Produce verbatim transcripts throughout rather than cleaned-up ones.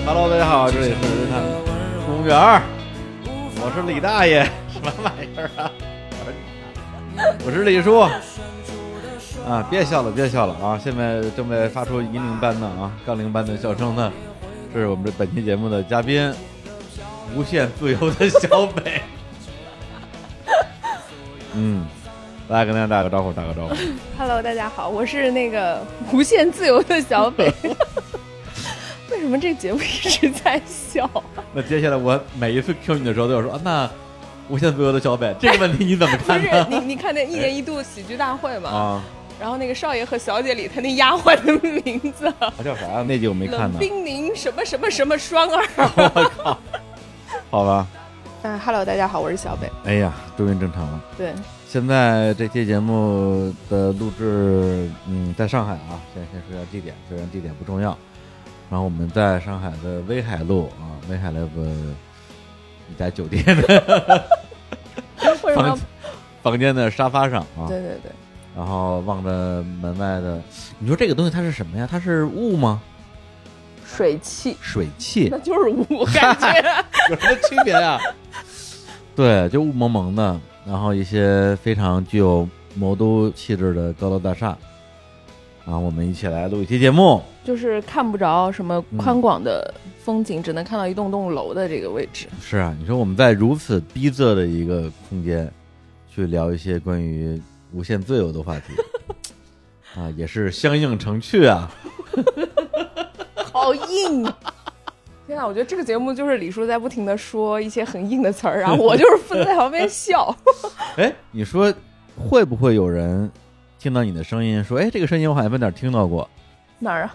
Hello， 大家好，这里是日坛公园，我是李大爷，什么玩意儿啊？我是李叔啊！别笑了，别笑了啊！现在正在发出银铃般的啊杠铃般的笑声呢，这是我们这本期节目的嘉宾，无限自由的小北。嗯，来跟大家打个招呼，打个招呼。 Hello， 大家好，我是那个无限自由的小北。为什么这个节目一直在笑？ 那接下来我每一次 Q 你的时候都要说啊，那无限自由的小北这个问题你怎么看呢？ 不是你，你看那一年一度喜剧大会嘛？ 啊， 然后那个少爷和小姐里，他那丫鬟的名字， 他叫啥？那集我没看呢。 冷冰凝什么什么什么双儿。 我靠！好吧。 嗯 ，Hello， 大家好，我是小北。 哎呀，终于正常了。 对。 现在这期节目的录制，嗯，在上海啊，先先说一下地点，虽然地点不重要。然后我们在上海的威海路啊，威海 Live 一家酒店的房房间的沙发上啊， 对对对。 然后望着门外的，你说这个东西它是什么呀？它是雾吗？ 水汽。 水汽， 那就是雾，感觉有什么区别啊？对，就雾蒙蒙的，然后一些非常具有魔都气质的高楼大厦。然后我们一起来录一期节目， 就是看不着什么宽广的风景，嗯、只能看到一栋栋楼的这个位置。 是啊，你说我们在如此逼仄的一个空间，去聊一些关于无限自由的话题，啊，也是相映成趣啊。 好硬！天啊，我觉得这个节目就是李叔在不停的说一些很硬的词儿，然后我就是分在旁边笑。 哎，你说会不会有人听到你的声音说，哎，这个声音我好像在哪儿听到过？ 哪儿啊？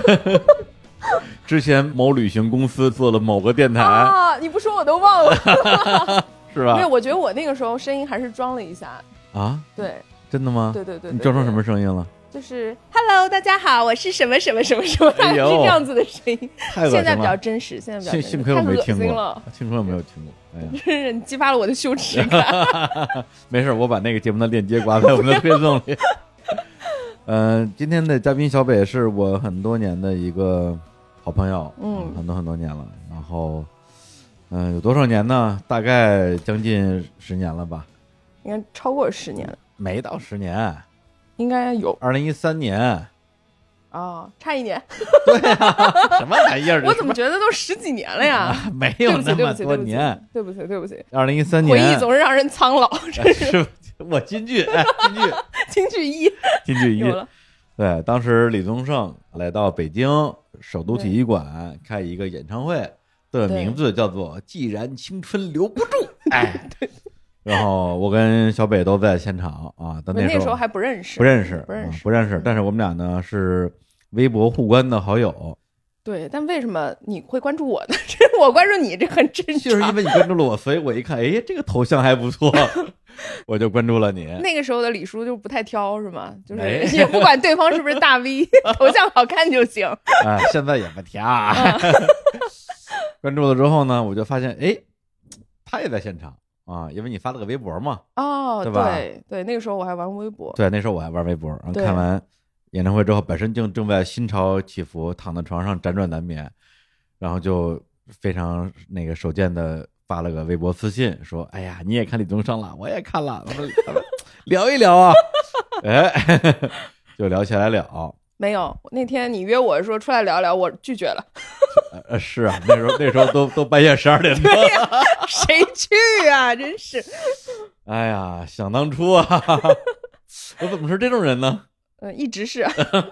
之前某旅行公司做了某个电台啊，你不说我都忘了。 是吧？ 没有，我觉得我那个时候声音还是装了一下啊。对， 真的吗？ 对对 对, 对, 对， 你装成什么声音了？ 就是 Hello， 大家好，我是什么什么什么什么，大概是这样子的声音。现在比较真实，现在比较真实。 幸亏我没听过，幸亏我没有听过。哎呀， 真是你激发了我的羞耻感。 没事，我把那个节目的链接挂在我们的推送里。嗯、呃，今天的嘉宾小北是我很多年的一个好朋友，嗯，很多很多年了。然后，嗯、呃，有多少年呢？大概将近十年了吧？ 应该超过十年了。 没到十年。 应该有二零一三年哦，差一年。 对啊，什么玩意儿？ 我怎么觉得都十几年了呀？ 啊、没有那么多年。 对不起，对不起。 二零一三年， 回忆总是让人苍老。真是， 是我金句，哎，金句， 金句一， 金句一。 有了。 对，当时李宗盛来到北京首都体育馆开一个演唱会，的名字叫做《既然青春留不住》。哎，对。然后我跟小北都在现场啊，但那时候, 那时候还不认识， 不认识， 不认识， 嗯、不认识。但是我们俩呢是微博互关的好友。 对，但为什么你会关注我呢？这我关注你，这很正常。 就是因为你关注了我，所以我一看，哎，这个头像还不错，我就关注了你。 那个时候的李叔就不太挑，是吗？就是也不管对方是不是大 V， 头像好看就行。 啊，现在也不挑。关注了之后呢，我就发现，哎，他也在现场。啊，因为你发了个微博嘛， 哦， 对吧？ 对对，那个时候我还玩微博， 对，那时候我还玩微博。然后看完演唱会之后，本身就正在心潮起伏，躺在床上辗转难眠，然后就非常那个手贱的发了个微博私信，说：“哎呀，你也看李宗盛了，我也看了，咱们咱们聊一聊啊。”哎，就聊起来了。 没有，那天你约我说出来聊聊，我拒绝了。 呃，是啊，那时候那时候都都半夜十二点多， 对呀、啊，谁去啊？真是。 哎呀，想当初啊，我怎么是这种人呢？ 嗯，一直是。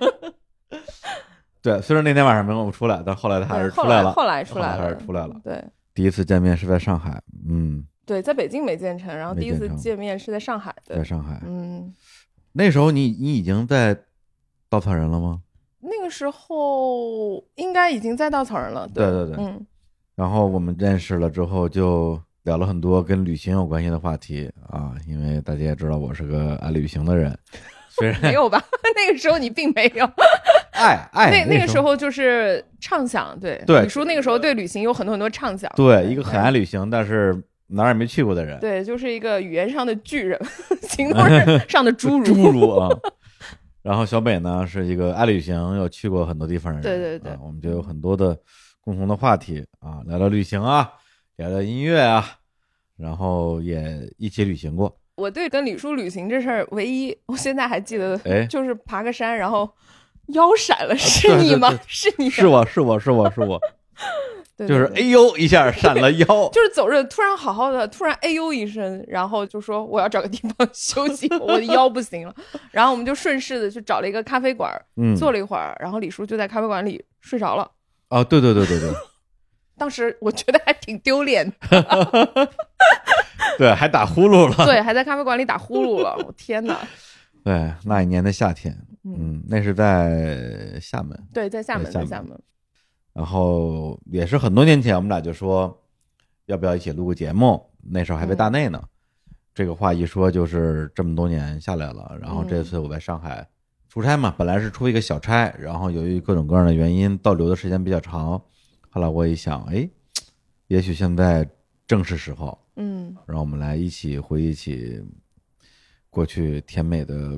对，虽然那天晚上没跟我出来，但后来他还是出来了。 后来出来了， 还是出来了。 对， 第一次见面是在上海，嗯， 对，在北京没见成，然后第一次见面是在上海的， 在上海， 嗯， 那时候你你已经在稻草人了吗？ 那个时候应该已经在稻草人了， 对对 对, 对，嗯。然后我们认识了之后，就聊了很多跟旅行有关系的话题啊，因为大家也知道我是个爱旅行的人，虽然没有吧，那个时候你并没有。 爱爱那那个时候就是畅想，对对， 李叔那个时候对旅行有很多很多畅想， 对，一个很爱旅行，但是哪儿也没去过的人， 对，就是一个语言上的巨人，行动上的侏儒， 侏儒啊。然后小北呢是一个爱旅行，又去过很多地方的人， 对对对、 啊，我们就有很多的共同的话题啊，聊聊旅行啊，聊聊音乐啊，然后也一起旅行过。 我对跟李叔旅行这事儿，唯一我现在还记得，就是爬个山，然后腰闪了，是你吗？ 对对对是你？ 是我是我是我是我。 对对对， 就是哎呦一下闪了腰， 就是走着突然好好的，突然哎呦一声，然后就说我要找个地方休息，我的腰不行了。然后我们就顺势的去找了一个咖啡馆，嗯，坐了一会儿，然后李叔就在咖啡馆里睡着了。 哦，对对对对对， 当时我觉得还挺丢脸的。 对，还打呼噜了。 对，还在咖啡馆里打呼噜了，我天哪！ 对，那一年的夏天，嗯，那是在厦门。 对，在厦门，在厦门。 然后也是很多年前，我们俩就说要不要一起录个节目，那时候还在大内呢。嗯、这个话一说就是这么多年下来了。然后这次我在上海出差嘛，本来是出一个小差，然后由于各种各样的原因逗留的时间比较长。后来我一想，哎，也许现在正是时候，嗯，让我们来一起回忆起过去甜美的，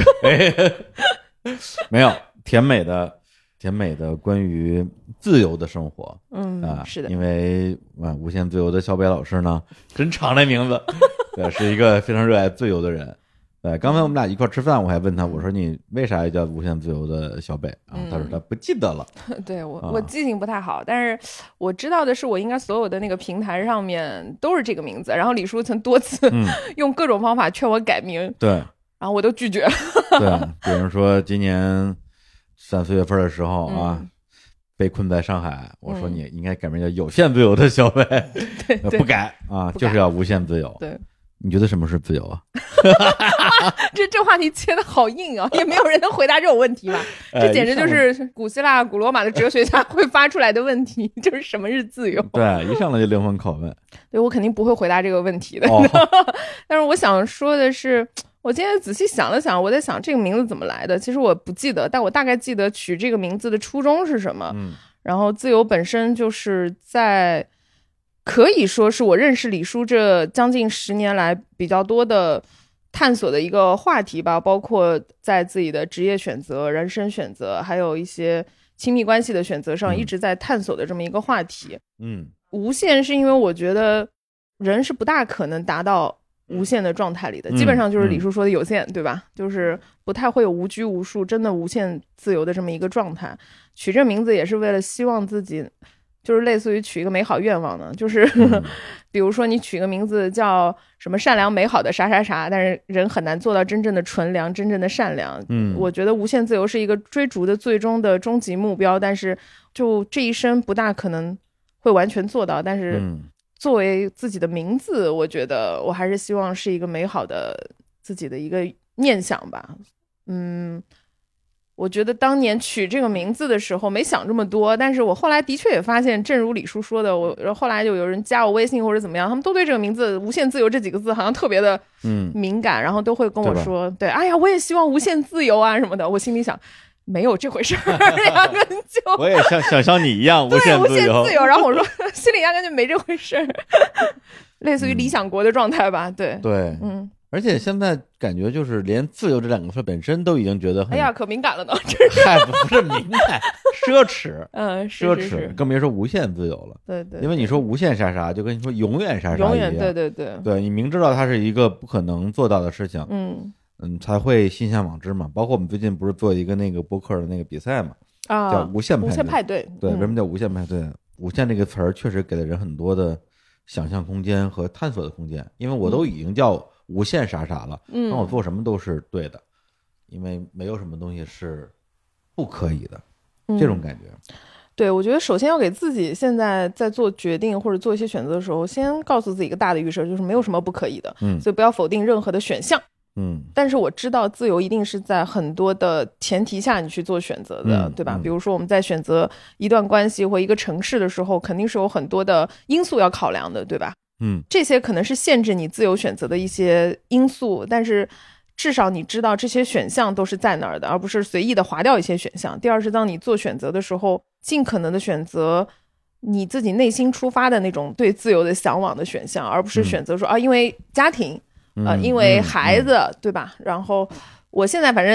没有甜美的。甜美的关于自由的生活， 嗯啊， 是的， 因为啊，无限自由的小北老师呢，真长这名字，对，是一个非常热爱自由的人。对，刚才我们俩一块吃饭，我还问他，我说你为啥叫无限自由的小北啊？他说他不记得了。 对我，我记性不太好，但是我知道的是，我应该所有的那个平台上面都是这个名字。然后李叔曾多次用各种方法劝我改名， 对， 然后我都拒绝了。 对，比如说今年三四月份的时候啊，嗯、被困在上海，我说你应该改名叫有限自由的小北， 对对不改啊，就是要无限自由。 对， 你觉得什么是自由啊？ 这这话题切的好硬啊，也没有人能回答这种问题吧？这简直就是古希腊、古罗马的哲学家会发出来的问题，就是什么是自由？ 对，一上来就灵魂拷问。 对，我肯定不会回答这个问题的。 哦、 但是我想说的是。我今天仔细想了想，我在想这个名字怎么来的。其实我不记得，但我大概记得取这个名字的初衷是什么。 嗯， 然后自由本身就是在，可以说是我认识李叔这将近十年来比较多的探索的一个话题吧，包括在自己的职业选择、人生选择，还有一些亲密关系的选择上一直在探索的这么一个话题。 嗯， 无限是因为我觉得人是不大可能达到无限的状态里的，基本上就是李叔说的有限，嗯、对吧？就是不太会有无拘无束、真的无限自由的这么一个状态。取这名字也是为了希望自己，就是类似于取一个美好愿望呢，就是、嗯、比如说你取个名字叫什么善良美好的啥啥啥，但是人很难做到真正的纯良、真正的善良。 嗯， 我觉得无限自由是一个追逐的最终的终极目标，但是就这一生不大可能会完全做到，但是。 嗯作为自己的名字，我觉得我还是希望是一个美好的自己的一个念想吧。嗯，我觉得当年取这个名字的时候没想这么多，但是我后来的确也发现，正如李叔说的，我后来就有人加我微信或者怎么样，他们都对这个名字无限自由这几个字好像特别的敏感，嗯、然后都会跟我说，对，哎呀，我也希望无限自由啊什么的。我心里想。没有这回事儿，压根就我也像想像你一样无限自由，自由。然后我说心里压根就没这回事儿，类似于理想国的状态吧。对对，嗯。而且现在感觉就是连自由这两个字本身都已经觉得很哎呀可敏感了呢， 嗨不是敏感，奢侈， 嗯， 奢侈， 是是是更别说无限自由了。 对 对, 对， 因为你说无限啥啥，就跟你说永远啥啥一样， 永远对对对， 对你明知道它是一个不可能做到的事情， 嗯。 嗯，才会心向往之嘛。包括我们最近不是做一个那个播客的那个比赛嘛， 啊， 叫无限派对。 无限派对， 对，为什么叫无限派对？嗯、无限这个词儿确实给了人很多的想象空间和探索的空间。因为我都已经叫无限啥啥了，嗯，那我做什么都是对的，因为没有什么东西是不可以的，嗯、这种感觉。 对，我觉得首先要给自己现在在做决定或者做一些选择的时候，先告诉自己一个大的预设，就是没有什么不可以的， 嗯， 所以不要否定任何的选项。 嗯， 但是我知道自由一定是在很多的前提下你去做选择的， 嗯、 对吧、 嗯？ 比如说我们在选择一段关系或一个城市的时候，肯定是有很多的因素要考量的，对吧？ 嗯， 这些可能是限制你自由选择的一些因素，但是至少你知道这些选项都是在那儿的，而不是随意的划掉一些选项。第二是当你做选择的时候，尽可能的选择你自己内心出发的那种对自由的向往的选项，而不是选择说、嗯、啊，因为家庭。呃，因为孩子、嗯嗯、对吧？然后我现在反正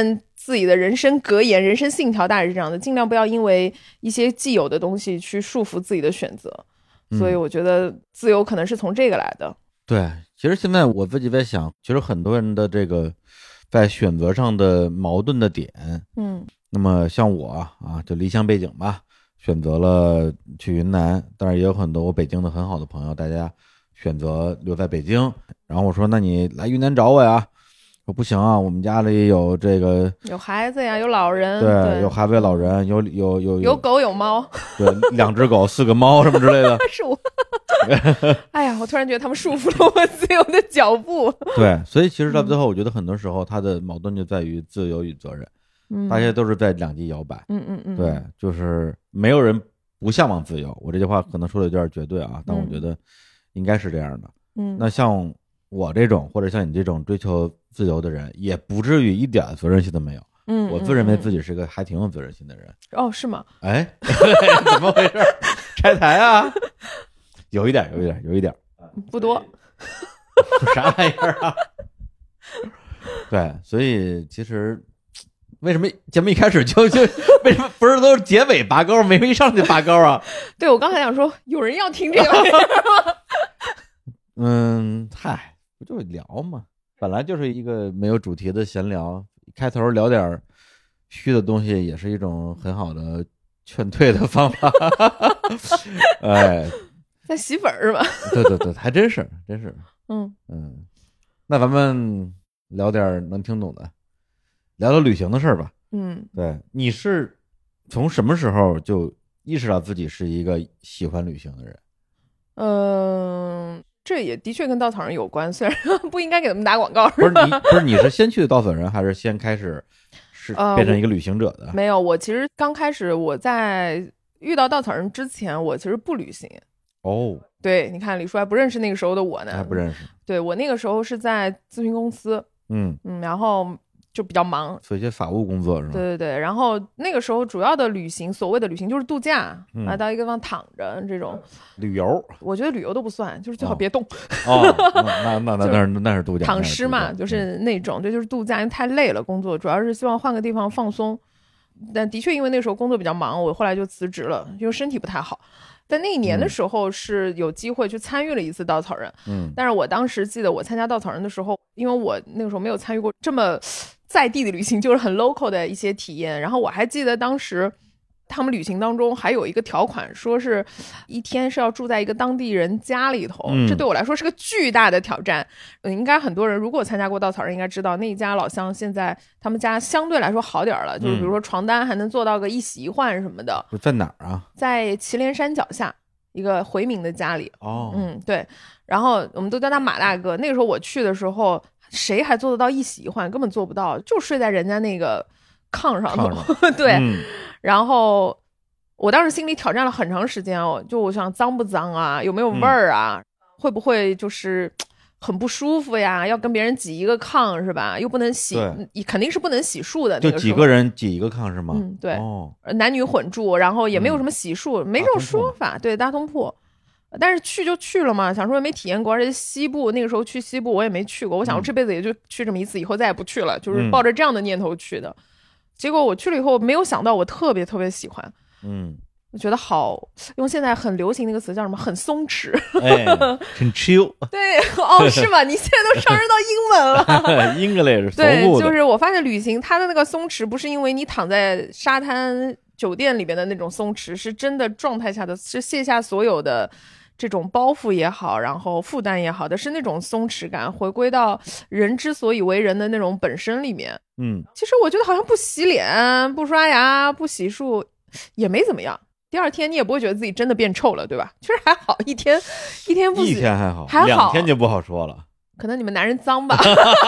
自己的人生格言、人生信条大概是这样的，尽量不要因为一些既有的东西去束缚自己的选择。所以我觉得自由可能是从这个来的。 嗯、对，其实现在我自己在想，其实很多人的这个在选择上的矛盾的点， 嗯， 那么像我啊，就离乡背景吧，选择了去云南，当然也有很多我北京的很好的朋友，大家选择留在北京。然后我说，那你来云南找我呀？说不行啊，我们家里有这个有孩子呀，有老人， 对， 对有孩子有老人，有有有有狗有猫， 对，两只狗四个猫什么之类的。 是我。哎呀，我突然觉得他们束缚了我自由的脚步。 对，所以其实到最后，我觉得很多时候它的矛盾就在于自由与责任， 嗯， 大家都是在两极摇摆。 嗯嗯嗯， 对，就是没有人不向往自由。我这句话可能说的有点绝对啊，但我觉得应该是这样的。 嗯，那像我这种或者像你这种追求自由的人，也不至于一点责任心都没有。 嗯， 我自认为自己是个还挺有责任心的人。 哦，是吗？ 哎，怎么回事？拆台啊？有一点，有一点，有一点， 不多。 啥玩意儿啊？对，所以其实为什么节目一开始就就为什么不是都是结尾拔高，没一上去拔高啊？ 对，我刚才想说，有人要听这个玩意儿吗？ 嗯，嗨，不就聊嘛，本来就是一个没有主题的闲聊，开头聊点虚的东西也是一种很好的劝退的方法。哎， 在洗粉是吧？ 对对对，还真是，真是。 嗯嗯，那咱们聊点能听懂的，聊聊旅行的事儿吧。 嗯， 对，你是从什么时候就意识到自己是一个喜欢旅行的人？ 嗯。这也的确跟稻草人有关，虽然不应该给他们打广告。 不是你，不是你是先去的稻草人，还是先开始是变成一个旅行者的？ 呃、没有，我其实刚开始我在遇到稻草人之前，我其实不旅行。 哦， 对，你看李叔还不认识那个时候的我呢， 还不认识。 对，我那个时候是在咨询公司， 嗯嗯，然后就比较忙， 做一些法务工作是吧？ 对对对，然后那个时候主要的旅行，所谓的旅行就是度假， 嗯、 啊，到一个地方躺着这种旅游。 我觉得旅游都不算，就是最好别动。 哦，哦那那那那是那是度假， 躺尸嘛，就是那种，这就是度假，因为太累了，工作主要是希望换个地方放松。但的确因为那时候工作比较忙，我后来就辞职了，因为身体不太好。在那一年的时候是有机会去参与了一次稻草人， 嗯， 但是我当时记得我参加稻草人的时候，因为我那个时候没有参与过这么在地的旅行，就是很 local 的一些体验。然后我还记得当时他们旅行当中还有一个条款，说是一天是要住在一个当地人家里头， 嗯、 这对我来说是个巨大的挑战。嗯，应该很多人如果参加过稻草人应该知道，那一家老乡现在他们家相对来说好点了，就是比如说床单还能做到个一洗一换什么的。 在哪儿啊？ 在祁连山脚下一个回民的家里。 哦， 嗯，对。然后我们都叫他马大哥。那个时候我去的时候，谁还做得到一洗一换？根本做不到，就睡在人家那个炕上头。对、 嗯。 然后我当时心里挑战了很长时间哦，就我想脏不脏啊，有没有味儿啊、嗯、会不会就是很不舒服呀，要跟别人挤一个炕是吧，又不能洗，肯定是不能洗漱的，那个就几个人挤一个炕是吗？ 嗯，对、 哦、 男女混住，然后也没有什么洗漱、嗯、没这种说法，对，大通铺。但是去就去了嘛，想说也没体验过，而且西部那个时候去西部我也没去过，我想我这辈子也就去这么一次，以后再也不去了，就是抱着这样的念头去的、嗯、结果我去了以后没有想到我特别特别喜欢。 嗯， 我觉得好，用现在很流行那个词叫什么，很松弛， 哎，很 chill。 对，哦，是吗？你现在都上升到英文了。 English， 对，就是我发现旅行它的那个松弛，不是因为你躺在沙滩酒店里面的那种松弛，是真的状态下的，是卸下所有的这种包袱也好，然后负担也好的，是那种松弛感，回归到人之所以为人的那种本身里面。 嗯， 其实我觉得好像不洗脸、不刷牙、不洗漱也没怎么样。第二天你也不会觉得自己真的变臭了，对吧？其实还好，一天一天不洗， 一天还好， 还好， 两天就不好说了。 可能你们男人脏吧。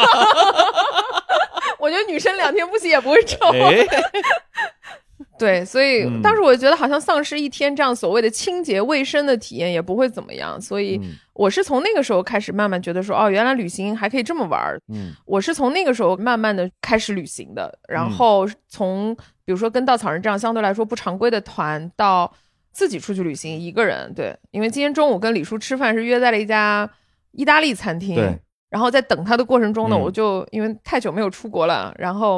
我觉得女生两天不洗也不会臭。 哎、 对，所以当时我觉得好像丧失一天这样所谓的清洁卫生的体验也不会怎么样，所以我是从那个时候开始慢慢觉得说，哦，原来旅行还可以这么玩。 嗯， 我是从那个时候慢慢的开始旅行的，然后从比如说跟稻草人这样相对来说不常规的团到自己出去旅行一个人。对，因为今天中午跟李叔吃饭是约在了一家意大利餐厅， 对， 然后在等他的过程中呢、嗯、我就因为太久没有出国了，然后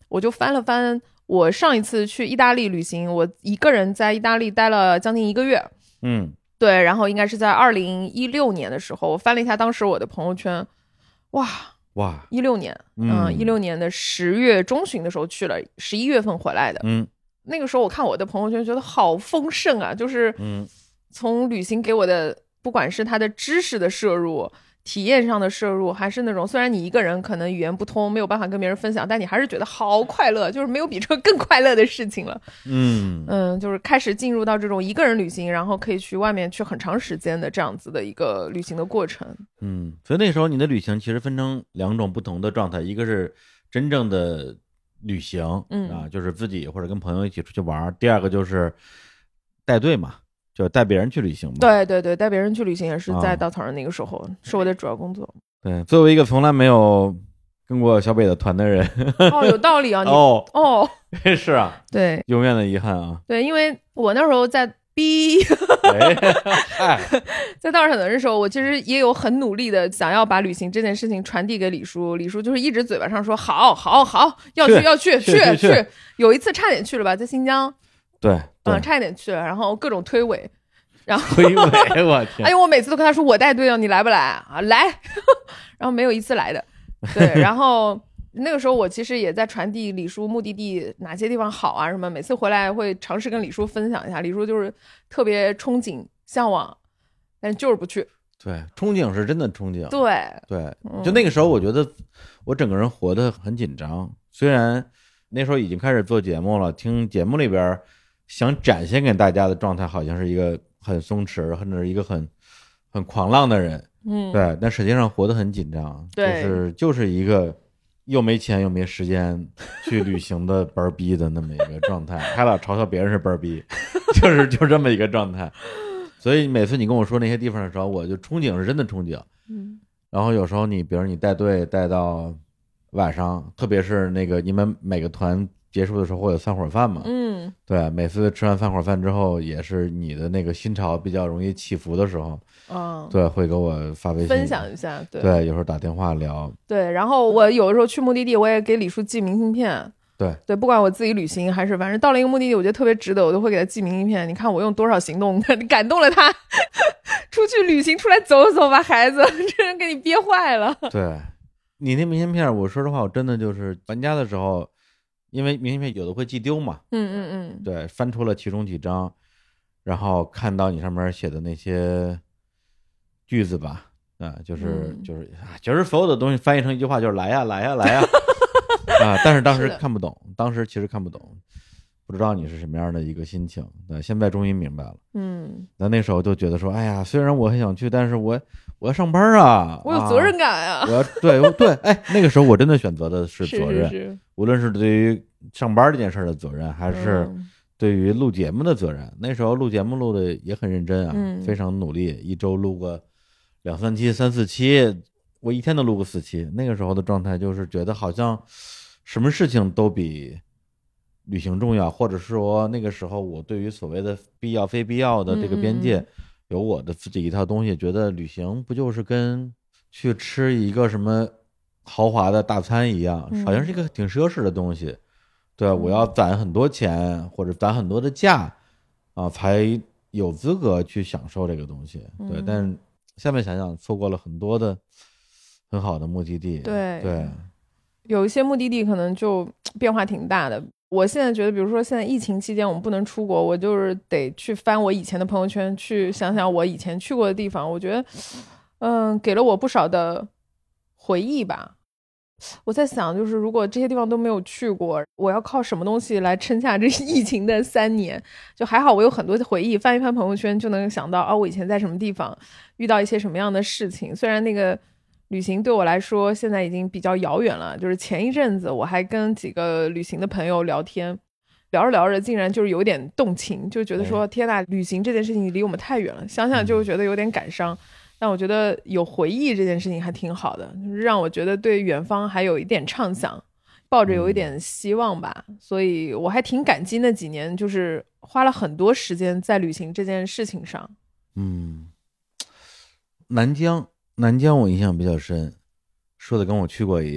我就翻了翻我上一次去意大利旅行，我一个人在意大利待了将近一个月。 嗯， 对，然后应该是在二零一六年的时候，我翻了一下当时我的朋友圈，哇哇， 一六年，嗯，一六年的十月中旬的时候去了，十一月份回来的。 嗯， 那个时候我看我的朋友圈，觉得好丰盛啊，就是从旅行给我的，不管是他的知识的摄入。体验上的摄入，还是那种虽然你一个人可能语言不通，没有办法跟别人分享，但你还是觉得好快乐，就是没有比这个更快乐的事情了。嗯嗯，就是开始进入到这种一个人旅行，然后可以去外面去很长时间的这样子的一个旅行的过程。 嗯，所以那时候你的旅行其实分成两种不同的状态，一个是真正的旅行，嗯啊，就是自己或者跟朋友一起出去玩；第二个就是带队嘛。就带别人去旅行嘛。 对对对，带别人去旅行也是在稻草人那个时候、啊、是我的主要工作。 对，作为一个从来没有跟过小北的团的人， 哦，有道理啊，你哦哦， 是啊， 对， 永远的遗憾啊。 对，因为我那时候在逼， 哎、 在稻草人的时候，我其实也有很努力的想要把旅行这件事情传递给李叔，李叔就是一直嘴巴上说好好好，要去要去去去去去， 有一次差点去了吧，在新疆。 对， 嗯，差一点去了，然后各种推诿，然后推诿，我天！ 哎呦，我每次都跟他说我带队啊，你来不来啊？来，然后没有一次来的。对，然后那个时候我其实也在传递李叔目的地哪些地方好啊什么，每次回来会尝试跟李叔分享一下，李叔就是特别憧憬向往，但是就是不去。 对，憧憬是真的憧憬。 对对，就那个时候，我觉得我整个人活得很紧张，虽然那时候已经开始做节目了，听节目里边。想展现给大家的状态好像是一个很松弛或者是一个很很狂浪的人，嗯，对，但实际上活得很紧张， 对， 就是就是一个又没钱又没时间去旅行的班儿逼的那么一个状态，还老嘲笑别人是班儿逼，就是就这么一个状态。所以每次你跟我说那些地方的时候，我就憧憬是真的憧憬，嗯，然后有时候你比如你带队带到晚上，特别是那个你们每个团结束的时候会有散伙饭嘛，嗯，对，每次吃完散伙饭之后，也是你的那个心潮比较容易起伏的时候，嗯，对，会给我发微信分享一下，对， 对，有时候打电话聊， 对，然后我有的时候去目的地，我也给李叔寄明信片， 对对，不管我自己旅行还是反正到了一个目的地，我觉得特别值得，我都会给他寄明信片。你看我用多少行动感动了他，出去旅行出来走走吧，孩子，这人给你憋坏了。 对，你那明信片，我说实话，我真的就是搬家的时候。因为明信片有的会寄丢嘛， 嗯嗯嗯， 对，翻出了其中几张，然后看到你上面写的那些句子吧，啊，就是、嗯、就是啊，就是所有的东西翻译成一句话就是来呀来呀来呀，啊，但是当时看不懂，当时其实看不懂，不知道你是什么样的一个心情，对，现在终于明白了，嗯，那那时候就觉得说，哎呀，虽然我很想去，但是我我要上班啊， 我有责任感啊， 啊我要对对，哎，那个时候我真的选择的是责任， 是是是无论是对于上班这件事的责任，还是对于录节目的责任。嗯、那时候录节目录的也很认真啊，嗯、非常努力，一周录个两三期、三四期，我一天都录个四期。那个时候的状态就是觉得好像什么事情都比旅行重要，或者说那个时候我对于所谓的必要非必要的这个边界，嗯嗯有我的自己一套东西，觉得旅行不就是跟去吃一个什么豪华的大餐一样，好像是一个挺奢侈的东西。嗯、对，我要攒很多钱或者攒很多的假啊，才有资格去享受这个东西。对，嗯、但下面想想，错过了很多的很好的目的地。 对对， 有一些目的地可能就变化挺大的。我现在觉得，比如说现在疫情期间我们不能出国，我就是得去翻我以前的朋友圈，去想想我以前去过的地方。我觉得，嗯，给了我不少的回忆吧。我在想，就是如果这些地方都没有去过，我要靠什么东西来撑下这疫情的三年？就还好，我有很多的回忆，翻一翻朋友圈就能想到，哦，我以前在什么地方遇到一些什么样的事情。虽然那个旅行对我来说现在已经比较遥远了，就是前一阵子我还跟几个旅行的朋友聊天，聊着聊着竟然就是有点动情，就觉得说天哪，旅行这件事情离我们太远了，想想就觉得有点感伤。但我觉得有回忆这件事情还挺好的，就是让我觉得对远方还有一点畅想，抱着有一点希望吧。所以我还挺感激那几年就是花了很多时间在旅行这件事情上。 嗯，南疆南疆我印象比较深，说的跟我去过一样。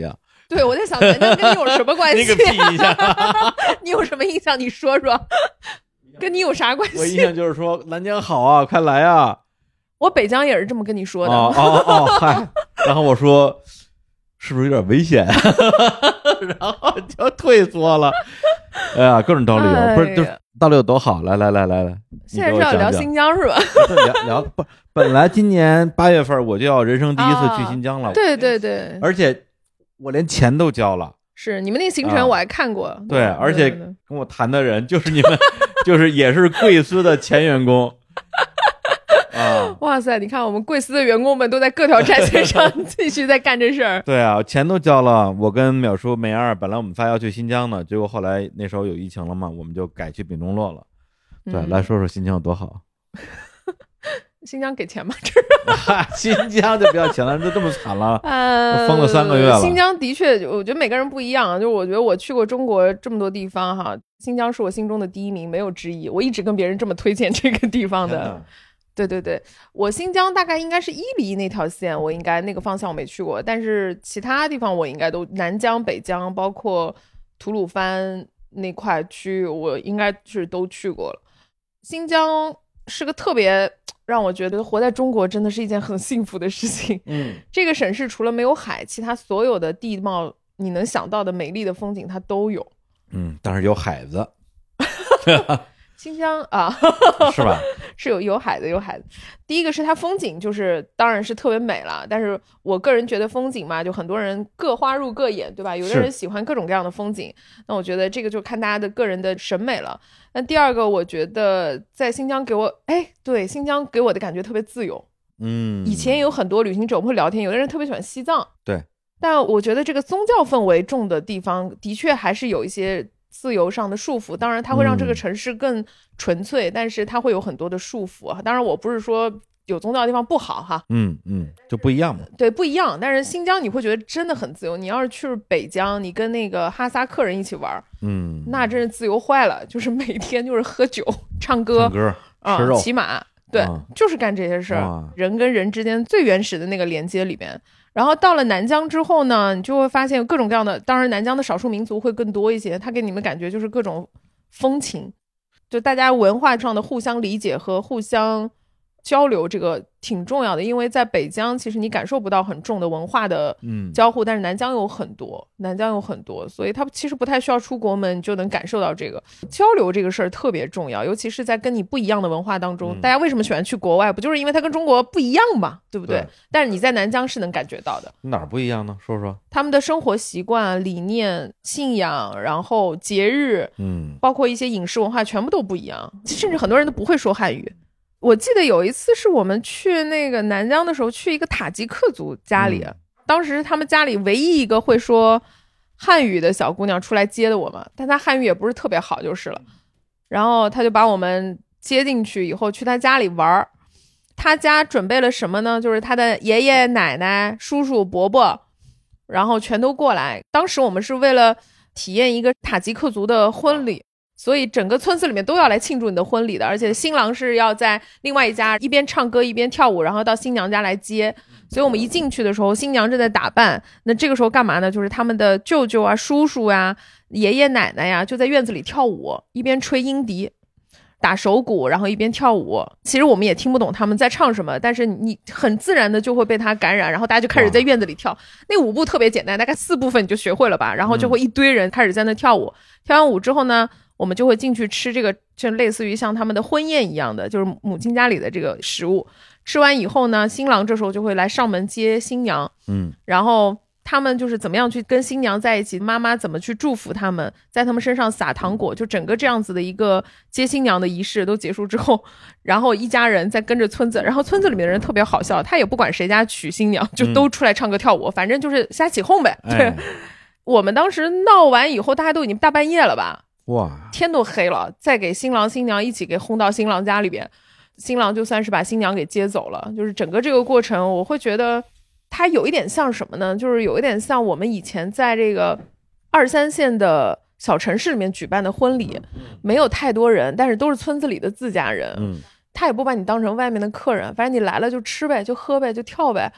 对，我在想南疆跟你有什么关系？ 那个屁印象你有什么印象？你说说，跟你有啥关系？ 我印象就是说南疆好啊，快来啊！ 我北疆也是这么跟你说的。 哦哦哦，嗨，然后我说是不是有点危险？然后就退缩了。哎呀，各种道理，哎、不是就是道理有多好？来来来来来， 现在是要聊新疆是吧？ 聊聊不，本来今年八月份我就要人生第一次去新疆了。 啊、对对对， 而且我连钱都交了。 是你们那个行程我还看过。 啊、对，而且跟我谈的人就是你们，就是也是贵司的前员工。啊！ 哇塞！你看，我们贵司的员工们都在各条战线上继续在干这事儿。 对啊，钱都交了。我跟淼叔、梅二，本来我们仨要去新疆呢，结果后来那时候有疫情了嘛，我们就改去丙中洛了。对，嗯、来说说新疆有多好。 新疆给钱吗？ 新疆就不要钱了，这这么惨了，呃，封了三个月了。 新疆的确，我觉得每个人不一样。就是我觉得我去过中国这么多地方哈，新疆是我心中的第一名，没有之一。我一直跟别人这么推荐这个地方的。对对对，我新疆大概应该是伊犁那条线，我应该那个方向我没去过，但是其他地方我应该都南疆、北疆，包括吐鲁番那块区域，我应该是都去过了。新疆是个特别让我觉得活在中国真的是一件很幸福的事情。 嗯， 这个省市除了没有海，其他所有的地貌你能想到的美丽的风景它都有。 嗯，但是有海子。 新疆啊， 是吧？ 是有有海的，有海的。第一个是它风景，就是当然是特别美了。但是我个人觉得风景嘛，就很多人各花入各眼，对吧？有的人喜欢各种各样的风景，那我觉得这个就看大家的个人的审美了。那第二个，我觉得在新疆给我，哎，对，新疆给我的感觉特别自由。 嗯， 以前有很多旅行者我们会聊天，有的人特别喜欢西藏， 对。 但我觉得这个宗教氛围重的地方，的确还是有一些自由上的束缚。当然它会让这个城市更纯粹、嗯、但是它会有很多的束缚。当然我不是说有宗教的地方不好哈， 嗯嗯，就不一样嘛。 对，不一样。但是新疆你会觉得真的很自由。你要是去北疆，你跟那个哈萨克人一起玩，嗯，那真是自由坏了，就是每天就是喝酒、唱歌、 唱歌、吃肉、 嗯、骑马，对、啊，就是干这些事儿。人跟人之间最原始的那个连接里面。然后到了南疆之后呢，你就会发现有各种各样的，当然南疆的少数民族会更多一些，它给你们感觉就是各种风情，就大家文化上的互相理解和互相交流，这个挺重要的。因为在北疆其实你感受不到很重的文化的交互、嗯、但是南疆有很多，南疆有很多，所以它其实不太需要出国门你就能感受到这个交流，这个事儿特别重要，尤其是在跟你不一样的文化当中、嗯、大家为什么喜欢去国外，不就是因为它跟中国不一样嘛，对不对？对，但是你在南疆是能感觉到的。 哪儿不一样呢？说说。 他们的生活习惯、理念、信仰，然后节日，嗯，包括一些饮食文化全部都不一样，甚至很多人都不会说汉语。我记得有一次是我们去那个南疆的时候，去一个塔吉克族家里、嗯、当时他们家里唯一一个会说汉语的小姑娘出来接的我们，但她汉语也不是特别好就是了。然后他就把我们接进去以后去他家里玩，他家准备了什么呢？就是他的爷爷奶奶、叔叔伯伯，然后全都过来。当时我们是为了体验一个塔吉克族的婚礼，所以整个村子里面都要来庆祝你的婚礼的，而且新郎是要在另外一家一边唱歌一边跳舞，然后到新娘家来接。所以我们一进去的时候，新娘正在打扮，那这个时候干嘛呢？就是他们的舅舅啊、叔叔呀、爷爷奶奶呀就在院子里跳舞，一边吹鹰笛打手鼓，然后一边跳舞。其实我们也听不懂他们在唱什么，但是你很自然的就会被他感染，然后大家就开始在院子里跳。那舞步特别简单，大概四部分你就学会了吧，然后就会一堆人开始在那跳舞、嗯、跳完舞之后呢，我们就会进去吃这个就类似于像他们的婚宴一样的，就是母亲家里的这个食物。吃完以后呢，新郎这时候就会来上门接新娘，嗯，然后他们就是怎么样去跟新娘在一起，妈妈怎么去祝福他们，在他们身上撒糖果，就整个这样子的一个接新娘的仪式都结束之后，然后一家人再跟着村子，然后村子里面的人特别好笑，他也不管谁家娶新娘，就都出来唱歌跳舞、嗯、反正就是瞎起哄呗。对、哎、我们当时闹完以后大家都已经大半夜了吧，哇，天都黑了，再给新郎新娘一起给轰到新郎家里边，新郎就算是把新娘给接走了。就是整个这个过程我会觉得它有一点像什么呢？就是有一点像我们以前在这个二三线的小城市里面举办的婚礼，没有太多人，但是都是村子里的自家人，嗯，他也不把你当成外面的客人，反正你来了就吃呗，就喝呗，就跳呗。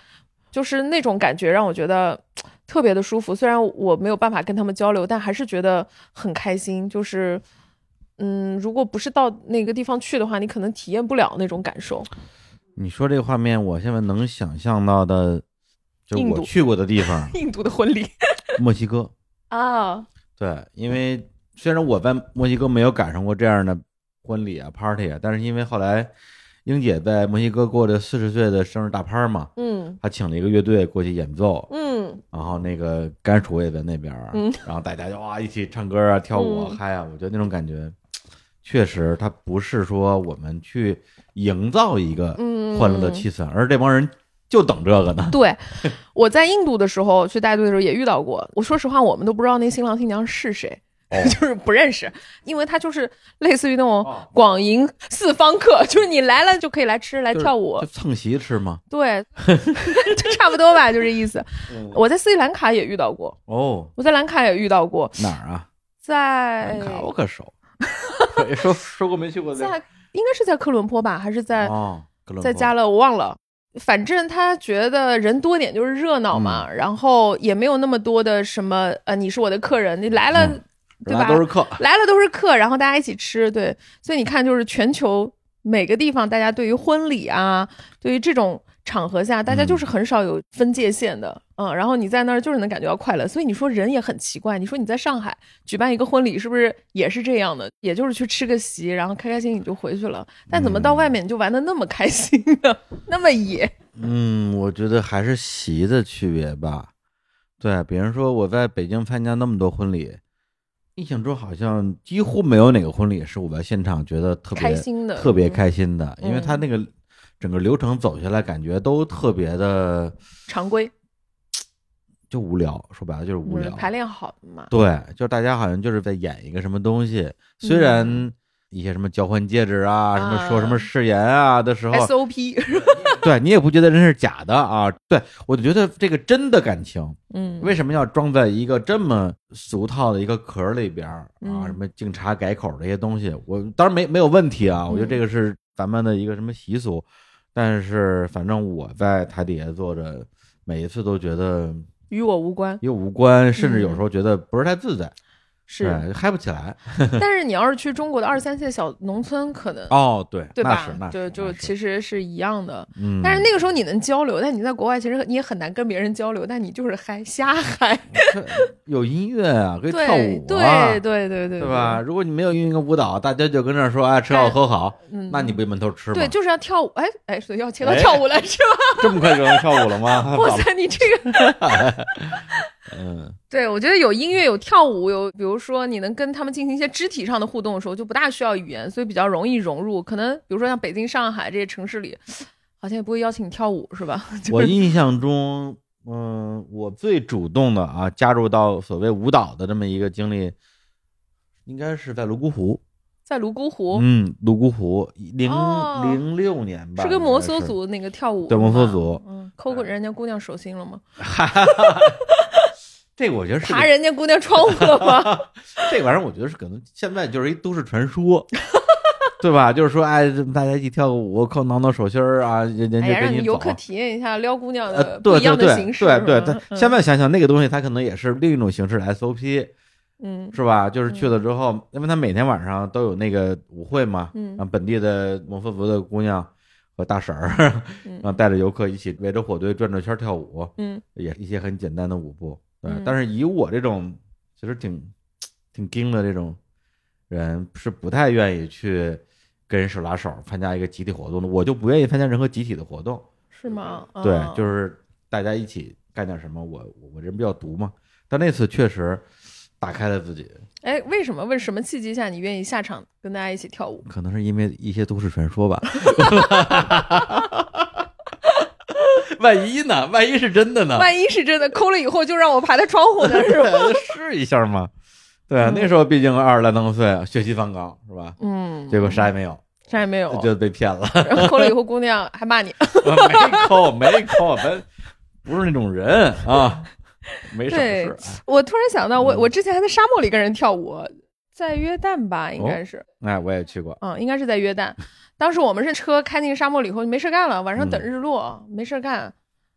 就是那种感觉让我觉得特别的舒服。虽然我没有办法跟他们交流，但还是觉得很开心。就是嗯，如果不是到那个地方去的话，你可能体验不了那种感受。 你说这个画面，我现在能想象到的，就是我去过的地方， 印度的婚礼， 墨西哥啊， 对，因为虽然我在墨西哥没有赶上过这样的婚礼啊、party 啊，但是因为后来英姐在墨西哥过了四十岁的生日大趴嘛， 嗯， 她请了一个乐队过去演奏， 嗯， 然后那个甘薯也在那边， 嗯， 然后大家就哇一起唱歌啊、跳舞啊、 嗯、 嗨啊，我觉得那种感觉，确实它不是说我们去营造一个欢乐的气氛，嗯、而这帮人就等这个呢。 对，我在印度的时候去带队的时候也遇到过。我说实话，我们都不知道那新郎新娘是谁，哦、就是不认识，因为他就是类似于那种广迎四方客，哦、就是你来了就可以来吃来跳舞， 就蹭席吃吗？ 对，就差不多吧，就这意思。嗯、我在斯里兰卡也遇到过哦，我在兰卡也遇到过。 哪儿啊？ 在兰卡我可熟，说说过没去过。 在应该是在科伦坡吧，还是在哦， 在加勒我忘了。反正他觉得人多点就是热闹嘛，嗯、然后也没有那么多的什么呃，你是我的客人，你来了，嗯、对吧？ 都是客， 来了都是客，然后大家一起吃，对。所以你看，就是全球每个地方，大家对于婚礼啊，对于这种场合下，大家就是很少有分界线的，嗯, 嗯，然后你在那儿就是能感觉到快乐。所以你说人也很奇怪，你说你在上海举办一个婚礼，是不是也是这样的？也就是去吃个席，然后开开心心你就回去了。但怎么到外面你就玩得那么开心呢？嗯、那么野？ 嗯，我觉得还是席的区别吧。对，比如说我在北京参加那么多婚礼，印象中好像几乎没有哪个婚礼是我在现场觉得特别开心的， 特别开心的， 嗯、 因为他那个整个流程走下来，感觉都特别的常规， 就无聊。说白了就是无聊。 嗯、排练好的嘛。 对，就大家好像就是在演一个什么东西，虽然一些什么交换戒指啊，嗯、什么说什么誓言啊的时候 ，S O P， 对你也不觉得人是假的啊。对，我就觉得这个真的感情， 嗯， 为什么要装在一个这么俗套的一个壳里边啊？ 嗯、 什么敬茶改口这些东西，我当然没没有问题啊，我觉得这个是咱们的一个什么习俗。但是反正我在台底下坐着，每一次都觉得与我无关， 与我无关，甚至有时候觉得不是太自在， 是嗨不起来。 但是你要是去中国的二三线小农村，可能哦，对， 对吧？ 那是那是就就其实是一样的。 嗯， 但是那个时候你能交流，但你在国外其实你也很难跟别人交流，但你就是嗨，瞎嗨。 有音乐啊，可以跳舞啊，对对对对， 对吧？如果你没有音乐跟舞蹈，大家就跟那说哎吃好喝好，嗯、那你不闷头吃吗？ 对，就是要跳舞。哎哎，所以要切到跳舞了、哎、是吧？ 这么快就能跳舞了吗？ 哇塞，你这个，嗯，对，我觉得有音乐有跳舞，有比如说你能跟他们进行一些肢体上的互动的时候，就不大需要语言，所以比较容易融入。可能比如说像北京、上海这些城市里，好像也不会邀请你跳舞，是吧？就是、 我印象中。嗯，我最主动的啊，加入到所谓舞蹈的这么一个经历，应该是在泸沽湖。 在泸沽湖， 嗯，泸沽湖零零六年吧， 是跟摩梭族那个跳舞， 对，摩梭族， 嗯，抠过人家姑娘手心了吗？ 这个我觉得是爬人家姑娘窗户了吗？ 这个玩意儿我觉得是可能现在就是一都市传说。对吧？就是说，哎，大家一起跳个舞，扣挠挠手心儿啊，人人就给你走。 哎，让游客体验一下撩姑娘的不一样的形式。 呃、对对 对, 对, 对, 对、嗯，现在想想那个东西，它可能也是另一种形式的 S O P， 嗯， 是吧？就是去了之后，嗯、因为他每天晚上都有那个舞会嘛， 嗯， 本地的摩梭族的姑娘和大婶儿， 嗯、 然后带着游客一起围着火堆转转圈跳舞， 嗯， 也一些很简单的舞步。对， 嗯、 但是以我这种其实挺挺精的这种人，是不太愿意去。跟人手拉手参加一个集体活动的，我就不愿意参加任何集体的活动， 是吗？ 对， 哦、 就是大家一起干点什么，我我人比较独嘛。但那次确实打开了自己。 哎，为什么？为什么契机下你愿意下场跟大家一起跳舞？ 可能是因为一些都市传说吧。万一呢？万一是真的呢？ 万一是真的，抠了以后就让我爬他窗户呢，是吧？ 试一下嘛。对啊、嗯，那时候毕竟二十来当岁，血气方刚，是吧？ 嗯， 结果啥也没有， 啥也没有， 就被骗了。 然后抠了以后，姑娘还骂你。 没抠，没抠，咱不是那种人啊，没省事。 我突然想到，我、嗯、我之前还在沙漠里跟人跳舞，在约旦吧，应该是。 哦、哎，我也去过。 嗯，应该是在约旦。当时我们是车开进沙漠里以后没事干了，晚上等日落，嗯、没事干。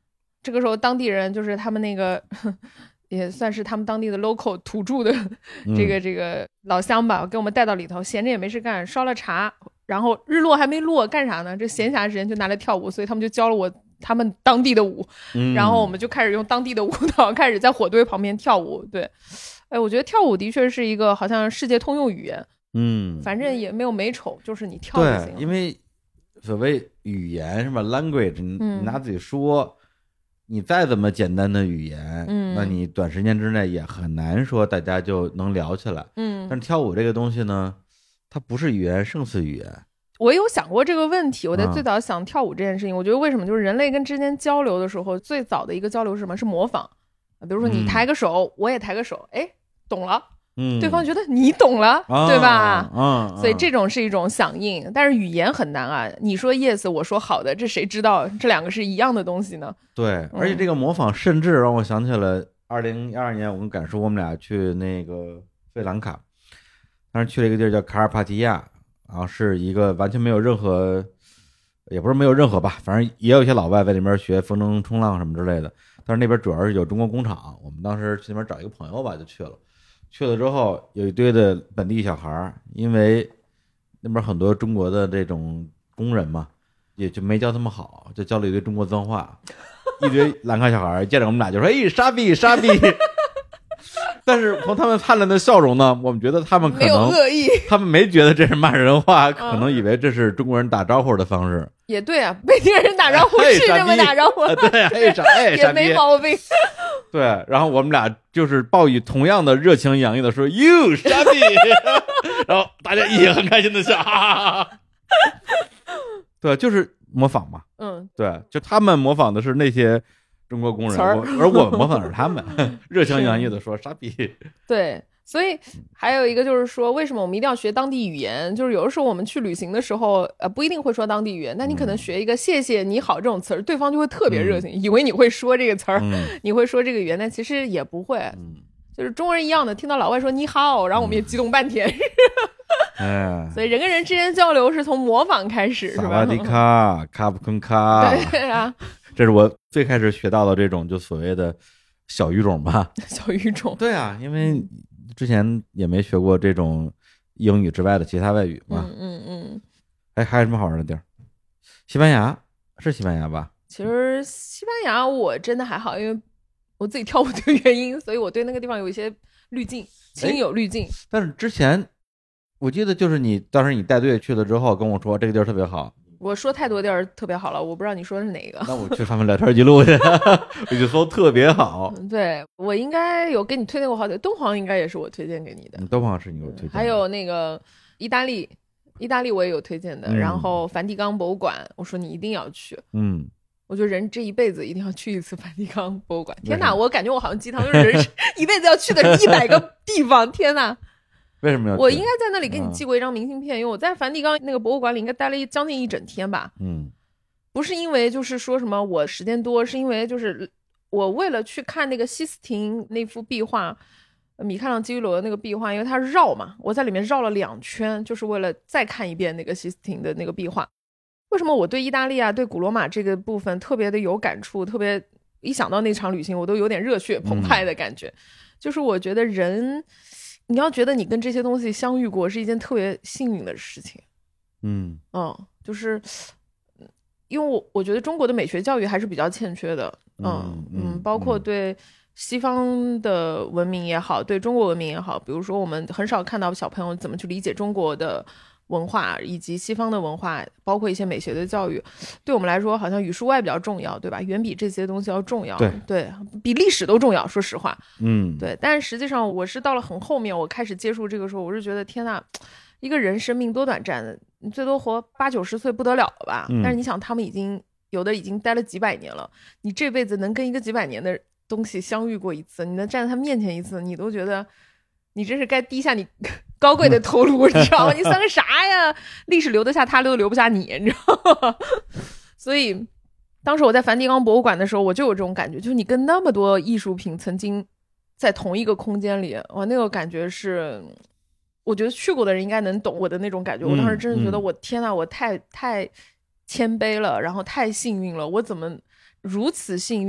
这个时候当地人就是他们那个也算是他们当地的 local 土著的这个、嗯、这个老乡吧，给我们带到里头，闲着也没事干，烧了茶，然后日落还没落，干啥呢？这闲暇时间就拿来跳舞，所以他们就教了我他们当地的舞、嗯、然后我们就开始用当地的舞蹈开始在火堆旁边跳舞。对，哎，我觉得跳舞的确是一个好像世界通用语言，嗯，反正也没有美丑，就是你跳就行了。 对，因为所谓语言是吧 language 你拿自己说、嗯，你再怎么简单的语言、嗯、那你短时间之内也很难说大家就能聊起来。嗯，但是跳舞这个东西呢，它不是语言胜似语言。 我有想过这个问题，我在最早想跳舞这件事情、嗯、我觉得为什么就是人类跟之间交流的时候，最早的一个交流是什么？是模仿。比如说你抬个手、嗯、我也抬个手，哎，懂了，嗯，对方觉得你懂了、啊、对吧？嗯、啊，所以这种是一种响应。但是语言很难啊，你说 yes 我说好的，这谁知道这两个是一样的东西呢？ 对，而且这个模仿甚至让我想起了二零一二年我跟敢叔我们俩去那个斯里兰卡，当时去了一个地儿叫卡尔帕提亚，然后是一个完全没有任何，也不是没有任何吧，反正也有一些老外在那边学风筝冲浪什么之类的，但是那边主要是有中国工厂，我们当时去那边找一个朋友吧，就去了。去了之后有一堆的本地小孩，因为那边很多中国的这种工人嘛，也就没教他们好，就教了一堆中国脏话，一堆兰卡小孩见着我们俩就说哎傻逼傻逼但是从他们灿烂的笑容呢，我们觉得他们可能没有恶意， 他们没觉得这是骂人话、嗯、可能以为这是中国人打招呼的方式。 也对啊，北京人打招呼是这么打招呼、 哎、对啊，哎傻哎也没毛病。 对，然后我们俩就是报以同样的热情洋溢的说 you 傻逼然后大家也很开心的笑哈哈哈。对，就是模仿嘛。嗯，对，就他们模仿的是那些中国工人，而我们模仿的是他们热情洋溢的说傻逼。 对，所以还有一个就是说为什么我们一定要学当地语言，就是有的时候我们去旅行的时候呃，不一定会说当地语言，但你可能学一个谢谢你好这种词儿，对方就会特别热情、嗯、以为你会说这个词儿、嗯、你会说这个语言，但其实也不会、嗯、就是中国人一样的，听到老外说你好，然后我们也激动半天、嗯、所以人跟人之间交流是从模仿开始，是吧？萨瓦迪卡卡布昆卡， 对啊， 这是我最开始学到的这种就所谓的小语种吧。 小语种， 对啊，因为之前也没学过这种英语之外的其他外语嘛。 嗯嗯嗯。 哎，还有什么好玩的地儿？西班牙是西班牙吧？ 其实西班牙我真的还好，因为我自己跳舞的原因，所以我对那个地方有一些滤镜，亲有滤镜。 但是之前我记得就是你当时你带队去了之后跟我说这个地儿特别好。 我说太多地儿特别好了，我不知道你说的是哪个。 那我去翻翻聊天记录去我就说特别好。 对，我应该有给你推荐过好久，敦煌应该也是我推荐给你的。 敦煌是你给我推荐的。 还有那个意大利，意大利我也有推荐的、嗯、然后梵蒂冈博物馆我说你一定要去。嗯，我觉得人这一辈子一定要去一次梵蒂冈博物馆。天哪，我感觉我好像鸡汤，就是人一辈子要去的一百个地方天哪。 为什么要去？ 我应该在那里给你寄过一张明信片、嗯、因为我在梵蒂冈那个博物馆里应该待了一将近一整天吧。嗯，不是因为就是说什么我时间多，是因为就是我为了去看那个西斯廷那幅壁画，米开朗基罗的那个壁画，因为它绕嘛，我在里面绕了两圈，就是为了再看一遍那个西斯廷的那个壁画。为什么我对意大利啊对古罗马这个部分特别的有感触，特别一想到那场旅行我都有点热血澎湃的感觉、嗯、就是我觉得人你要觉得你跟这些东西相遇过是一件特别幸运的事情。嗯嗯，就是因为我我觉得中国的美学教育还是比较欠缺的。嗯 嗯, 嗯，包括对西方的文明也好，对中国文明也好，比如说我们很少看到小朋友怎么去理解中国的文化以及西方的文化，包括一些美学的教育，对我们来说好像语数外比较重要，对吧？远比这些东西要重要。 对, 对，比历史都重要，说实话。嗯，对。但实际上我是到了很后面我开始接触这个时候，我是觉得天哪，一个人生命多短暂，你最多活八九十岁不得了了吧、嗯、但是你想他们已经有的已经待了几百年了，你这辈子能跟一个几百年的东西相遇过一次，你能站在他面前一次，你都觉得你真是该低下你高贵的头颅，你知道吗？你算个啥呀？历史留得下他，都留不下你，你知道吗？所以当时我在梵蒂冈博物馆的时候，我就有这种感觉，就是你跟那么多艺术品曾经在同一个空间里，哇，那个感觉是我觉得去过的人应该能懂我的那种感觉。我当时真的觉得我、嗯嗯、天哪，我太太谦卑了，然后太幸运了，我怎么如此幸运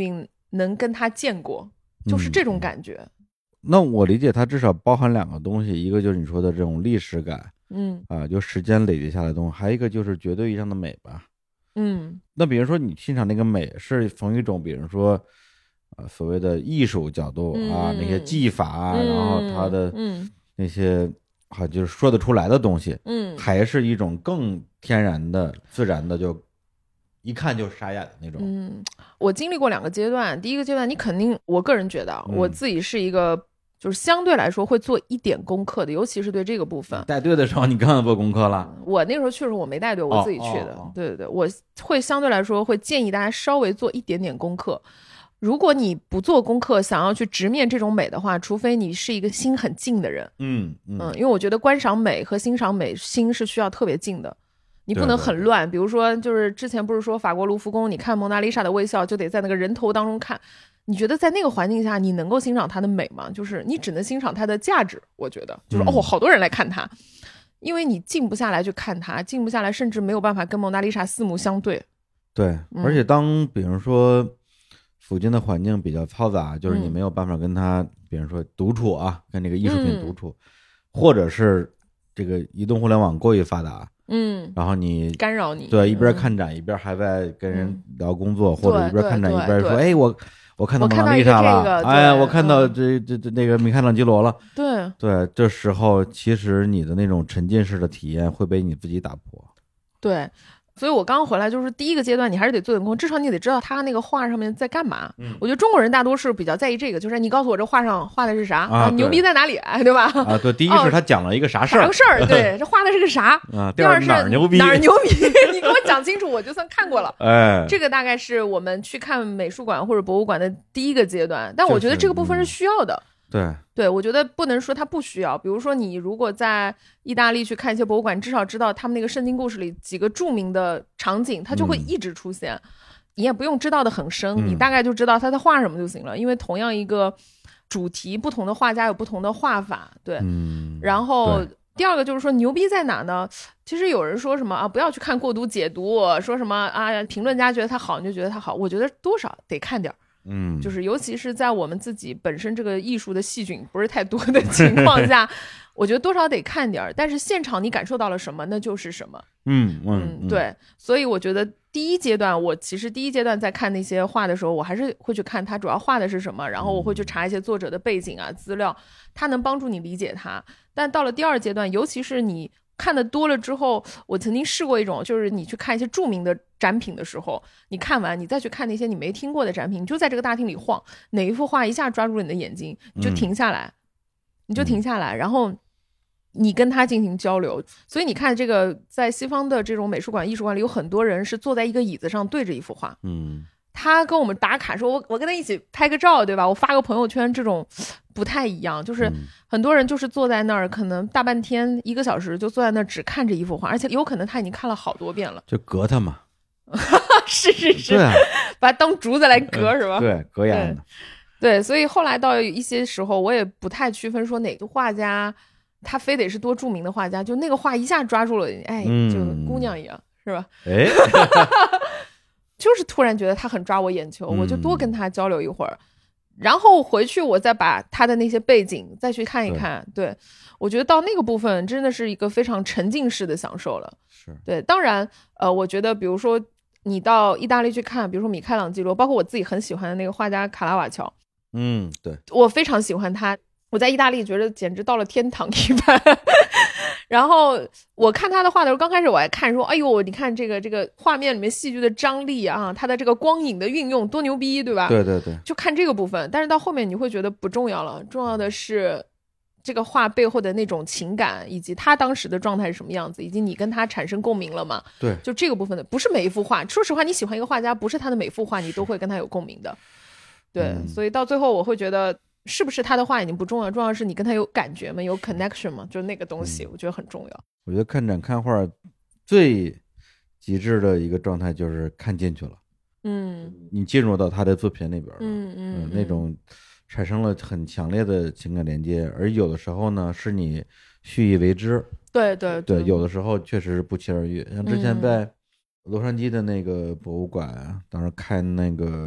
能跟他见过，就是这种感觉。 嗯、那我理解它至少包含两个东西，一个就是你说的这种历史感， 嗯啊，就时间累积下来的东西，还有一个就是绝对意义上的美吧。 嗯， 那比如说你欣赏那个美是从一种比如说呃所谓的艺术角度啊、嗯、那些技法、嗯、然后它的那些好、嗯、就是说得出来的东西， 嗯， 还是一种更天然的自然的，就一看就傻眼的那种。 嗯，我经历过两个阶段，第一个阶段你肯定，我个人觉得、嗯、我自己是一个就是相对来说会做一点功课的，尤其是对这个部分。 带队的时候你刚刚做功课了？ 我那时候去的时候我没带队，我自己去的。哦哦哦对对对，我会相对来说会建议大家稍微做一点点功课。如果你不做功课，想要去直面这种美的话，除非你是一个心很静的人。 嗯 嗯, 嗯，因为我觉得观赏美和欣赏美心是需要特别静的。你不能很乱，比如说就是之前不是说法国卢浮宫，你看蒙娜丽莎的微笑就得在那个人头当中看，你觉得在那个环境下你能够欣赏它的美吗？就是你只能欣赏它的价值，我觉得就是、嗯、哦好多人来看它，因为你静不下来去看它，静不下来甚至没有办法跟蒙娜丽莎四目相对。 对、嗯、而且当比如说附近的环境比较嘈杂，就是你没有办法跟它、嗯、比如说独处啊，跟这个艺术品独处、嗯、或者是这个移动互联网过于发达， 嗯， 然后你干扰你， 对，一边看展、嗯、一边还在跟人聊工作、嗯、或者一边看展一边说，哎，我我看到蒙娜丽莎了， 这个、 哎，我看到这这这那个米开朗基罗了， 对对，这时候其实你的那种沉浸式的体验会被你自己打破。 对。所以我刚回来就是第一个阶段你还是得做点功，至少你得知道他那个画上面在干嘛、嗯、我觉得中国人大多是比较在意这个，就是你告诉我这画上画的是啥啊，牛逼在哪里，哎，对吧？ 啊，对，第一是他讲了一个啥事儿、哦、 啥个事儿，对，这画的是个啥啊？ 第二是哪儿牛逼， 哪儿牛逼你给我讲清楚我就算看过了。 哎， 这个大概是我们去看美术馆或者博物馆的第一个阶段，但我觉得这个部分是需要的、就是嗯对对，我觉得不能说它不需要。比如说你如果在意大利去看一些博物馆，至少知道他们那个圣经故事里几个著名的场景，它就会一直出现、嗯、你也不用知道的很深、嗯、你大概就知道他在画什么就行了，因为同样一个主题，不同的画家有不同的画法。对、嗯、然后第二个就是说牛逼在哪呢？其实有人说什么啊，不要去看过度解读，说什么啊评论家觉得它好你就觉得它好，我觉得多少得看点，嗯，就是尤其是在我们自己本身这个艺术的细菌不是太多的情况下我觉得多少得看点，但是现场你感受到了什么那就是什么。 嗯嗯嗯，对，所以我觉得第一阶段我其实第一阶段在看那些画的时候，我还是会去看它主要画的是什么，然后我会去查一些作者的背景啊资料，它能帮助你理解它。但到了第二阶段，尤其是你看的多了之后，我曾经试过一种，就是你去看一些著名的展品的时候，你看完你再去看那些你没听过的展品，你就在这个大厅里晃，哪一幅画一下抓住了你的眼睛，你就停下来、嗯、你就停下来，然后你跟他进行交流。所以你看这个在西方的这种美术馆艺术馆里，有很多人是坐在一个椅子上对着一幅画，嗯，他跟我们打卡说我我跟他一起拍个照，对吧，我发个朋友圈，这种不太一样。就是很多人就是坐在那儿，可能大半天一个小时就坐在那儿只看着一幅画，而且有可能他已经看了好多遍了， 就隔他嘛是是是， 对啊， 把他当竹子来隔、呃、是吧？ 对，隔眼的。 对，所以后来到一些时候我也不太区分说哪个画家他非得是多著名的画家，就那个画一下抓住了，哎，就姑娘一样、嗯、是吧？哎就是突然觉得他很抓我眼球、嗯、我就多跟他交流一会儿，然后回去我再把他的那些背景再去看一看。 对, 对，我觉得到那个部分真的是一个非常沉浸式的享受了。 是， 对，当然呃，我觉得比如说你到意大利去看，比如说米开朗基罗，包括我自己很喜欢的那个画家卡拉瓦乔， 嗯，对， 我非常喜欢他，我在意大利觉得简直到了天堂一般然后我看他的画的时候，刚开始我还看说哎呦你看这个这个画面里面戏剧的张力啊，他的这个光影的运用多牛逼，对吧？ 对对对， 就看这个部分。但是到后面你会觉得不重要了，重要的是这个画背后的那种情感，以及他当时的状态是什么样子，以及你跟他产生共鸣了吗？ 对， 就这个部分的，不是每一幅画，说实话你喜欢一个画家，不是他的每幅画你都会跟他有共鸣的。对、嗯、所以到最后我会觉得是不是他的画已经不重要，重要的是你跟他有感觉吗？有 connection 吗？就那个东西我觉得很重要。 我觉得看展看画最极致的一个状态就是看进去了，嗯，你进入到他的作品里边了，嗯 嗯, 嗯，那种产生了很强烈的情感连接，而有的时候呢是你蓄意为之， 对对对, 对，有的时候确实是不期而遇。像之前在洛杉矶的那个博物馆、嗯、当时看那个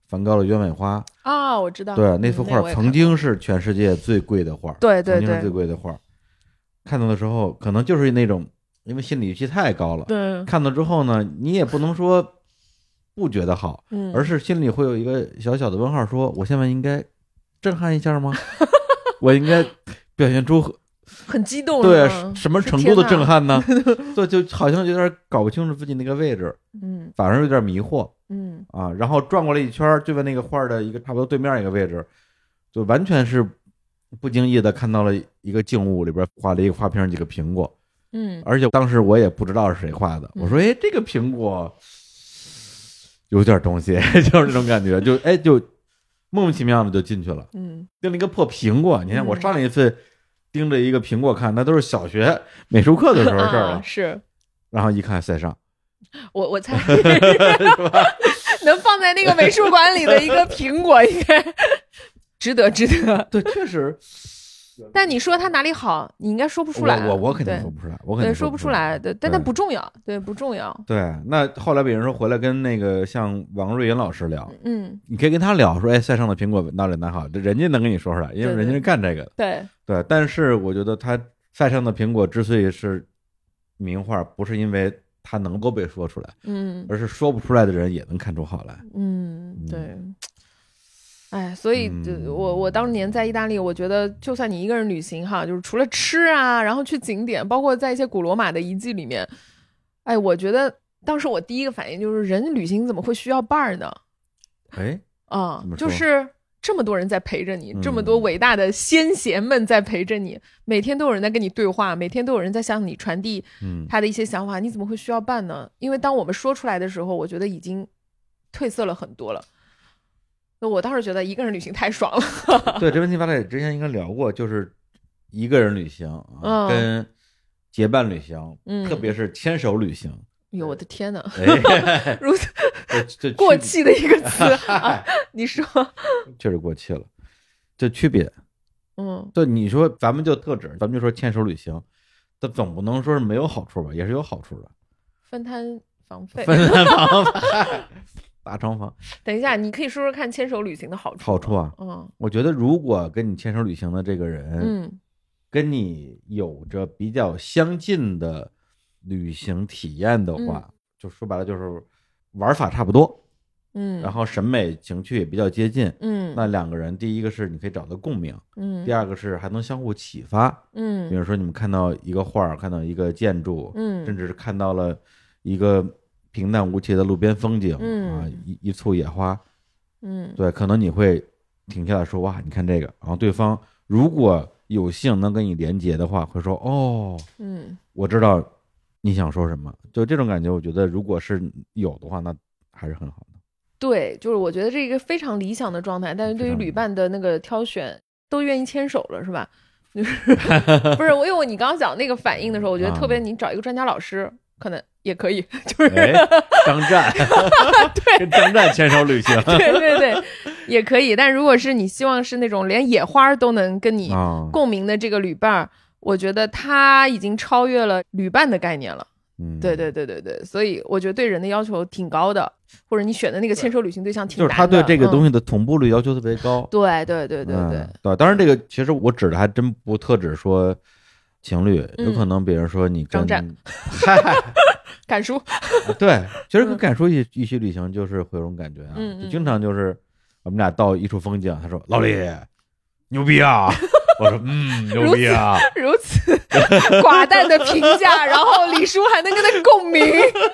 梵高的鸢尾花啊，我知道， 对，那幅画曾经是全世界最贵的画， 对对对， 曾经是最贵的画。看到的时候，可能就是那种，因为心理预期太高了， 对， 看到之后呢，你也不能说不觉得好， 嗯， 而是心里会有一个小小的问号，说我现在应该震撼一下吗？我应该表现出很激动， 对什么程度的震撼呢？就就好像有点搞不清楚自己那个位置， 嗯， 反而有点迷惑， 嗯啊，然后转过来一圈，就在那个画的一个差不多对面一个位置，就完全是不经意的看到了一个静物，里边画了一个花瓶，几个苹果， 嗯， 而且当时我也不知道是谁画的，我说哎，这个苹果有点东西，就是这种感觉，就哎就莫名其妙的就进去了， 嗯， 盯了一个破苹果，你看我上一次盯着一个苹果看，那都是小学美术课的时候事儿了， 啊，是， 然后一看塞尚， 我我猜能放在那个美术馆里的一个苹果，应该值得值得。 对，确实。 但你说它哪里好，你应该说不出来。 我我我肯定说不出来，我肯定说不出来。对，但它不重要，对，不重要。 对，那后来比如说回来跟那个像王瑞银老师聊， 嗯， 你可以跟他聊说，哎，塞尚的苹果哪里哪好，人家能跟你说出来，因为人家是干这个的。 对对，但是我觉得他塞尚的苹果之所以是名画，不是因为他能够被说出来， 嗯， 而是说不出来的人也能看出好来。 嗯，对。哎，所以我我当年在意大利，我觉得就算你一个人旅行哈，就是除了吃啊，然后去景点，包括在一些古罗马的遗迹里面，哎，我觉得当时我第一个反应就是，人旅行怎么会需要伴儿呢？ 哎， 啊、嗯，就是这么多人在陪着你，嗯、这么多伟大的先贤们在陪着你，每天都有人在跟你对话，每天都有人在向你传递他的一些想法，嗯、你怎么会需要伴呢？因为当我们说出来的时候，我觉得已经褪色了很多了。我当时觉得一个人旅行太爽了。 对，这问题咱俩之前应该聊过，就是一个人旅行啊，嗯、跟结伴旅行，嗯、特别是牵手旅行。 哟，我的天哪！ 哎、 如此过气的一个词啊！你说， 确实过气了。这区别， 嗯， 对，你说咱们就特指，咱们就说牵手旅行，这总不能说是没有好处吧？也是有好处的。 分摊房费， 分摊房费。大床房， 等一下，你可以说说看牵手旅行的好处。 好处啊， 嗯， 我觉得如果跟你牵手旅行的这个人， 嗯， 跟你有着比较相近的旅行体验的话，嗯、就说白了就是玩法差不多， 嗯， 然后审美情趣也比较接近， 嗯， 那两个人，第一个是你可以找到共鸣， 嗯， 第二个是还能相互启发， 嗯， 比如说你们看到一个画，看到一个建筑， 嗯， 甚至是看到了一个平淡无奇的路边风景， 嗯、 啊，一一簇野花， 嗯， 对，可能你会停下来说哇，你看这个，然后对方如果有幸能跟你连接的话，会说哦， 嗯， 我知道你想说什么，就这种感觉，我觉得如果是有的话，那还是很好的。 对，就是我觉得这个非常理想的状态，但是对于旅伴的那个挑选，都愿意牵手了，是吧？就是不是我，因为你刚刚讲那个反应的时候，我觉得特别，你找一个专家老师。啊可能也可以，就是、 哎、张湛， 对， 跟张湛牵手旅行， 对对对，也可以。但如果是你希望是那种连野花都能跟你共鸣的这个旅伴、哦、我觉得他已经超越了旅伴的概念了。嗯，对对对对对，所以我觉得对人的要求挺高的，或者你选的那个牵手旅行对象挺难的， 就是他对这个东西的同步率要求特别高。 嗯、对对对对对、 嗯、对，当然这个其实我指的还真不特指说。情侣有可能，比如说你跟张湛，赶叔， 对，其实跟赶叔一一起旅行就是会有种感觉啊， 嗯、 就经常就是我们俩到一处风景，他说老李牛逼啊，我说嗯牛逼啊， 如此寡淡的评价，然后李叔还能跟他共鸣，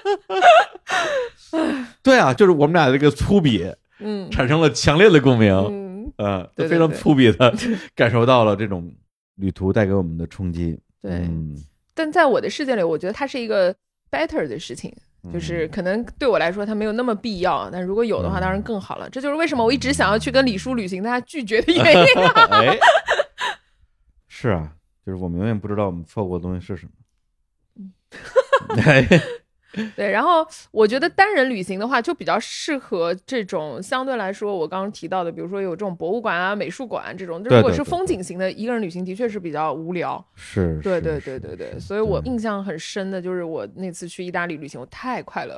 对啊，就是我们俩这个粗鄙， 嗯， 产生了强烈的共鸣， 嗯， 呃，就非常粗鄙的感受到了这种。旅途带给我们的冲击， 对、 嗯， 但在我的世界里，我觉得它是一个 better 的事情， 嗯、 就是可能对我来说它没有那么必要，但如果有的话，当然更好了。嗯、这就是为什么我一直想要去跟李叔旅行，但他拒绝的原因、啊哎。是啊，就是我们永远不知道我们错过的东西是什么。 嗯对，然后我觉得单人旅行的话，就比较适合这种相对来说我刚刚提到的，比如说有这种博物馆啊、美术馆这种。如果是风景型的一个人旅行，的确是比较无聊。 是， 对对对对对。所以我印象很深的就是我那次去意大利旅行，我太快乐。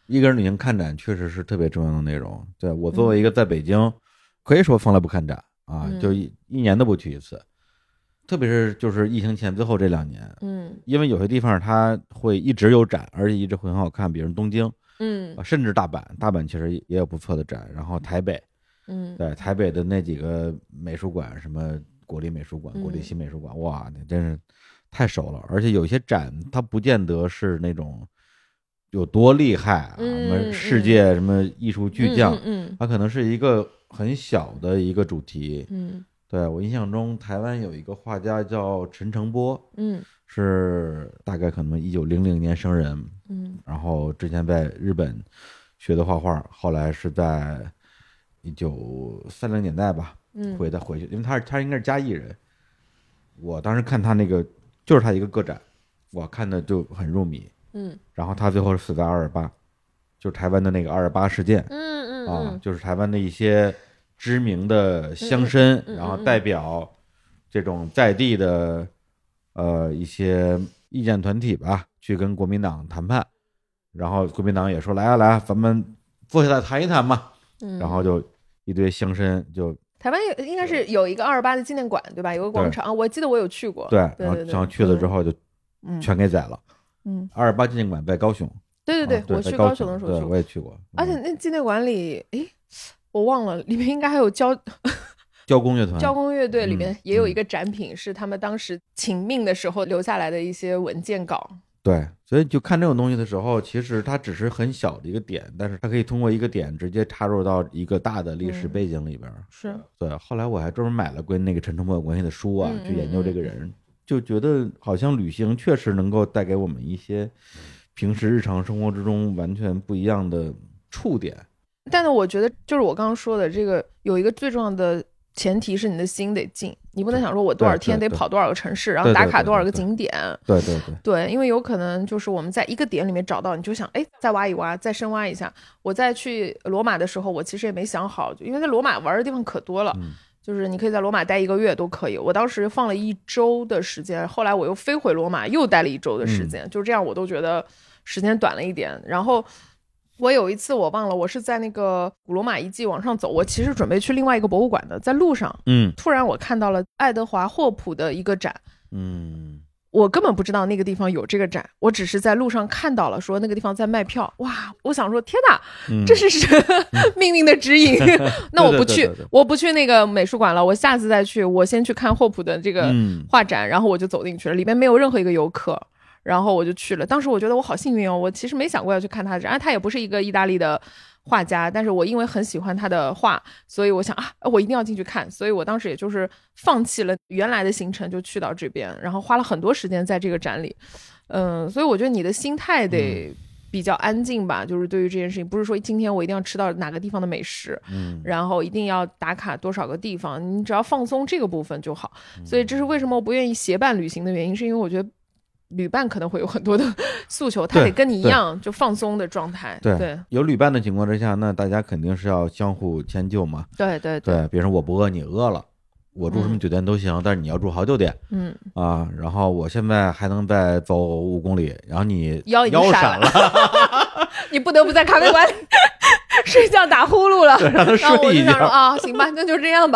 一个人旅行看展确实是特别重要的内容。对，我作为一个在北京，嗯、可以说从来不看展啊， 嗯、 就一一年都不去一次。特别是就是疫情前最后这两年， 嗯， 因为有些地方它会一直有展，而且一直会很好看，比如东京， 嗯， 甚至大阪，大阪其实也有不错的展。然后台北， 嗯， 对，台北的那几个美术馆，什么国立美术馆、国立新美术馆，哇，那真是太熟了。而且有些展它不见得是那种有多厉害啊，什么世界什么艺术巨匠， 嗯， 它可能是一个很小的一个主题， 嗯。 对，我印象中台湾有一个画家叫陈澄波， 嗯， 是大概可能一九零零年生人， 嗯， 然后之前在日本学的画画，后来是在一九三零年代吧， 嗯， 回的回去，因为他是他应该是嘉义人，我当时看他那个就是他一个个展，我看的就很入迷， 嗯， 然后他最后是死在二二八，就是台湾的那个二二八事件， 嗯嗯啊，就是台湾的一些知名的乡绅， 嗯嗯、 然后代表这种在地的呃一些意见团体吧，去跟国民党谈判，然后国民党也说来啊来啊，咱们坐下来谈一谈嘛， 嗯、 然后就一堆乡绅就台湾应该是有一个二二八的纪念馆对吧？有个广场啊，我记得我有去过。 对， 对然后然后去了之后就全给宰了。 嗯， 二二八纪念馆在高雄。 对对对， 啊、对我去高雄的时候去对，我也去过。 嗯、而且那纪念馆里，诶。我忘了，里面应该还有交交工乐团， 交工乐队里面也有一个展品，嗯、是他们当时请命的时候留下来的一些文件稿。 对，所以就看这种东西的时候，其实它只是很小的一个点，但是它可以通过一个点直接插入到一个大的历史背景里边。嗯、 是， 对。后来我还专门买了跟那个陈澄波有关系的书啊， 嗯、 去研究这个人，嗯、就觉得好像旅行确实能够带给我们一些平时日常生活之中完全不一样的触点。 但是我觉得就是我刚刚说的这个有一个最重要的前提是你的心得静，你不能想说我多少天得跑多少个城市，然后打卡多少个景点。 对对对对，因为有可能就是我们在一个点里面找到，你就想哎再挖一挖，再深挖一下。我在去罗马的时候，我其实也没想好，因为在罗马玩的地方可多了。 嗯， 就是你可以在罗马待一个月都可以，我当时放了一周的时间，后来我又飞回罗马又待了一周的时间，嗯、就这样我都觉得时间短了一点。然后我有一次我忘了，我是在那个古罗马遗迹往上走，我其实准备去另外一个博物馆的，在路上， 嗯， 突然我看到了爱德华霍普的一个展， 嗯， 我根本不知道那个地方有这个展，我只是在路上看到了，说那个地方在卖票，哇，我想说天哪， 嗯、 这是命运的指引，那我不去， 对对对对我不去那个美术馆了，我下次再去，我先去看霍普的这个画展，嗯、然后我就走进去了，里面没有任何一个游客。然后我就去了，当时我觉得我好幸运哦，我其实没想过要去看他的展，他也不是一个意大利的画家，但是我因为很喜欢他的画，所以我想啊，我一定要进去看，所以我当时也就是放弃了原来的行程，就去到这边，然后花了很多时间在这个展里，嗯，所以我觉得你的心态得比较安静吧，嗯、就是对于这件事情，不是说今天我一定要吃到哪个地方的美食， 嗯， 然后一定要打卡多少个地方，你只要放松这个部分就好，所以这是为什么我不愿意协办旅行的原因，是因为我觉得旅伴可能会有很多的诉求，他得跟你一样就放松的状态。对，对有旅伴的情况之下，那大家肯定是要相互迁就嘛。 对对对, 对，比如说我不饿，你饿了，我住什么酒店都行，嗯、但是你要住好酒店。 嗯啊，然后我现在还能再走五公里，然后你腰腰闪了， 你不得不在咖啡馆里睡觉打呼噜了。 对，让他睡一觉。 然后我就想说啊，行吧，那就这样吧。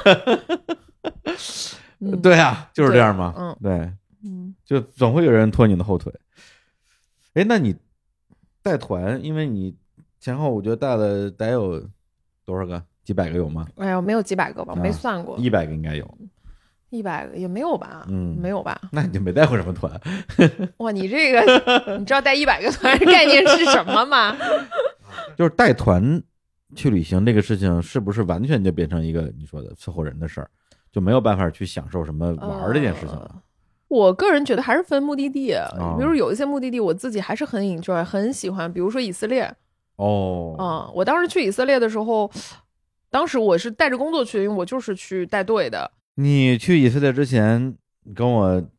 嗯、对啊，就是这样嘛。 嗯， 对。 嗯， 就总会有人拖你的后腿。哎，那你带团，因为你前后我觉得带了得有多少个？几百个有吗？ 哎呦，没有几百个吧， 啊、 没算过。 一百个应该有。 一百个也没有吧？ 嗯， 没有吧？ 那你就没带过什么团？ 哇，你这个你知道带一百个团概念是什么吗？ 就是带团去旅行这个事情，是不是完全就变成一个你说的伺候人的事儿，就没有办法去享受什么玩这件事情了？呃我个人觉得还是分目的地，哦、比如有一些目的地我自己还是很 enjoy 很喜欢，比如说以色列。 哦， 嗯，我当时去以色列的时候，当时我是带着工作去的，因为我就是去带队的。 你去以色列之前跟我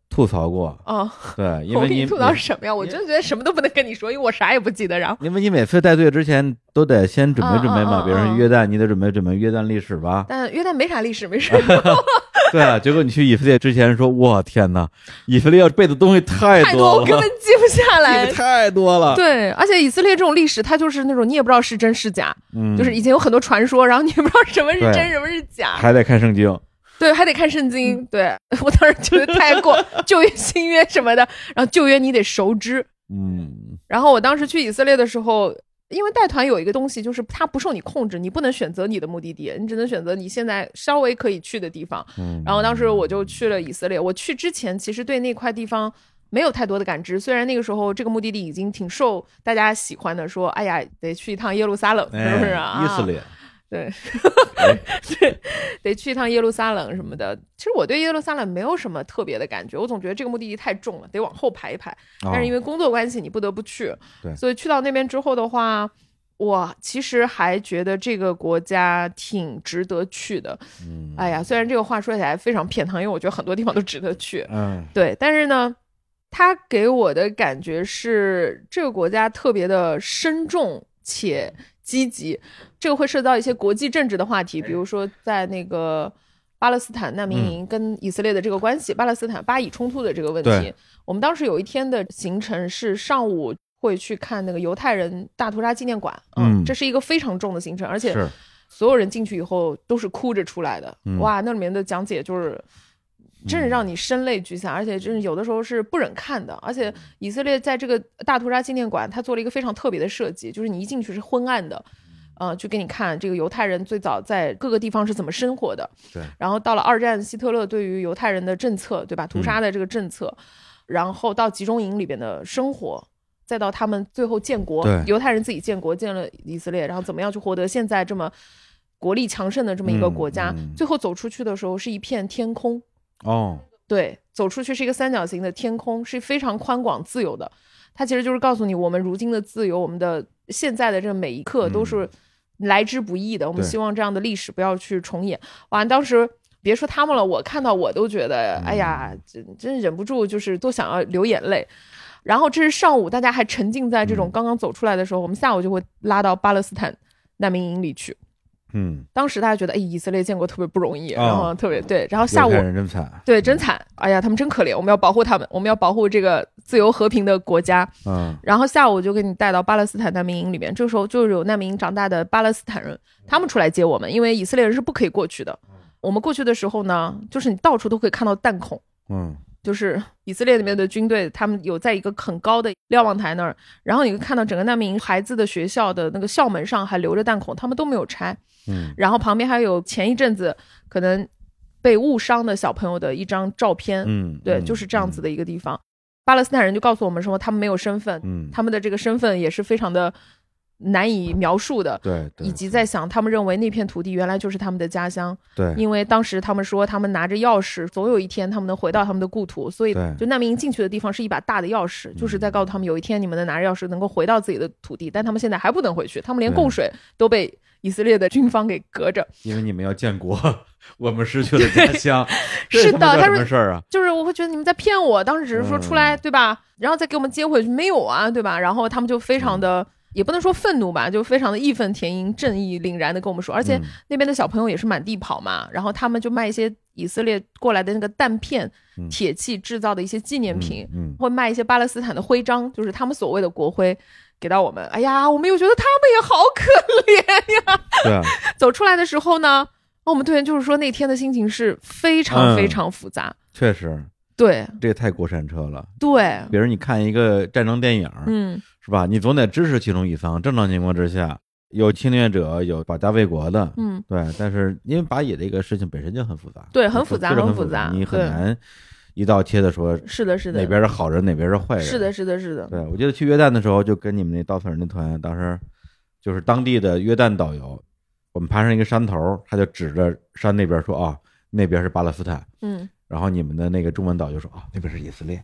吐槽过哦， 对，因为你我给你吐槽什么呀？我真的觉得什么都不能跟你说，因为我啥也不记得。然后， 因为你每次带队之前都得先准备准备嘛， 嗯嗯嗯比如说约旦，你得准备准备约旦历史吧。 但约旦没啥历史，没事。 对啊，结果你去以色列之前说，我天哪，以色列要背的东西太太多了， 我根本记不下来， 记得太多了。 对，而且以色列这种历史，它就是那种你也不知道是真是假， 嗯， 就是以前有很多传说，然后你也不知道什么是真，什么是假， 还得看圣经。 对，还得看圣经。对，我当时觉得太过旧约、新约什么的，然后旧约你得熟知。 嗯， 然后我当时去以色列的时候，因为带团有一个东西，就是它不受你控制，你不能选择你的目的地，你只能选择你现在稍微可以去的地方。 嗯， 然后当时我就去了以色列。我去之前其实对那块地方没有太多的感知，虽然那个时候这个目的地已经挺受大家喜欢的，说哎呀得去一趟耶路撒冷，是不是啊？ 以色列。 对，对，得去一趟耶路撒冷什么的。其实我对耶路撒冷没有什么特别的感觉，我总觉得这个目的地太重了，得往后排一排。但是因为工作关系，你不得不去。 对， 所以去到那边之后的话，我其实还觉得这个国家挺值得去的。 嗯， 哎呀，虽然这个话说起来非常偏袒，因为我觉得很多地方都值得去。 嗯， 对，但是呢，它给我的感觉是这个国家特别的深重且积极，这个会涉及到一些国际政治的话题，比如说在那个巴勒斯坦难民营跟以色列的这个关系，嗯、巴勒斯坦巴以冲突的这个问题。我们当时有一天的行程是上午会去看那个犹太人大屠杀纪念馆，嗯，这是一个非常重的行程，而且所有人进去以后都是哭着出来的，哇，那里面的讲解就是真是让你声泪俱下，而且真是有的时候是不忍看的。而且以色列在这个大屠杀纪念馆，它做了一个非常特别的设计，就是你一进去是昏暗的，呃，就给你看这个犹太人最早在各个地方是怎么生活的。 对。 然后到了二战，希特勒对于犹太人的政策，对吧？屠杀的这个政策，嗯、然后到集中营里边的生活，再到他们最后建国，犹太人自己建国，建了以色列，然后怎么样去获得现在这么国力强盛的这么一个国家， 嗯嗯、 最后走出去的时候是一片天空。 哦， 对，走出去是一个三角形的天空，是非常宽广自由的。它其实就是告诉你，我们如今的自由，我们的现在的这每一刻都是来之不易的。嗯、我们希望这样的历史不要去重演。哇，当时别说他们了，我看到我都觉得，哎呀，真真忍不住，就是都想要流眼泪。然后这是上午，大家还沉浸在这种刚刚走出来的时候，嗯、我们下午就会拉到巴勒斯坦难民营里去。 嗯， 当时大家觉得，哎，以色列建国特别不容易，哦、然后特别对，然后下午人真惨， 对，真惨，哎呀，他们真可怜，我们要保护他们，我们要保护这个自由和平的国家。 嗯， 然后下午就给你带到巴勒斯坦难民营里面，这个时候就是有难民营长大的巴勒斯坦人，他们出来接我们，因为以色列人是不可以过去的。我们过去的时候呢，就是你到处都可以看到弹孔， 嗯。 就是以色列里面的军队，他们有在一个很高的瞭望台那儿，然后你会看到整个难民营孩子的学校的那个校门上还留着弹孔，他们都没有拆。 嗯， 然后旁边还有前一阵子可能被误伤的小朋友的一张照片。 嗯， 对，就是这样子的一个地方。嗯、巴勒斯坦人就告诉我们说，他们没有身份， 嗯， 他们的这个身份也是非常的难以描述的。 对，对， 以及在想他们认为那片土地原来就是他们的家乡。 对， 因为当时他们说他们拿着钥匙，总有一天他们能回到他们的故土，所以就难民营进去的地方是一把大的钥匙，就是在告诉他们有一天你们能拿着钥匙能够回到自己的土地，但他们现在还不能回去，他们连供水都被以色列的军方给隔着， 因为你们要建国，我们失去了家乡。 是的，他什么事儿啊？ 就是我会觉得你们在骗我，当时只是说出来，嗯、对吧？然后再给我们接回去，没有啊，对吧？然后他们就非常的。嗯也不能说愤怒吧，就非常的义愤填膺、正义凛然的跟我们说，而且那边的小朋友也是满地跑嘛，嗯、然后他们就卖一些以色列过来的那个弹片、嗯、铁器制造的一些纪念品， 嗯嗯、 会卖一些巴勒斯坦的徽章，就是他们所谓的国徽，给到我们。哎呀，我们又觉得他们也好可怜呀。 对啊， 走出来的时候呢，我们队员就是说那天的心情是非常非常复杂。 嗯、确实。 对， 这也太国产车了。 对， 比如你看一个战争电影， 嗯， 是吧？你总得支持其中一方。正常情况之下，有侵略者，有保家卫国的， 嗯， 对。但是因为巴以这个事情本身就很复杂， 对，很复杂， 很复杂， 你很难一刀切的说， 是的，是的， 哪边是好人，哪边是坏人， 是的，是的，是的。 对，我记得去约旦的时候，就跟你们那稻草人那团，当时就是当地的约旦导游，我们爬上一个山头，他就指着山那边说啊，那边是巴勒斯坦， 嗯。 然后你们的那个中文导游说啊，那边是以色列，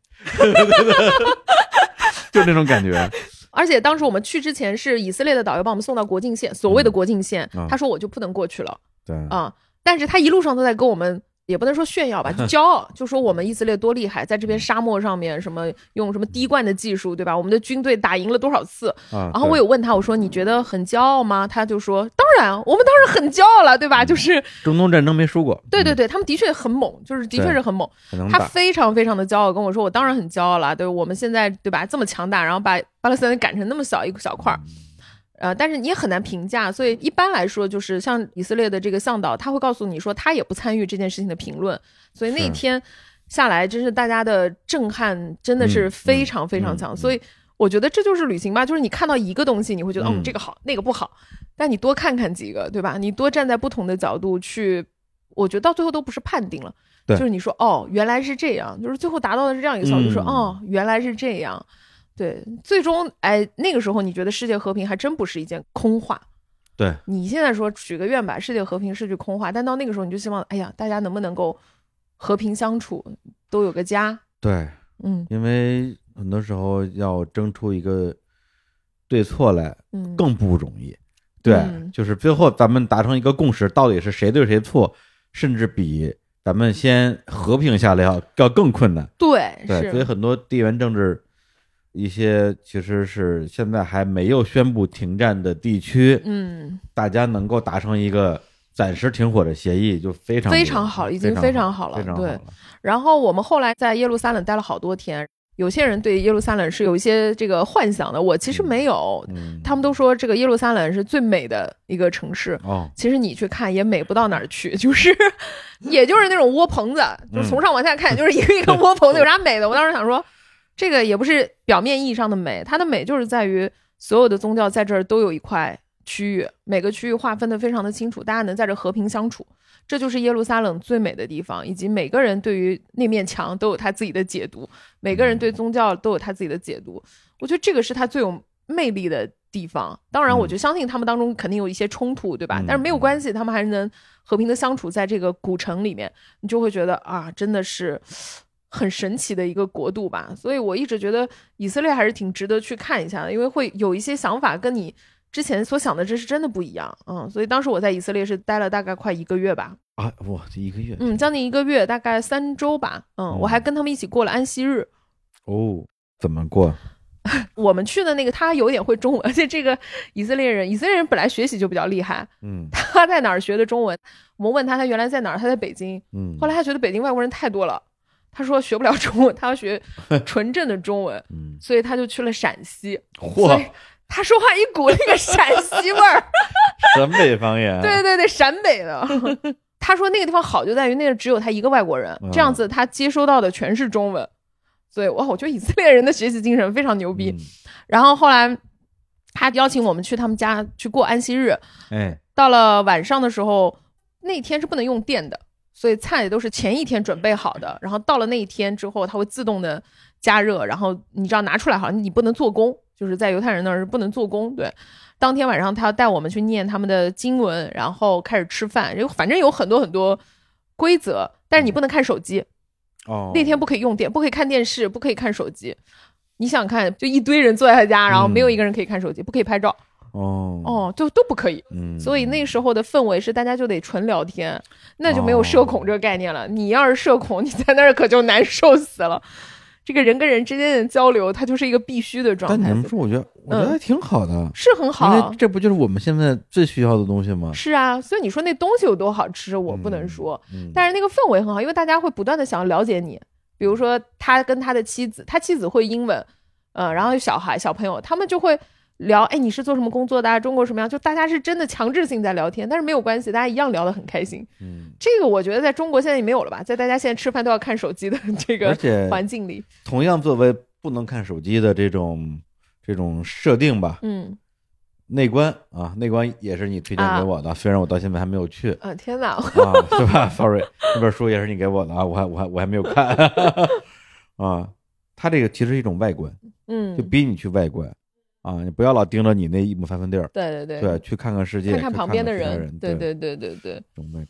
就那种感觉。 而且当时我们去之前，是以色列的导游把我们送到国境线，所谓的国境线， 嗯、 他说我就不能过去了。 对啊、嗯，但是他一路上都在跟我们也不能说炫耀吧，就骄傲，就说我们以色列多厉害，在这边沙漠上面什么用什么滴灌的技术，对吧？我们的军队打赢了多少次？ 啊、 然后我有问他，我说你觉得很骄傲吗？他就说当然，我们当然很骄傲了，对吧？就是中东战争没输过。 对对对，他们的确很猛，就是的确是很猛。他非常非常的骄傲，跟我说我当然很骄傲了，对，我们现在对吧这么强大，然后把巴勒斯坦赶成那么小一小块儿。嗯呃，但是你也很难评价，所以一般来说，就是像以色列的这个向导，他会告诉你说，他也不参与这件事情的评论，所以那一天下来，真是大家的震撼真的是非常非常强。嗯嗯嗯、所以我觉得这就是旅行吧，就是你看到一个东西，你会觉得，嗯、哦，这个好，那个不好，但你多看看几个，对吧？你多站在不同的角度去，我觉得到最后都不是判定了，就是你说，哦，原来是这样，就是最后达到的是这样一个效果，就说，哦，原来是这样。对，最终哎，那个时候你觉得世界和平还真不是一件空话。 对， 你现在说许个愿吧，世界和平是句空话，但到那个时候你就希望，哎呀，大家能不能够和平相处，都有个家。 对， 嗯， 因为很多时候要争出一个对错来，嗯，更不容易。对、嗯，就是最后咱们达成一个共识，到底是谁对谁错，甚至比咱们先和平下来要要更困难。 对， 对，所以很多地缘政治。一些其实是现在还没有宣布停战的地区， 嗯， 大家能够达成一个暂时停火的协议，就非常非常好，已经非常好了。 非常好了。 对，然后我们后来在耶路撒冷待了好多天。有些人对耶路撒冷是有一些这个幻想的，我其实没有。嗯、他们都说这个耶路撒冷是最美的一个城市。 哦， 其实你去看也美不到哪儿去，就是也就是那种窝棚子，就是从上往下看、嗯、就是一个一个窝棚子，有啥美的？我当时想说。这个也不是表面意义上的美，它的美就是在于所有的宗教在这儿都有一块区域，每个区域划分得非常的清楚，大家能在这和平相处，这就是耶路撒冷最美的地方，以及每个人对于那面墙都有他自己的解读，每个人对宗教都有他自己的解读，我觉得这个是他最有魅力的地方。当然我就相信他们当中肯定有一些冲突，对吧？但是没有关系，他们还是能和平的相处在这个古城里面，你就会觉得啊，真的是很神奇的一个国度吧。所以我一直觉得以色列还是挺值得去看一下的，因为会有一些想法跟你之前所想的这是真的不一样。嗯，所以当时我在以色列是待了大概快一个月吧。 啊，哇，这一个月， 嗯，将近一个月，大概三周吧。嗯，哦、我还跟他们一起过了安息日。 哦，怎么过？ 我们去的那个他有点会中文，而且这个以色列人，以色列人本来学习就比较厉害。 嗯， 他在哪儿学的中文？我们问他，他原来在哪儿？他在北京。 嗯， 后来他觉得北京外国人太多了。他说学不了中文，他要学纯正的中文， 嗯， 所以他就去了陕西。 嚯， 他说话一股那个陕西味儿， 陕北方言。 对对对，陕北的。他说那个地方好就在于那个只有他一个外国人， 嗯、 这样子他接收到的全是中文，所以哇，我觉得以色列人的学习精神非常牛逼。嗯、然后后来他邀请我们去他们家去过安息日， 哎， 到了晚上的时候，那天是不能用电的。所以菜也都是前一天准备好的，然后到了那一天之后，它会自动的加热，然后你知道拿出来好像你不能做工，就是在犹太人那儿是不能做工。对，当天晚上他要带我们去念他们的经文，然后开始吃饭，反正有很多很多规则，但是你不能看手机。 哦， 那天不可以用电，不可以看电视，不可以看手机。你想看，就一堆人坐在他家，然后没有一个人可以看手机，嗯、不可以拍照。 哦哦，就都不可以， 嗯， 所以那时候的氛围是大家就得纯聊天，那就没有社恐这个概念了。哦、你要是社恐，你在那儿可就难受死了。这个人跟人之间的交流，它就是一个必须的状态。 但你们说，我觉得我觉得还挺好的， 嗯、是很好， 因为这不就是我们现在最需要的东西吗？ 是啊，所以你说那东西有多好吃，我不能说， 嗯嗯、 但是那个氛围很好，因为大家会不断的想要了解你。比如说他跟他的妻子，他妻子会英文，呃，然后有小孩小朋友，他们就会聊，哎，你是做什么工作的？中国什么样？就大家是真的强制性在聊天，但是没有关系，大家一样聊得很开心。 嗯， 这个我觉得在中国现在也没有了吧，在大家现在吃饭都要看手机的这个环境里， 同样作为不能看手机的这种这种设定吧， 嗯， 内观啊，内观也是你推荐给我的，啊、虽然我到现在还没有去。 啊，天哪， 啊，是吧 ？Sorry， 这本书也是你给我的啊，我还我还我还没有看啊。它这个其实是一种外观， 嗯， 就逼你去外观。啊，你不要老盯着你那一亩三分地儿， 对对对， 对，去看看世界， 看看旁边的人， 人， 对对对对对， 这种外观。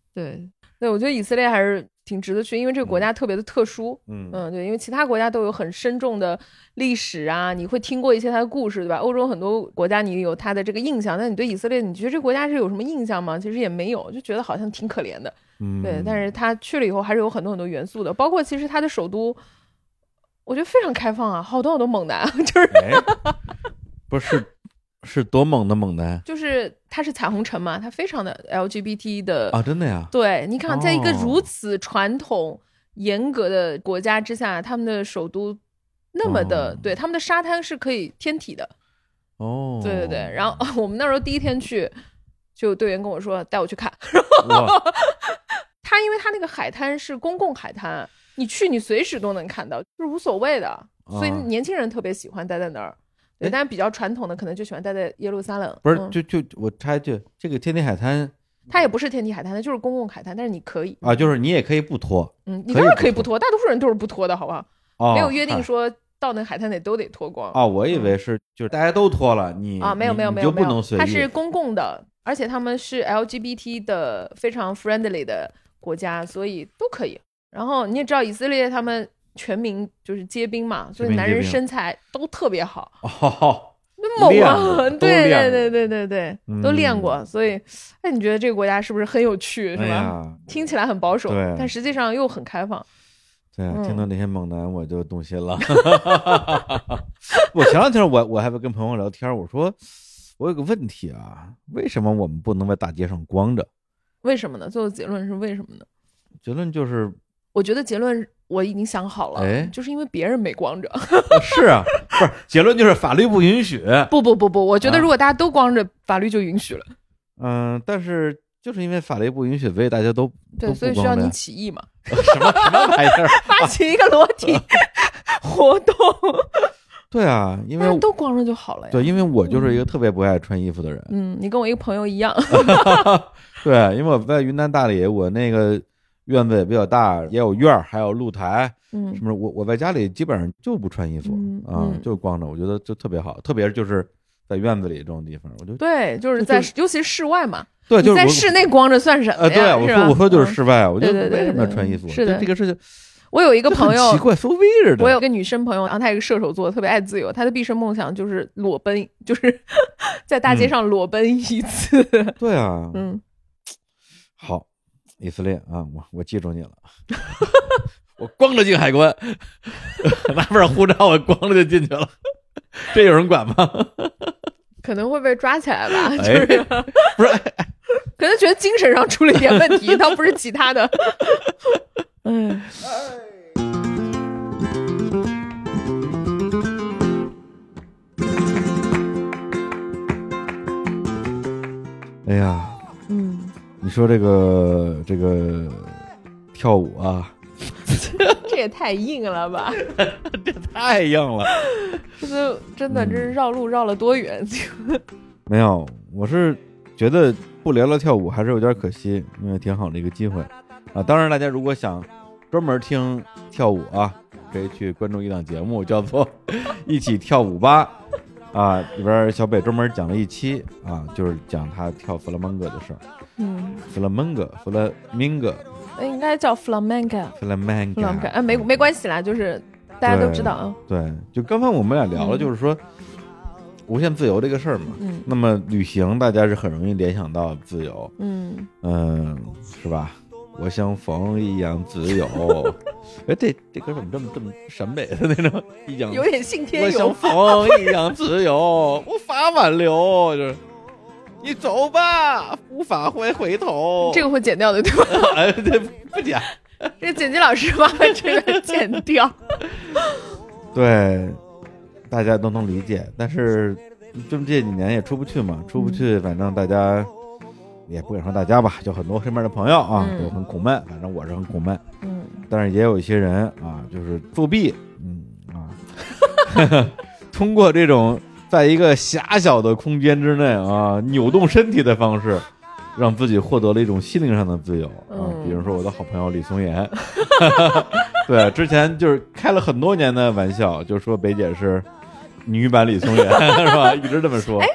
对对，我觉得以色列还是挺值得去，因为这个国家特别的特殊。 嗯嗯，对，因为其他国家都有很深重的历史啊，你会听过一些它的故事，对吧？欧洲很多国家你有它的这个印象，但你对以色列，你觉得这个国家是有什么印象吗？其实也没有，就觉得好像挺可怜的。 嗯， 对，但是他去了以后还是有很多很多元素的，包括其实他的首都，我觉得非常开放啊，好多好多猛男，就是、 哎、不是是多猛的猛男， 就是它是彩虹城嘛，它非常的 L G B T 的啊，真的呀？ 对，你看，在一个哦如此传统、严格的国家之下，他们的首都那么的， 哦对，他们的沙滩是可以天体的。 哦， 对对对，然后我们那时候第一天去，就有队员跟我说带我去看，他因为他那个海滩是公共海滩，你去你随时都能看到，就是无所谓的，所以年轻人特别喜欢待在那儿。对，但是比较传统的可能就喜欢待在耶路撒冷。 不是， 嗯、 就就我插一句，这个天体海滩， 它也不是天体海滩，它就是公共海滩，但是你可以啊，就是你也可以不脱， 嗯，你当然可以不脱，大多数人都是不脱的，好不好？ 哦、 没有约定说到那海滩得都得脱光。 哦，我以为是就是大家都脱了，你啊，没有没有没有， 就不能随意， 它是公共的，而且他们是 L G B T 的非常 friendly 的国家，所以都可以。然后你也知道以色列他们全民就是皆兵嘛，所以男人身材都特别好。 哦。 猛啊！对对对对对对， 嗯、 都练过，所以，哎，你觉得这个国家是不是很有趣，是吧？ 哎、 听起来很保守，但实际上又很开放。 对啊，嗯、听到那些猛男我就动心了。我前两天我我还会跟朋友聊天，我说我有个问题啊，为什么我们不能在大街上光着？ 为什么呢？最后结论是为什么呢？ 结论就是， 我觉得结论我已经想好了， 哎， 就是因为别人没光着。 是啊，不是结论就是法律不允许。 不不不不，我觉得如果大家都光着，啊、法律就允许了。 嗯，但是就是因为法律不允许，所以大家都对，所以需要你起义嘛。 什么什么玩意儿？ 发起一个裸体活动。 对啊，因为都光着就好了呀。 对，因为我就是一个特别不爱穿衣服的人。 嗯，你跟我一个朋友一样。 对，因为我在云南大理，我那个院子也比较大，也有院儿，还有露台。 嗯， 什么？我我在家里基本上就不穿衣服、 嗯、 啊，就光着，我觉得就特别好，特别就是在院子里这种地方，我就对，就是在，尤其是室外嘛。 对，就是在室内光着算什么呀？ 呃，对，我说我说就是室外， 嗯、 我觉得为什么要穿衣服？ 是的， 这个事情。 我有一个朋友奇怪 ，so weird 的。 我有一个女生朋友，然后她有一个射手座，特别爱自由，她的毕生梦想就是裸奔，就是在大街上裸奔一次。 嗯、对啊， 嗯， 好，以色列啊，我我记住你了。我光着进海关，拿份护照，我光着就进去了，这有人管吗？ 可能会被抓起来吧，就是、 哎、不是， 可能觉得精神上出了一点问题，倒不是其他的。嗯。 哎呀， 嗯， 你说这个这个跳舞啊。 这也太硬了吧！ 这太硬了， 这真的，这是绕路绕了多远？ 嗯、没有，我是觉得不聊聊跳舞还是有点可惜，因为挺好的一个机会啊。当然，大家如果想专门听跳舞啊，可以去关注一档节目，叫做《一起跳舞吧》啊，里边小北专门讲了一期啊，就是讲他跳弗拉门戈的事儿。 嗯， 弗拉门戈，弗拉明戈。 应该叫 flamenco，flamenco， 啊，没没关系啦，就是大家都知道啊。 对，就刚才我们俩聊了，就是说、嗯、无限自由这个事儿嘛。 嗯。 那么旅行，大家是很容易联想到自由。 嗯。 嗯，是吧？我像风一样自由。哎，这这歌怎么这么这么陕北的那种？一样有点信天游。 我像风一样自由，无法挽留，就是。你走吧，无法回回头。 这个会剪掉的，对吧？ 哎，对，不剪。 这个剪辑老师把这个剪掉。 对，大家都能理解，但是这么这几年也出不去嘛，出不去，反正大家也不敢说大家吧，就很多身边的朋友啊，嗯、都很苦闷。反正我是很苦闷， 嗯， 但是也有一些人啊，就是作弊，嗯啊，通过这种。在一个狭小的空间之内啊，扭动身体的方式，让自己获得了一种心灵上的自由啊。比如说我的好朋友李松岩，对，之前就是开了很多年的玩笑，就说北姐是女版李松岩，是吧？一直这么说。 哎，这样算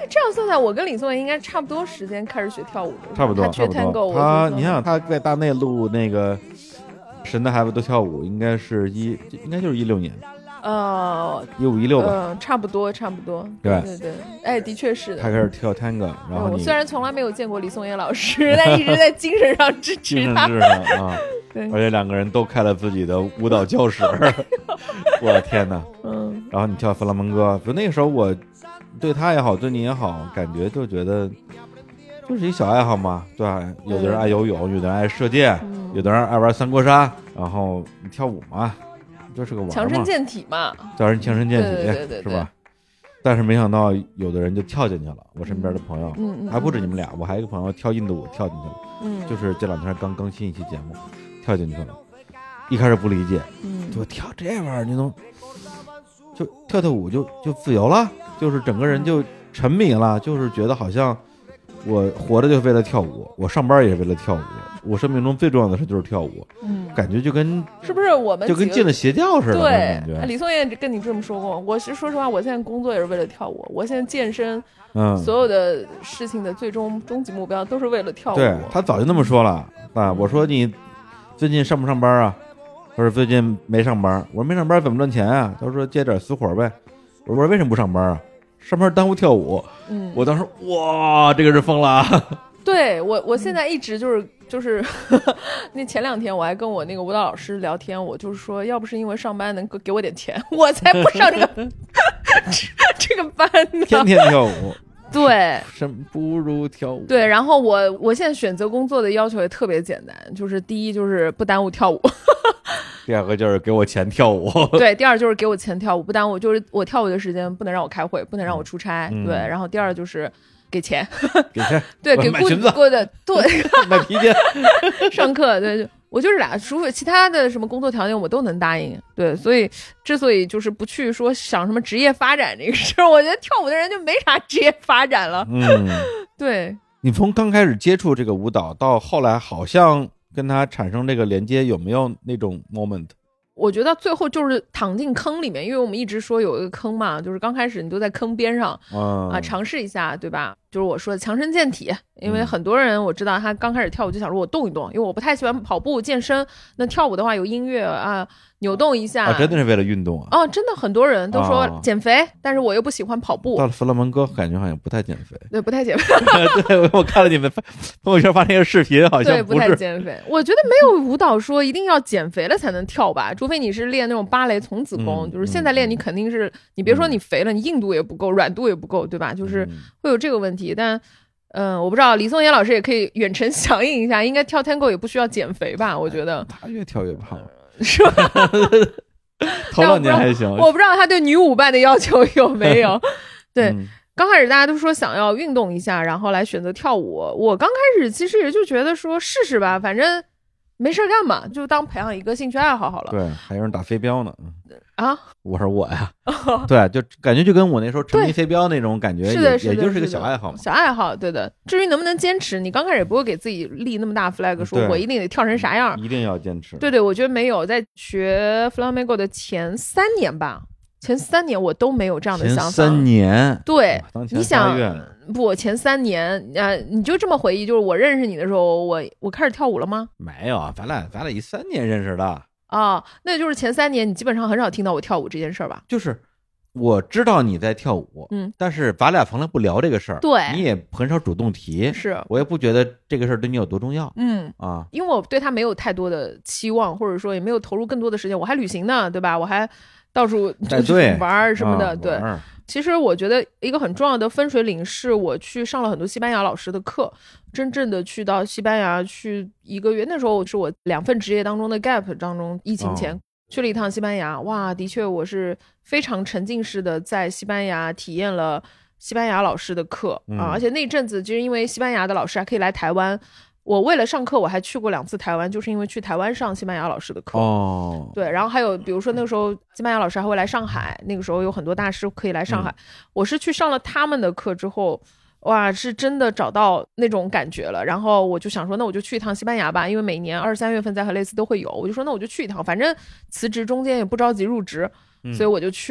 算算，我跟李松岩应该差不多时间开始学跳舞的， 差不多， 他学 Tango， 他你想想他在大内录那个神的孩子都跳舞，应该是一应该就是一六年。 呃， 一五一六吧， 嗯，差不多，差不多， 对对对，哎，的确是的。 他开始跳 Tango， 然后你、 嗯、我虽然从来没有见过李松岩老师，但一直在精神上支持他。 精神上啊，对，而且两个人都开了自己的舞蹈教室，我的天哪！嗯，然后你跳弗拉门戈，就那个时候我对他也好，对你也好，感觉就觉得就是一小爱好嘛，对吧？有的人爱游泳，有的人爱射箭，嗯、有的人爱玩三国杀，然后你跳舞嘛。就是个玩嘛， 强身健体嘛， 叫人强身健体， 对对对对对， 是吧？但是没想到有的人就跳进去了。我身边的朋友，嗯嗯，还不止你们俩，我还有一个朋友跳印度舞跳进去了，嗯，就是这两天刚更新一期节目，跳进去了。一开始不理解，嗯，就跳这玩意儿，你能就跳跳舞就就自由了，就是整个人就沉迷了，就是觉得好像我活着就为了跳舞，我上班也是为了跳舞。我生命中最重要的事就是跳舞，嗯，感觉就跟是不是我们就跟进了邪教似的， 对， 感觉。 李松岩跟你这么说过，我是说实话，我现在工作也是为了跳舞，我现在健身，嗯，所有的事情的最终终极目标都是为了跳舞。 对，他早就那么说了啊！我说你最近上不上班啊？他说最近没上班。我说没上班怎么赚钱啊？他说接点私活呗。我说为什么不上班啊？上班耽误跳舞。嗯，我当时哇，这个人疯了啊！ 对我，我现在一直就是就是那前两天我还跟我那个舞蹈老师聊天，我就是说，要不是因为上班能给我点钱，我才不上这个这个班呢。 天天跳舞， 对， 生不如跳舞。 对，然后我我现在选择工作的要求也特别简单，就是第一就是不耽误跳舞。 第二个就是给我钱跳舞， 对，第二就是给我钱跳舞，不耽误，就是我跳舞的时间不能让我开会，不能让我出差，嗯、对，然后第二就是。给钱， 给钱， 对，给雇过的，对， 买皮筋， 上课，对，我就是俩，除非其他的什么工作条件我都能答应，对，所以之所以就是不去说想什么职业发展这个事儿，我觉得跳舞的人就没啥职业发展了，嗯，对。 你从刚开始接触这个舞蹈到后来，好像跟他产生这个连接，有没有那种 moment？ 我觉得最后就是躺进坑里面，因为我们一直说有一个坑嘛，就是刚开始你都在坑边上、嗯、啊，尝试一下，对吧？就是我说的强身健体，因为很多人我知道他刚开始跳舞就想说我动一动，因为我不太喜欢跑步健身，那跳舞的话有音乐啊，扭动一下啊，真的是为了运动啊！ 哦，真的很多人都说减肥，哦、但是我又不喜欢跑步。 到了弗拉门戈，感觉好像不太减肥。 对，不太减肥。 对，我看了你们朋友圈发那个视频，好像对不太减肥。我觉得没有舞蹈说一定要减肥了才能跳吧，除非你是练那种芭蕾童子功，嗯、就是现在练你肯定是、嗯、你别说你肥了，你硬度也不够，软度也不够，对吧？就是会有这个问题，但。嗯，我不知道李松岩老师也可以远程响应一下，应该跳 Tango 也不需要减肥吧？我觉得他越跳越胖， 是吧？ 头两年还行， 我不知道他对女舞伴的要求有没有。对、嗯，刚开始大家都说想要运动一下，然后来选择跳舞。我刚开始其实也就觉得说试试吧，反正没事干嘛，就当培养一个兴趣爱好好了。 对，还有人打飞镖呢。 啊， 我说我呀，对，就感觉就跟我那时候沉迷飞镖那种感觉， 是的，是的， 也就是个小爱好嘛， 小爱好，对的。至于能不能坚持，你刚开始也不会给自己立那么大 flag， 说我一定得跳成啥样， 一定要坚持。 对对，我觉得没有，在学 flamenco 的前三年吧，前三年我都没有这样的想法。前三年， 对，你想不？前三年，呃，你就这么回忆，就是我认识你的时候，我我开始跳舞了吗？ 没有啊，咱俩咱俩一三年认识的。 啊、哦，那就是前三年你基本上很少听到我跳舞这件事儿吧？ 就是我知道你在跳舞，嗯，但是咱俩从来不聊这个事儿， 对， 你也很少主动提， 是我也不觉得这个事儿对你有多重要， 嗯啊，因为我对他没有太多的期望，或者说也没有投入更多的时间，我还旅行呢，对吧？我还到处就是玩什么的，对。啊其实我觉得一个很重要的分水岭是我去上了很多西班牙老师的课，真正的去到西班牙去一个月，那时候是我两份职业当中的 gap 当中，疫情前、哦、去了一趟西班牙，哇，的确我是非常沉浸式的在西班牙体验了西班牙老师的课、嗯、啊，而且那阵子其实因为西班牙的老师还可以来台湾，我为了上课我还去过两次台湾，就是因为去台湾上西班牙老师的课哦。 对，然后还有比如说那个时候西班牙老师还会来上海，那个时候有很多大师可以来上海、嗯、我是去上了他们的课之后，哇，是真的找到那种感觉了，然后我就想说那我就去一趟西班牙吧，因为每年二三月份在和类似都会有，我就说那我就去一趟，反正辞职中间也不着急入职、嗯、所以我就去了。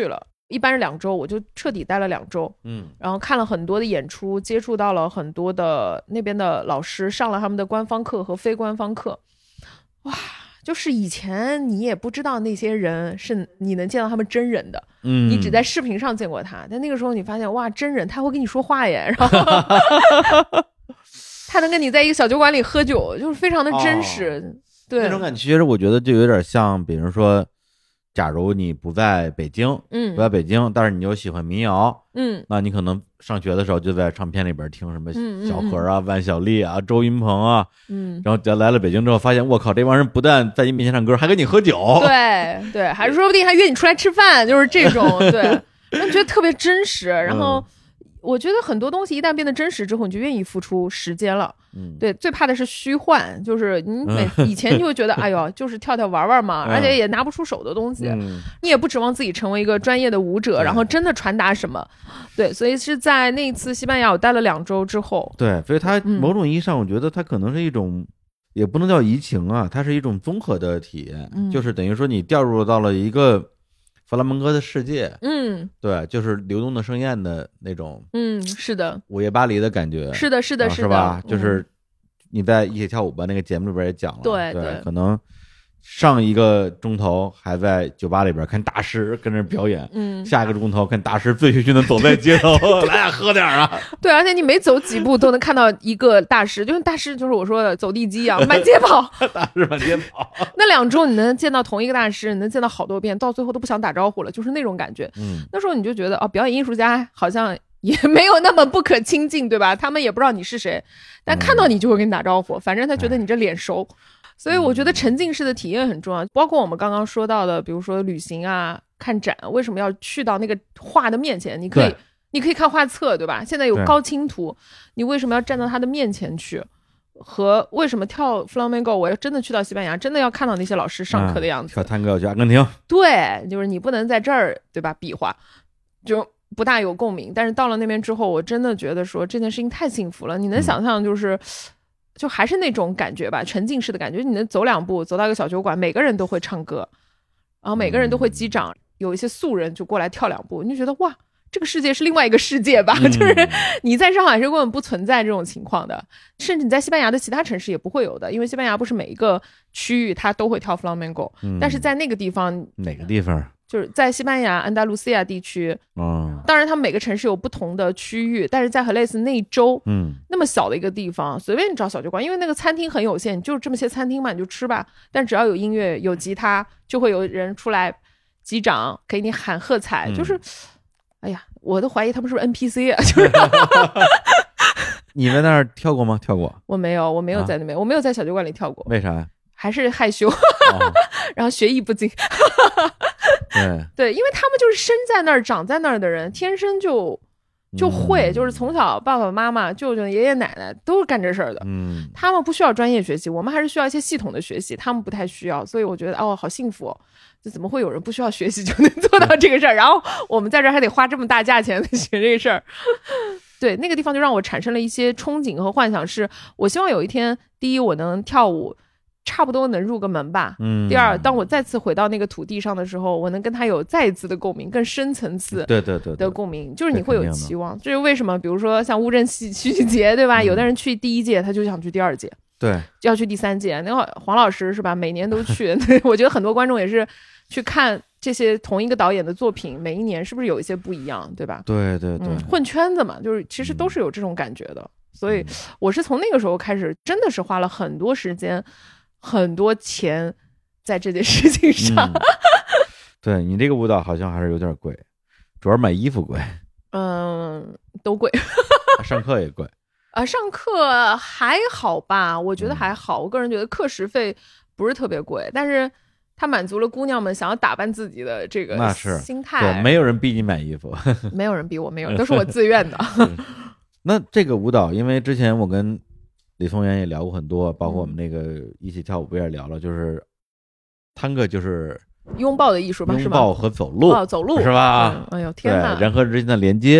一般是两周，我就彻底待了两周， 嗯， 然后看了很多的演出，接触到了很多的那边的老师，上了他们的官方课和非官方课，哇，就是以前你也不知道那些人是你能见到他们真人的， 嗯， 你只在视频上见过他，但那个时候你发现哇，真人他会跟你说话耶，然后他能跟你在一个小酒馆里喝酒，就是非常的真实，哦、对， 那种感觉其实我觉得就有点像，比如说。假如你不在北京， 嗯， 不在北京，但是你又喜欢民谣， 嗯， 那你可能上学的时候就在唱片里边听什么小何啊、嗯嗯、万晓利啊、周云鹏啊， 嗯， 然后来了北京之后，发现我靠，这帮人不但在你面前唱歌，还跟你喝酒， 对对，还说不定还约你出来吃饭，就是这种，对，让你觉得特别真实。然后、嗯、我觉得很多东西一旦变得真实之后，你就愿意付出时间了。 嗯， 对，最怕的是虚幻，就是你每以前就会觉得，哎呦，就是跳跳玩玩嘛，而且也拿不出手的东西， 嗯、 你也不指望自己成为一个专业的舞者，然后真的传达什么。对，所以是在那次西班牙我待了两周之后， 对，所以它某种意义上，我觉得它可能是一种，嗯、也不能叫移情啊，它是一种综合的体验， 嗯、 就是等于说你掉入到了一个弗拉门戈的世界， 嗯， 对，就是流动的盛宴的那种， 嗯，是的， 午夜巴黎的感觉， 是的，是的， 啊、 是的， 是吧？ 嗯、 就是你在一起跳舞吧那个节目里边也讲了， 对对, 对， 可能上一个钟头还在酒吧里边看大师跟着表演， 嗯， 下一个钟头看大师醉醺醺的走在街头，来啊，喝点啊！ 对，而且你每走几步都能看到一个大师，就是大师，就是我说的走地鸡啊，满街跑， 大师满街跑。 那两周你能见到同一个大师，你能见到好多遍，到最后都不想打招呼了，就是那种感觉。 嗯， 那时候你就觉得哦，表演艺术家好像也没有那么不可亲近，对吧？他们也不知道你是谁，但看到你就会跟你打招呼，嗯、反正他觉得你这脸熟。所以我觉得沉浸式的体验很重要，包括我们刚刚说到的，比如说旅行啊、看展，为什么要去到那个画的面前？你可以，你可以看画册，对吧？现在有高清图，你为什么要站到他的面前去？和为什么跳 flamenco， 我要真的去到西班牙，真的要看到那些老师上课的样子。 跳探戈要去阿根廷， 对，就是你不能在这儿，对吧？比划就不大有共鸣。但是到了那边之后，我真的觉得说这件事情太幸福了。你能想象就是。嗯就还是那种感觉吧，沉浸式的感觉。你能走两步，走到一个小酒馆，每个人都会唱歌，然后每个人都会击掌，嗯、有一些素人就过来跳两步，你就觉得哇，这个世界是另外一个世界吧？嗯、就是你在上海是根本不存在这种情况的，甚至你在西班牙的其他城市也不会有的，因为西班牙不是每一个区域它都会跳 flamenco，嗯、但是在那个地方， 哪个地方？ 就是在西班牙安达卢西亚地区， 嗯， 当然他们每个城市有不同的区域，但是在和类似那一州， 嗯， 那么小的一个地方，随便你找小酒馆，因为那个餐厅很有限，就这么些餐厅嘛，你就吃吧。但只要有音乐、有吉他，就会有人出来击掌，给你喊喝彩，嗯、就是，哎呀，我都怀疑他们是不是 N P C 啊？就是。 你在那儿跳过吗？跳过？ 我没有，我没有在那边，啊、我没有在小酒馆里跳过。 为啥呀？ 还是害羞，哦、然后学艺不精。 对对，因为他们就是生在那儿、长在那儿的人，天生就就会，嗯、就是从小爸爸妈妈、舅舅、爷爷奶奶都是干这事儿的。 嗯， 他们不需要专业学习，我们还是需要一些系统的学习，他们不太需要，所以我觉得哦，好幸福哦！就怎么会有人不需要学习就能做到这个事儿？然后我们在这儿还得花这么大价钱学这个事儿。对，那个地方就让我产生了一些憧憬和幻想，是我希望有一天，第一，我能跳舞。差不多能入个门吧。 嗯。 第二，当我再次回到那个土地上的时候，我能跟他有再一次的共鸣，更深层次对对对的共鸣，就是你会有期望。这是为什么？比如说像乌镇戏戏剧节，对吧？嗯、有的人去第一届，他就想去第二届， 对， 要去第三届。那个黄老师是吧？每年都去。我觉得很多观众也是去看这些同一个导演的作品，每一年是不是有一些不一样，对吧？ 对对对， 嗯、混圈子嘛，就是其实都是有这种感觉的。嗯、所以我是从那个时候开始，真的是花了很多时间。很多钱在这件事情上。 嗯、对，你这个舞蹈好像还是有点贵，主要买衣服贵。 嗯，都贵。 上课也贵啊，上课还好吧，我觉得还好。嗯、我个人觉得课时费不是特别贵，但是它满足了姑娘们想要打扮自己的这个心态。 对，没有人逼你买衣服。 没有人逼我，没有，都是我自愿的。 那这个舞蹈，因为之前我跟李松元也聊过很多，包括我们那个一起跳舞不也聊了，就是探戈就是拥抱的艺术吧， 拥抱和走路， 哦，走路是吧？ 嗯、哎呦天哪， 人和人之间的连接。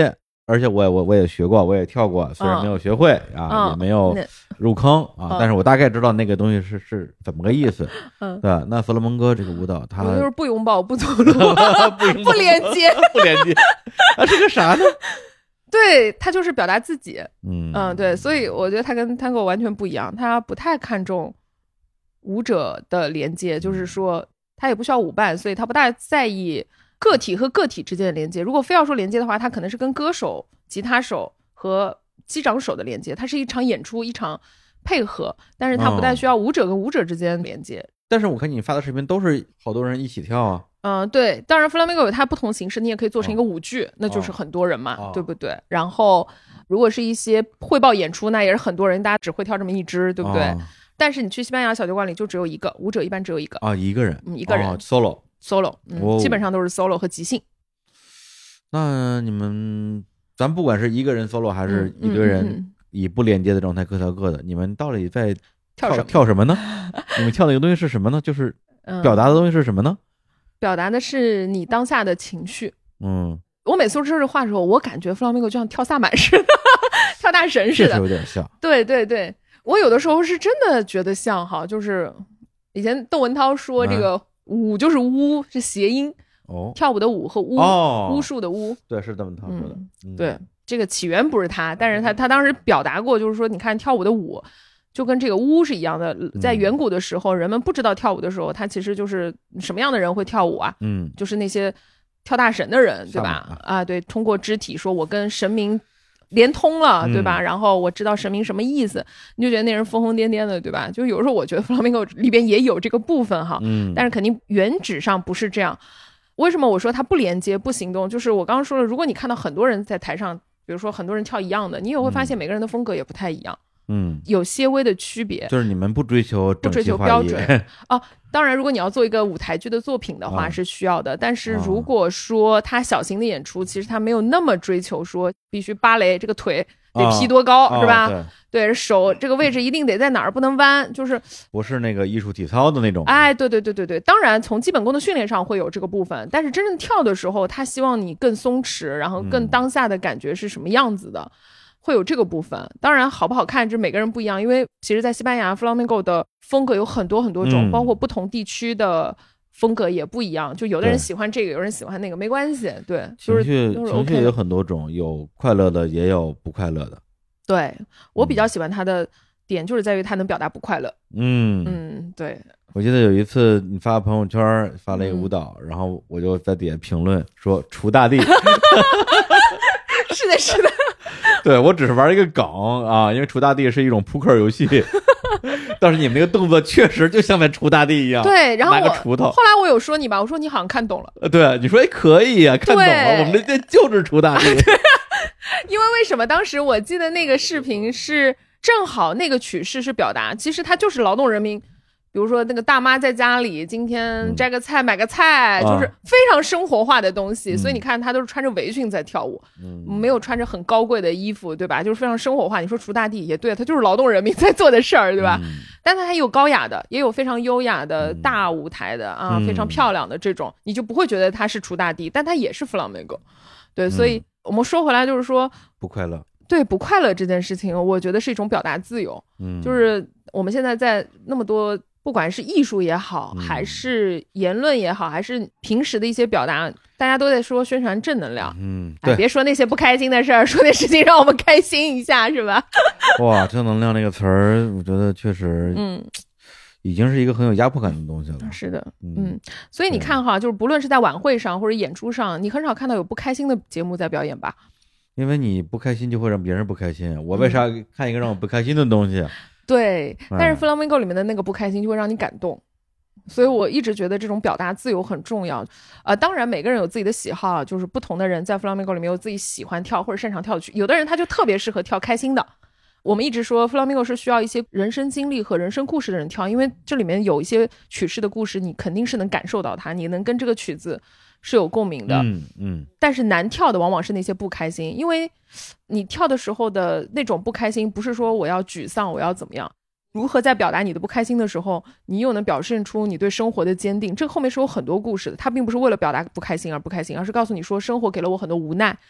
而且我也我我也学过，我也跳过，虽然没有学会、嗯、啊、嗯，也没有入坑啊、嗯，但是我大概知道那个东西是是怎么个意思。嗯，对。那弗拉门戈这个舞蹈，它就是不拥抱、不走路、不, 不连接、 不连接，啊，是个啥呢？ 对，它就是表达自己。 嗯嗯，对，所以我觉得它跟 Tango 完全不一样，它不太看重舞者的连接，就是说它也不需要舞伴，所以它不大在意个体和个体之间的连接。如果非要说连接的话，它可能是跟歌手、吉他手和击掌手的连接，它是一场演出，一场配合，但是它不太需要舞者跟舞者之间的连接、哦、 但是我看你发的视频都是好多人一起跳啊。 嗯，对，当然 Flamenco 有它不同形式，你也可以做成一个舞剧、哦、那就是很多人嘛、哦、对不对？然后如果是一些汇报演出，那也是很多人，大家只会跳这么一支，对不对、哦、但是你去西班牙小酒馆里就只有一个舞者，一般只有一个啊，一个人， 嗯，一个人、 哦、solo solo、嗯哦、基本上都是 solo 和即兴。 那你们咱不管是一个人 solo 还是一个人以不连接的状态各跳各的、嗯嗯嗯、你们到底在跳跳什么跳什么呢？你们跳的一个东西是什么呢？就是表达的东西是什么呢？ 嗯、表达的是你当下的情绪。 嗯， 我每次说这话的时候，我感觉弗朗明戈就像跳萨满似的跳大神似的， 确实有点像。 对对对，我有的时候是真的觉得像哈，就是以前窦文涛说这个舞就是巫，是谐音哦，跳舞的舞和巫、哦、巫术的巫， 对，是窦文涛说的、 嗯、对，这个起源不是他，但是他他当时表达过，就是说你看跳舞的舞就跟这个巫是一样的，在远古的时候、嗯、人们不知道跳舞的时候，他其实就是什么样的人会跳舞啊， 嗯， 就是那些跳大神的人，对吧？啊，对，通过肢体说我跟神明连通了，对吧、嗯、然后我知道神明什么意思，你就觉得那人疯疯癫癫的，对吧？就有时候我觉得弗朗明戈里边也有这个部分哈， 嗯， 但是肯定原旨上不是这样。为什么我说他不连接不行动，就是我刚刚说了，如果你看到很多人在台上，比如说很多人跳一样的，你也会发现每个人的风格也不太一样，嗯，有些微的区别， 就是你们不追求不追求标准哦。当然如果你要做一个舞台剧的作品的话是需要的、哦、但是如果说他小型的演出、哦、其实他没有那么追求说必须芭蕾这个腿得劈多高、哦、是吧、哦、对, 对手这个位置一定得在哪儿不能弯，就是不是那个艺术体操的那种， 哎，对对对对对，当然从基本功的训练上会有这个部分，但是真正跳的时候他希望你更松弛，然后更当下的感觉是什么样子的、嗯，会有这个部分。当然好不好看这每个人不一样，因为其实在西班牙 Flamenco 的风格有很多很多种、嗯、包括不同地区的风格也不一样，就有的人喜欢这个有人喜欢那个没关系，对， 情绪、 就是 OK、情绪有很多种，有快乐的也有不快乐的。 对，我比较喜欢他的点就是在于他能表达不快乐。 嗯嗯，对， 我记得有一次你发朋友圈发了一个舞蹈、嗯、然后我就在底下评论说锄大地是的是的对，我只是玩一个梗啊，因为锄大地是一种扑克游戏但是你们那个动作确实就像在锄大地一样， 对，然后我拿个锄头。 后来我有说你吧，我说你好像看懂了， 对，你说哎可以啊，看懂了，我们这就是锄大地因为为什么当时我记得那个视频是正好那个曲式是表达其实它就是劳动人民，比如说那个大妈在家里今天摘个菜、嗯、买个菜、啊、就是非常生活化的东西、嗯、所以你看她都是穿着围裙在跳舞、嗯、没有穿着很高贵的衣服，对吧？就是非常生活化。你说锄大地也对，它就是劳动人民在做的事儿，对吧、嗯、但它还有高雅的，也有非常优雅的大舞台的、嗯、啊，非常漂亮的这种，你就不会觉得它是锄大地，但它也是弗朗明戈。对，所以我们说回来就是说不快乐， 对，不快乐这件事情我觉得是一种表达自由。嗯，就是我们现在在那么多不管是艺术也好、嗯、还是言论也好，还是平时的一些表达，大家都在说宣传正能量。嗯，对、哎，别说那些不开心的事儿，说点事情让我们开心一下，是吧？ 哇，正能量那个词儿我觉得确实嗯已经是一个很有压迫感的东西了。 是的，嗯，所以你看哈，就是不论是在晚会上或者演出上，你很少看到有不开心的节目在表演吧？ 因为你不开心就会让别人不开心，我为啥看一个让我不开心的东西、嗯、 对，但是 Flamenco 里面的那个不开心就会让你感动，所以我一直觉得这种表达自由很重要。呃，当然每个人有自己的喜好，就是不同的人在 Flamenco 里面有自己喜欢跳或者擅长跳的曲，有的人他就特别适合跳开心的。我们一直说 Flamenco 是需要一些人生经历和人生故事的人跳，因为这里面有一些曲式的故事你肯定是能感受到它，你能跟这个曲子是有共鸣的。 嗯嗯。 但是难跳的往往是那些不开心，因为你跳的时候的那种不开心不是说我要沮丧我要怎么样，如何在表达你的不开心的时候你又能表现出你对生活的坚定，这个后面是有很多故事的，它并不是为了表达不开心而不开心，而是告诉你说生活给了我很多无奈，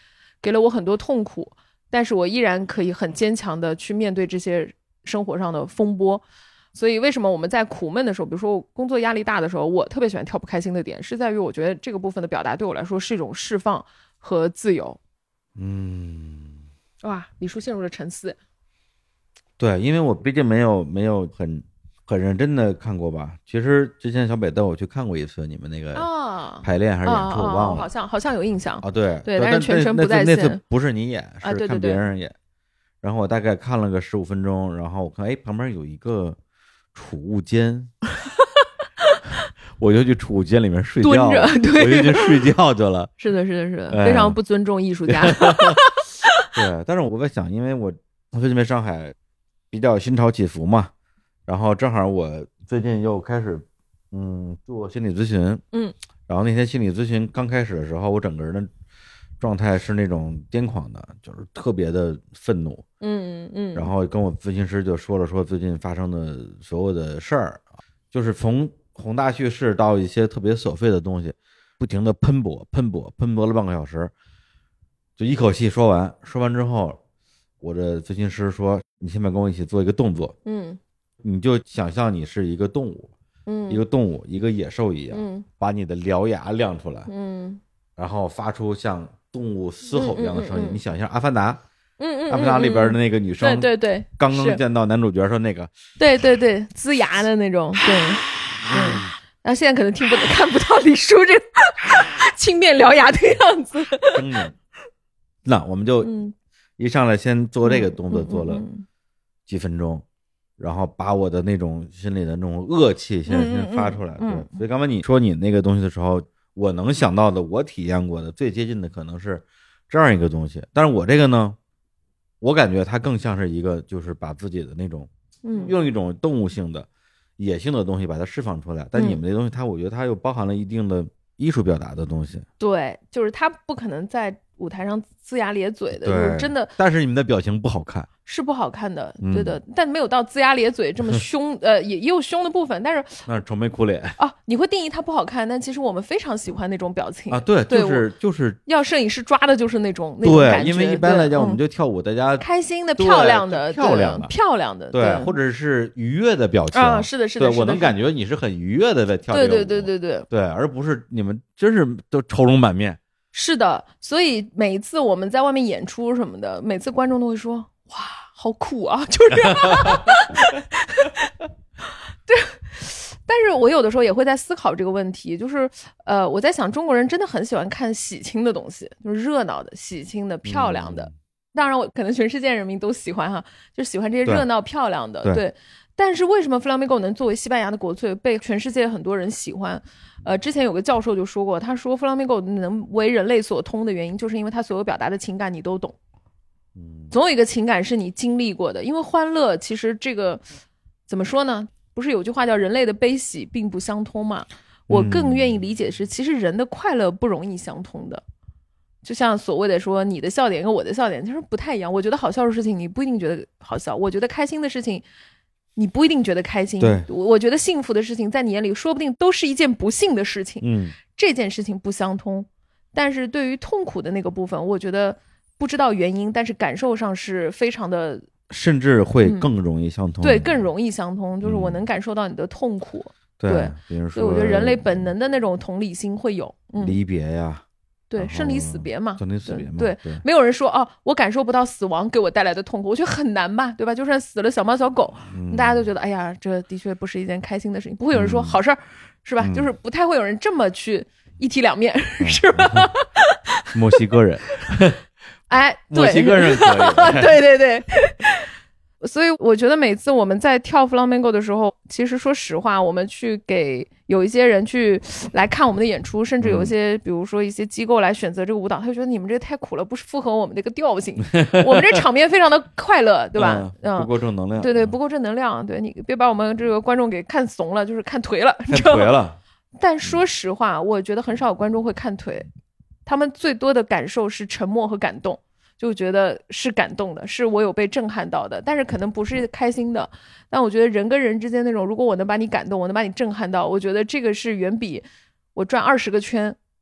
给了我很多痛苦，但是我依然可以很坚强的去面对这些生活上的风波。所以为什么我们在苦闷的时候，比如说我工作压力大的时候，我特别喜欢跳不开心的点，是在于我觉得这个部分的表达对我来说是一种释放和自由。 嗯， 哇，李叔陷入了沉思。 对，因为我毕竟没有没有很很认真的看过吧。其实之前小北带我去看过一次你们那个排练还是演出，我忘了， 好像好像有印象啊。对对，但是全程不在线。那次不是你演， 啊、 是看别人演。对对对，然后我大概看了个十五分钟，然后我看哎旁边有一个储物间。我就去储物间里面睡觉， 蹲着，对， 我就去睡觉去了。 是的，是的，是的，哎、非常不尊重艺术家。 对，但是我在想，因为我最近在上海比较心潮起伏嘛，然后正好我最近又开始嗯做心理咨询， 嗯， 然后那天心理咨询刚开始的时候，我整个人的状态是那种癫狂的，就是特别的愤怒， 嗯嗯， 然后跟我咨询师就说了说最近发生的所有的事儿，就是从宏大叙事到一些特别琐碎的东西，不停的喷薄喷薄喷薄了半个小时，就一口气说完。说完之后，我的咨询师说：“你现在跟我一起做一个动作， 嗯， 你就想象你是一个动物， 嗯， 一个动物，一个野兽一样， 嗯， 把你的獠牙亮出来， 嗯， 然后发出像动物嘶吼一样的声音。 嗯嗯嗯嗯、 你想象《阿凡达》。” 嗯嗯， 阿凡达里边的那个女生， 对对对， 刚刚见到男主角说那个， 对对对，呲牙的那种，对，嗯，然后现在可能听不看不到李叔这轻便獠牙的样子。 那我们就一上来先做这个动作，做了几分钟，然后把我的那种心里的那种恶气先先发出来。对，所以刚才你说你那个东西的时候，我能想到的，我体验过的最接近的可能是这样一个东西，但是我这个呢。我感觉它更像是一个，就是把自己的那种， 嗯， 用一种动物性的、野性的东西把它释放出来。但你们这东西，它我觉得它又包含了一定的艺术表达的东西。 对，就是它不可能在舞台上龇牙咧嘴的，就是真的。 但是你们的表情不好看， 是不好看的，对的，嗯、但没有到龇牙咧嘴这么凶，呃，也也有凶的部分，但是那是愁眉苦脸啊。你会定义它不好看，但其实我们非常喜欢那种表情啊。对，就是就是要摄影师抓的就是那种那种感觉。对，因为一般来讲，我们就跳舞，大家开心的、漂亮的、 漂亮的、 漂亮的， 对，或者是愉悦的表情啊。是的，是的， 对我能感觉你是很愉悦的在跳这个舞， 对对对对对对，而不是你们真是都愁容满面。 是的，所以每一次我们在外面演出什么的，每次观众都会说：“哇，好酷啊！”就是，对。但是我有的时候也会在思考这个问题，就是呃，我在想中国人真的很喜欢看喜庆的东西，就是热闹的、喜庆的、漂亮的。嗯、当然，我可能全世界人民都喜欢哈，就喜欢这些热闹漂亮的。对。对但是为什么 Flamenco 能作为西班牙的国粹被全世界很多人喜欢？呃，之前有个教授就说过，他说 Flamenco 能为人类所通的原因，就是因为他所有表达的情感你都懂。嗯，总有一个情感是你经历过的，因为欢乐其实这个怎么说呢？不是有句话叫人类的悲喜并不相通嘛？我更愿意理解的是，其实人的快乐不容易相通的。就像所谓的说你的笑点跟我的笑点其实不太一样，我觉得好笑的事情你不一定觉得好笑，我觉得开心的事情你不一定觉得开心。 对， 我觉得幸福的事情在你眼里说不定都是一件不幸的事情。 嗯， 这件事情不相通，但是对于痛苦的那个部分，我觉得不知道原因，但是感受上是非常的， 甚至会更容易相通。 嗯、对，更容易相通，就是我能感受到你的痛苦。 嗯、 对， 比如说， 所以我觉得人类本能的那种同理心会有。嗯、 离别呀。 对，生离死别嘛， 生离死别嘛， 对，对没有人说哦，我感受不到死亡给我带来的痛苦，我觉得很难吧，对吧？就算死了小猫小狗， 嗯、 大家都觉得哎呀，这的确不是一件开心的事情，不会有人说好事儿，嗯、是吧？ 嗯、 就是不太会有人这么去一体两面，嗯、是吧？ 墨西哥人， 哎， 墨西哥人可以， 对对对。所以我觉得每次我们在跳 flamenco 的时候，其实说实话，我们去给有一些人去来看我们的演出，甚至有一些、嗯、比如说一些机构来选择这个舞蹈，他就觉得你们这个太苦了，不是符合我们这个调性。我们这场面非常的快乐，对吧？ 嗯，不够正能量。 对对，不够正能量。对，你别把我们这个观众给看怂了，就是看颓了， 看颓了。 但说实话，我觉得很少有观众会看颓，他们最多的感受是沉默和感动。就觉得是感动的，是我有被震撼到的，但是可能不是开心的。但我觉得人跟人之间那种，如果我能把你感动，我能把你震撼到，我觉得这个是远比我转二十个圈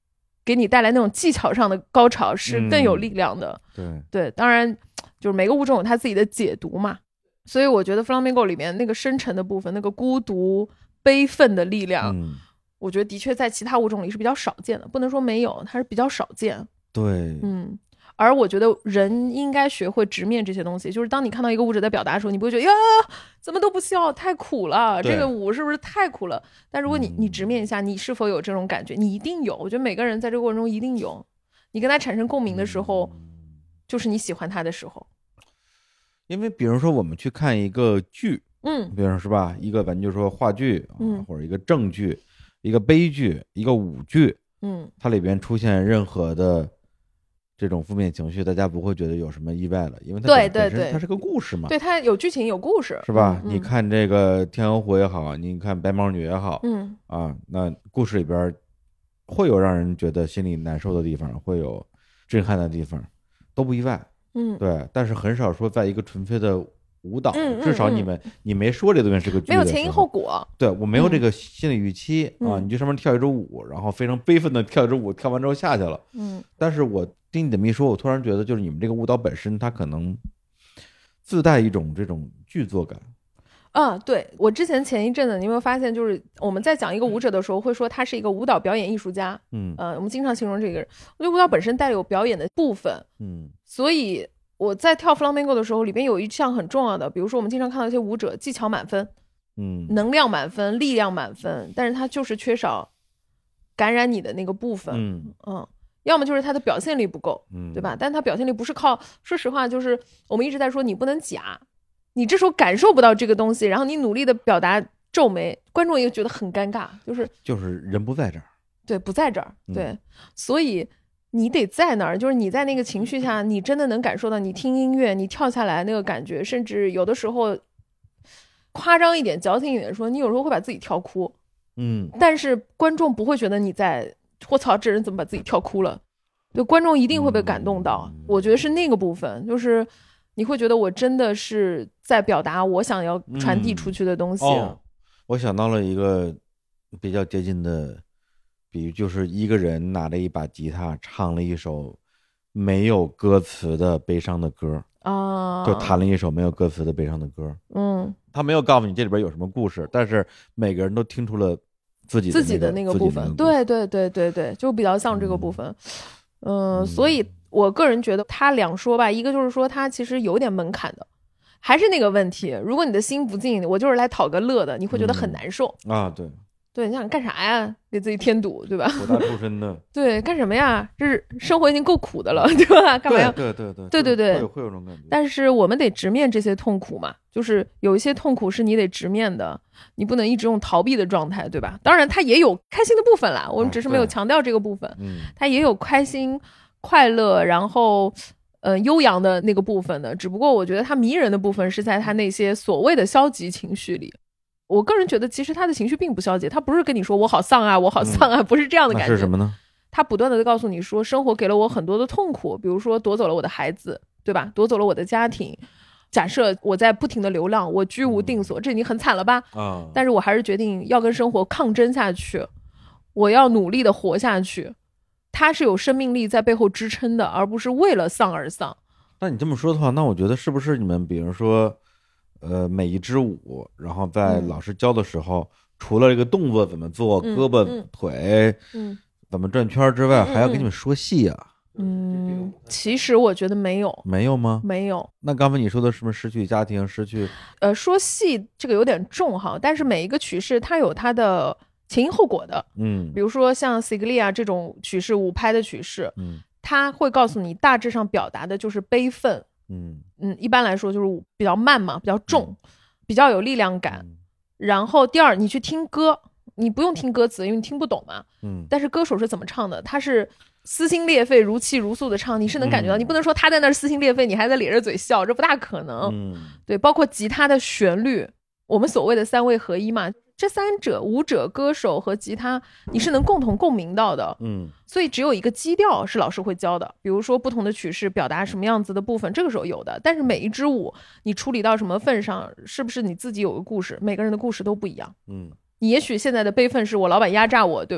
给你带来那种技巧上的高潮是更有力量的。 嗯、 对对，当然就是每个舞种有它自己的解读嘛，所以我觉得 Flamenco 里面那个深沉的部分，那个孤独悲愤的力量、嗯、我觉得的确在其他舞种里是比较少见的，不能说没有，它是比较少见。 对， 嗯，而我觉得人应该学会直面这些东西，就是当你看到一个舞者在表达的时候，你不会觉得呀怎么都不笑，太苦了，这个舞是不是太苦了？但如果你你直面一下，你是否有这种感觉？你一定有，我觉得每个人在这个过程中一定有，你跟他产生共鸣的时候、嗯、就是你喜欢他的时候。 因为比如说我们去看一个剧， 嗯， 比如说是吧，一个咱就说话剧、啊、 嗯， 或者一个正剧，一个悲剧，一个舞剧， 嗯， 它里边出现任何的这种负面情绪，大家不会觉得有什么意外了，因为它对对对， 它是个故事嘛， 对，它有剧情有故事， 是吧？ 嗯、 你看这个天鹅湖也好，你看白毛女也好， 嗯啊，那故事里边会有让人觉得心里难受的地方，会有震撼的地方，都不意外。 嗯， 对，但是很少说在一个纯粹的舞蹈， 嗯、 至少你们、嗯、你没说这东西是个剧， 没有前因后果， 对，我没有这个心理预期、 嗯、 啊，你就上面跳一支舞，然后非常悲愤的跳一支舞，跳完之后下去了， 嗯， 但是我听你这么一说，我突然觉得就是你们这个舞蹈本身它可能自带一种这种剧作感。 啊，对，我之前前一阵子，你有没有发现，就是我们在讲一个舞者的时候，会说他是一个舞蹈表演艺术家， 嗯， 呃，我们经常形容这个人，我觉得舞蹈本身带有表演的部分， 嗯， 所以我在跳 flamenco 的时候，里边有一项很重要的，比如说我们经常看到一些舞者技巧满分， 嗯， 能量满分，力量满分，但是他就是缺少感染你的那个部分， 嗯嗯。要么就是他的表现力不够， 嗯， 对吧？但他表现力不是靠，说实话，就是我们一直在说你不能假，你这时候感受不到这个东西，然后你努力的表达皱眉，观众也觉得很尴尬，就是就是人不在这儿， 对，不在这儿，对，嗯、所以你得在那儿，就是你在那个情绪下，你真的能感受到，你听音乐，你跳下来那个感觉，甚至有的时候夸张一点、矫情一点说，你有时候会把自己跳哭， 嗯， 但是观众不会觉得你在。我操，这人怎么把自己跳哭了？对，观众一定会被感动到。 嗯、 我觉得是那个部分，就是你会觉得我真的是在表达我想要传递出去的东西。 嗯哦、我想到了一个比较接近的比喻，就是一个人拿着一把吉他唱了一首没有歌词的悲伤的歌啊， 就弹了一首没有歌词的悲伤的歌。 嗯， 他没有告诉你这里边有什么故事，但是每个人都听出了。自己的、那个、 自己的那个部分，对对对对对，就比较像这个部分，嗯、呃，所以我个人觉得他两说吧，一个就是说他其实有点门槛的，还是那个问题，如果你的心不静，我就是来讨个乐的，你会觉得很难受、 嗯、啊，对对，你想干啥呀？给自己添堵，对吧？ 苦大出身的， 对，干什么呀？这是生活已经够苦的了，对吧？干嘛要？ 对对对对对对， 会会有这种感觉。 但是我们得直面这些痛苦嘛，就是有一些痛苦是你得直面的，你不能一直用逃避的状态，对吧？当然，它也有开心的部分啦，我们只是没有强调这个部分。 嗯， 它也有开心、快乐，然后呃悠扬的那个部分的。只不过我觉得它迷人的部分是在它那些所谓的消极情绪里。我个人觉得，其实他的情绪并不消极，他不是跟你说我好丧啊，我好丧啊，嗯、不是这样的感觉。 那是什么呢？ 他不断的告诉你说，生活给了我很多的痛苦，比如说夺走了我的孩子，对吧？夺走了我的家庭。假设我在不停的流浪，我居无定所，这已经很惨了吧？ 啊！ 但是我还是决定要跟生活抗争下去，我要努力的活下去。他是有生命力在背后支撑的，而不是为了丧而丧。 那你这么说的话，那我觉得是不是你们，比如说。呃，每一支舞，然后在老师教的时候，嗯、除了这个动作怎么做， 嗯、 胳膊、 嗯、 腿， 嗯， 怎么转圈之外， 嗯、 还要给你们说戏啊？ 嗯，其实我觉得没有， 没有吗？ 没有。 那刚才你说的是不是失去家庭，失去？ 呃，说戏这个有点重哈，但是每一个曲式它有它的前因后果的。 嗯， 比如说像 Siglia 这种曲式，五拍的曲式， 嗯， 它会告诉你大致上表达的就是悲愤。 嗯嗯，一般来说就是比较慢嘛，比较重。嗯，比较有力量感，然后第二，你去听歌，你不用听歌词，因为你听不懂嘛。 嗯， 但是歌手是怎么唱的？他是撕心裂肺、如泣如诉的唱，你是能感觉到。嗯、你不能说他在那儿撕心裂肺，你还在咧着嘴笑，这不大可能。 嗯， 对，包括吉他的旋律，我们所谓的三位合一嘛，这三者，舞者、歌手和吉他，你是能共同共鸣到的。 嗯， 所以只有一个基调是老师会教的，比如说不同的曲式表达什么样子的部分，这个时候有的。但是每一支舞你处理到什么份上，是不是你自己有个故事？每个人的故事都不一样。 嗯， 你也许现在的悲愤是我老板压榨我，对吧？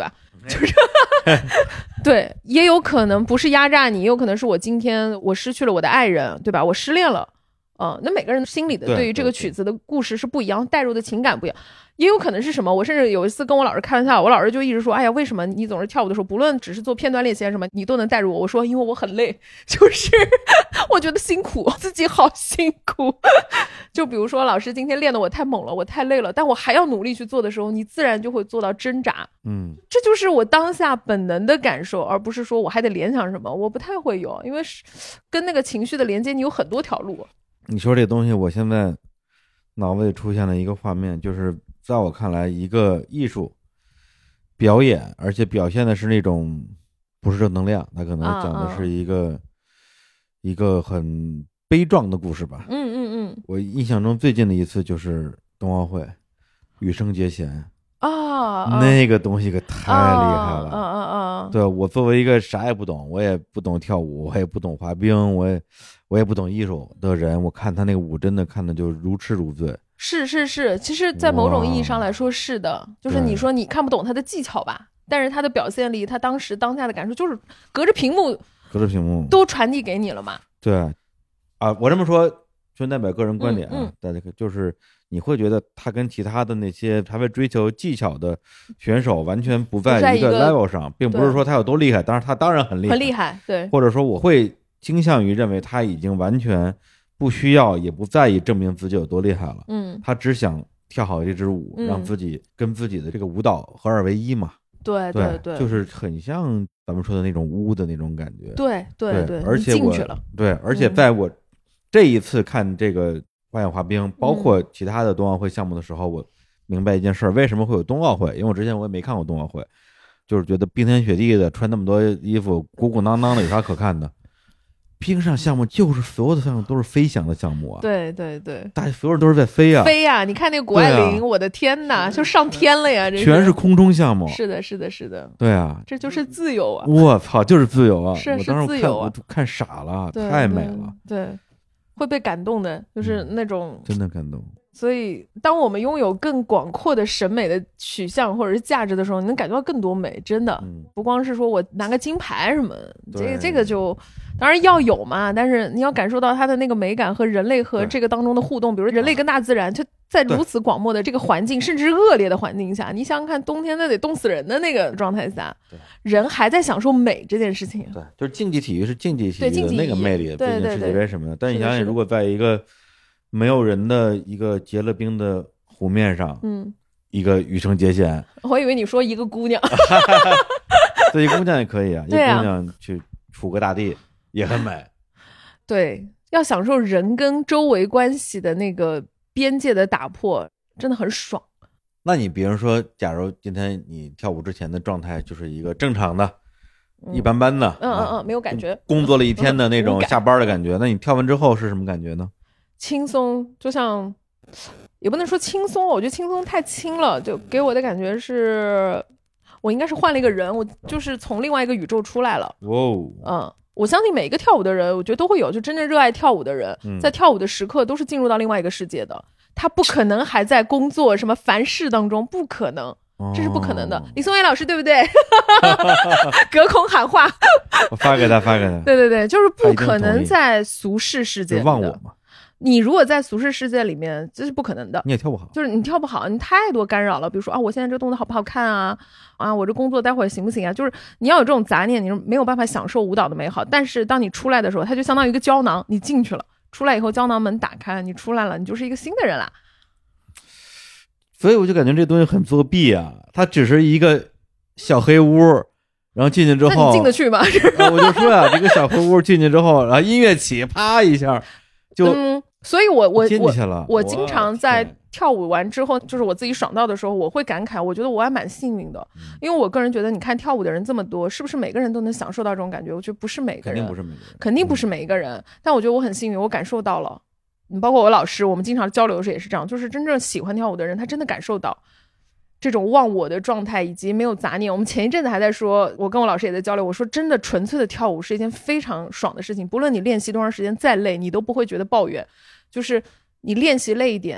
就是对，也有可能不是压榨你，也有可能是我今天我失去了我的爱人，对吧？我失恋了，嗯、呃，那每个人心里的对于这个曲子的故事是不一样，带入的情感不一样。也有可能是什么？我甚至有一次跟我老师开玩笑，我老师就一直说：“哎呀，为什么你总是跳舞的时候，不论只是做片段练习还是什么，你都能带入我？”我说：“因为我很累，就是我觉得辛苦，自己好辛苦。”就比如说，老师今天练的我太猛了，我太累了，但我还要努力去做的时候，你自然就会做到挣扎。 嗯， 这就是我当下本能的感受，而不是说我还得联想什么，我不太会有，因为跟那个情绪的连接，你有很多条路。 你说这东西，我现在脑子里出现了一个画面，就是在我看来，一个艺术表演，而且表现的是那种不是正能量，它可能讲的是一个、啊啊、一个很悲壮的故事吧。 嗯嗯嗯。 我印象中最近的一次就是冬奥会，羽生结弦啊， 那个东西可太厉害了。 啊啊啊！ 对，我作为一个啥也不懂，我也不懂跳舞，我也不懂滑冰，我也我也不懂艺术的人，我看他那个舞真的看的就如痴如醉。 是是是，其实在某种意义上来说是的，就是你说你看不懂他的技巧吧，但是他的表现力，他当时当下的感受就是隔着屏幕隔着屏幕都传递给你了嘛。 对啊，我这么说就代表个人观点啊， 嗯嗯、 大家就是你会觉得他跟其他的那些还会追求技巧的选手完全不在一个 level 上，并不是说他有多厉害，当然他当然很厉害， 很厉害，对， 或者说我会倾向于认为他已经完全不需要也不在意证明自己有多厉害了， 嗯， 他只想跳好这支舞， 嗯、 让自己跟自己的这个舞蹈合二为一嘛。 对对对， 就是很像咱们说的那种巫的那种感觉。 对对对，而且我进去了， 对，而且在我这一次看这个花样滑冰，包括其他的冬奥会项目的时候，我明白一件事，为什么会有冬奥会？因为我之前我也没看过冬奥会，就是觉得冰天雪地的，穿那么多衣服，鼓鼓囊囊的，有啥可看的？冰上项目就是所有的项目都是飞翔的项目啊！ 对对对， 大家所有人都是在飞啊， 飞呀、啊！你看那个谷爱凌，啊、我的天哪，就上天了呀！这全是空中项目。 是的，是的，是的。 对啊， 这就是自由啊！ 我操，就是自由啊！ 是我当时是自由啊，我看傻了， 对太美了。 对，对会被感动的，就是那种、 嗯、真的感动。 所以，当我们拥有更广阔的审美的取向或者是价值的时候，你能感觉到更多美，真的、嗯、不光是说我拿个金牌什么，这个这个就当然要有嘛，但是你要感受到它的那个美感和人类和这个当中的互动，比如人类跟大自然，就在如此广袤的这个环境，甚至恶劣的环境下，你想想看，冬天那得冻死人的那个状态下，人还在享受美这件事情。 对，就是竞技体育是竞技体育的那个魅力，毕竟世界杯什么的。但你想想，如果在一个没有人的一个结了冰的湖面上， 嗯， 一个羽生结弦， 我以为你说一个姑娘， 对，一个姑娘也可以啊， 对啊， 一个姑娘去楚个大地也很美。 对，要享受人跟周围关系的那个边界的打破，真的很爽。 那你比如说，假如今天你跳舞之前的状态就是一个正常的、嗯、一般般的， 嗯嗯嗯，没有感觉， 工作了一天的那种下班的感觉，那你跳完之后是什么感觉呢？ 轻松，就像也不能说轻松，我觉得轻松太轻了，就给我的感觉是我应该是换了一个人，我就是从另外一个宇宙出来了。 哦， 嗯，我相信每一个跳舞的人，我觉得都会有，就真正热爱跳舞的人， 嗯、 在跳舞的时刻都是进入到另外一个世界的，他不可能还在工作什么凡事当中，不可能。这是不可能的，哦、李松蔚老师对不对？隔空喊话， 我发给他，发给他。 对对对，就是不可能在俗世世界里的。 忘我嘛？ 你如果在俗世世界里面，这是不可能的。 你也跳不好， 就是你跳不好，你太多干扰了。比如说啊，我现在这个动作好不好看啊？啊，我这工作待会儿行不行啊？就是你要有这种杂念，你是没有办法享受舞蹈的美好。但是当你出来的时候，它就相当于一个胶囊，你进去了，出来以后胶囊门打开了，你出来了，你就是一个新的人啦。 所以我就感觉这东西很作弊啊！它只是一个小黑屋，然后进去之后， 那你进得去吗？ 啊、我就说啊，这个小黑屋进去之后，然后音乐起，啪一下就， 嗯，所以我我进去了。 我我经常在跳舞完之后，就是我自己爽到的时候，我会感慨，我觉得我还蛮幸运的，因为我个人觉得，你看跳舞的人这么多，是不是每个人都能享受到这种感觉？我觉得不是每个人， 肯定不是每个人， 肯定不是每一个人。嗯、但我觉得我很幸运，我感受到了。你包括我老师，我们经常交流的时候也是这样，就是真正喜欢跳舞的人，他真的感受到这种忘我的状态以及没有杂念。我们前一阵子还在说，我跟我老师也在交流，我说真的纯粹的跳舞是一件非常爽的事情，不论你练习多长时间再累，你都不会觉得抱怨，就是你练习累一点，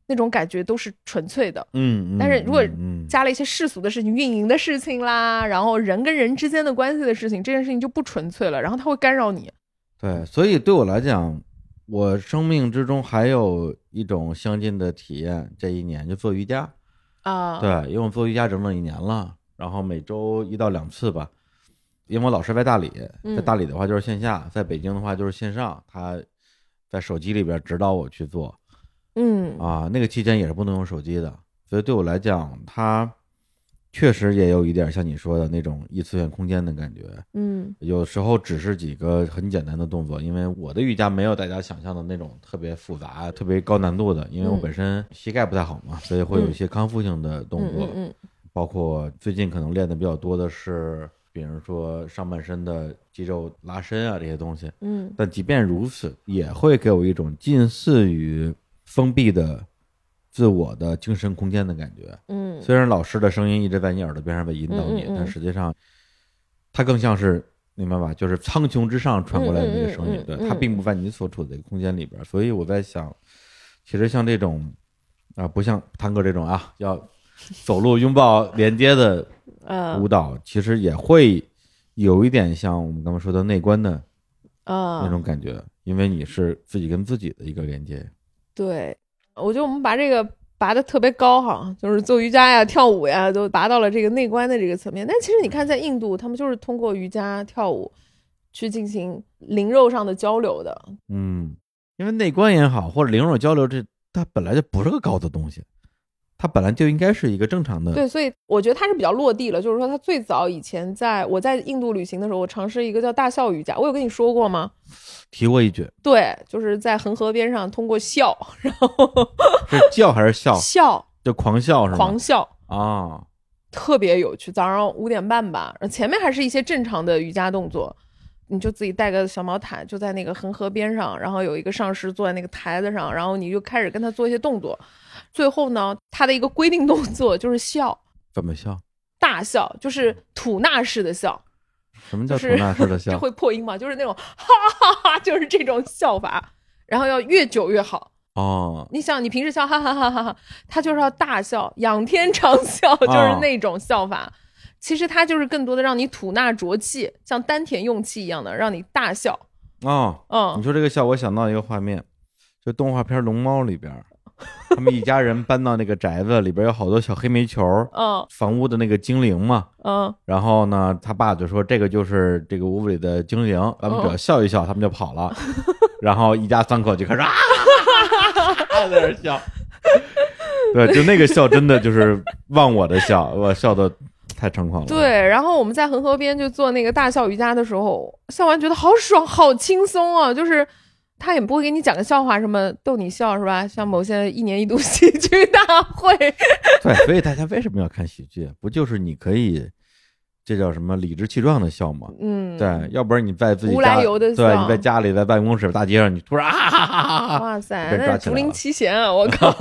那种感觉都是纯粹的。 嗯， 但是如果嗯加了一些世俗的事情，运营的事情啦，然后人跟人之间的关系的事情，这件事情就不纯粹了，然后它会干扰你。 对，所以对我来讲，我生命之中还有一种相近的体验，这一年就做瑜伽啊。 对，因为我做瑜伽整整一年了，然后每周一到两次吧。因为我老师在大理，在大理的话就是线下，嗯、在北京的话就是线上，他在手机里边指导我去做。 嗯啊，那个期间也是不能用手机的，所以对我来讲，它确实也有一点像你说的那种异次元空间的感觉。 嗯， 有时候只是几个很简单的动作，因为我的瑜伽没有大家想象的那种特别复杂、特别高难度的，因为我本身膝盖不太好嘛，所以会有一些康复性的动作。 嗯嗯嗯， 包括最近可能练的比较多的是，比如说上半身的肌肉拉伸啊这些东西。 嗯， 但即便如此，也会给我一种近似于封闭的自我的精神空间的感觉。 嗯， 虽然老师的声音一直在你耳朵边上在引导你， 嗯嗯嗯， 但实际上它更像是，明白吧，就是苍穹之上传过来的那个声音。 嗯嗯嗯嗯， 对，它并不在你所处的空间里边。所以我在想，其实像这种啊，不像探戈这种啊要走路拥抱连接的舞蹈，其实也会有一点像我们刚刚说的内观的那种感觉，因为你是自己跟自己的一个连接。 对，我觉得我们把这个拔得特别高哈，就是做瑜伽呀、跳舞呀，都拔到了这个内观的这个层面。但其实你看，在印度，他们就是通过瑜伽、跳舞去进行灵肉上的交流的。 嗯，因为内观也好，或者灵肉交流，这它本来就不是个高的东西，它本来就应该是一个正常的。 对，所以我觉得它是比较落地了。就是说，它最早以前在我在印度旅行的时候，我尝试一个叫大笑瑜伽，我有跟你说过吗？ 提过一句。 对，就是在恒河边上通过笑，然后是叫还是笑？ 笑， 就狂笑是吗？ 狂笑啊， 特别有趣。早上五点半吧，前面还是一些正常的瑜伽动作，你就自己带个小毛毯，就在那个恒河边上，然后有一个上师坐在那个台子上，然后你就开始跟他做一些动作。最后呢，他的一个规定动作就是笑。 怎么笑？ 大笑，就是吐纳式的笑。 什么叫吐纳式的笑？ 就是、这会破音吗？就是那种哈哈哈哈，就是这种笑法，然后要越久越好。 哦， 你想，你平时笑哈哈哈哈哈，他就是要大笑，仰天长笑，就是那种笑法。哦、其实他就是更多的让你吐纳浊气，像丹田用气一样的，让你大笑。 哦， 嗯， 你说这个笑，我想到一个画面，就动画片《龙猫》里边。他们一家人搬到那个宅子里边，有好多小黑煤球， 嗯， 房屋的那个精灵嘛， 嗯， 然后呢，他爸就说这个就是这个屋里的精灵，咱们只要笑一笑，他们就跑了，然后一家三口就开始啊，在那儿笑，对，就那个笑真的就是忘我的笑，我笑的太猖狂了。 对，然后我们在恒河边就做那个大笑瑜伽的时候，笑完觉得好爽，好轻松啊，就是。他也不会给你讲个笑话，什么逗你笑是吧？像某些一年一度喜剧大会。 对，所以大家为什么要看喜剧？不就是你可以，这叫什么理直气壮的笑吗？ 嗯， 对，要不然你在自己家无来由的笑， 对，你在家里，在办公室、大街上，你突然啊哈哈哈哈， 哇塞，那是竹林七贤啊！我靠，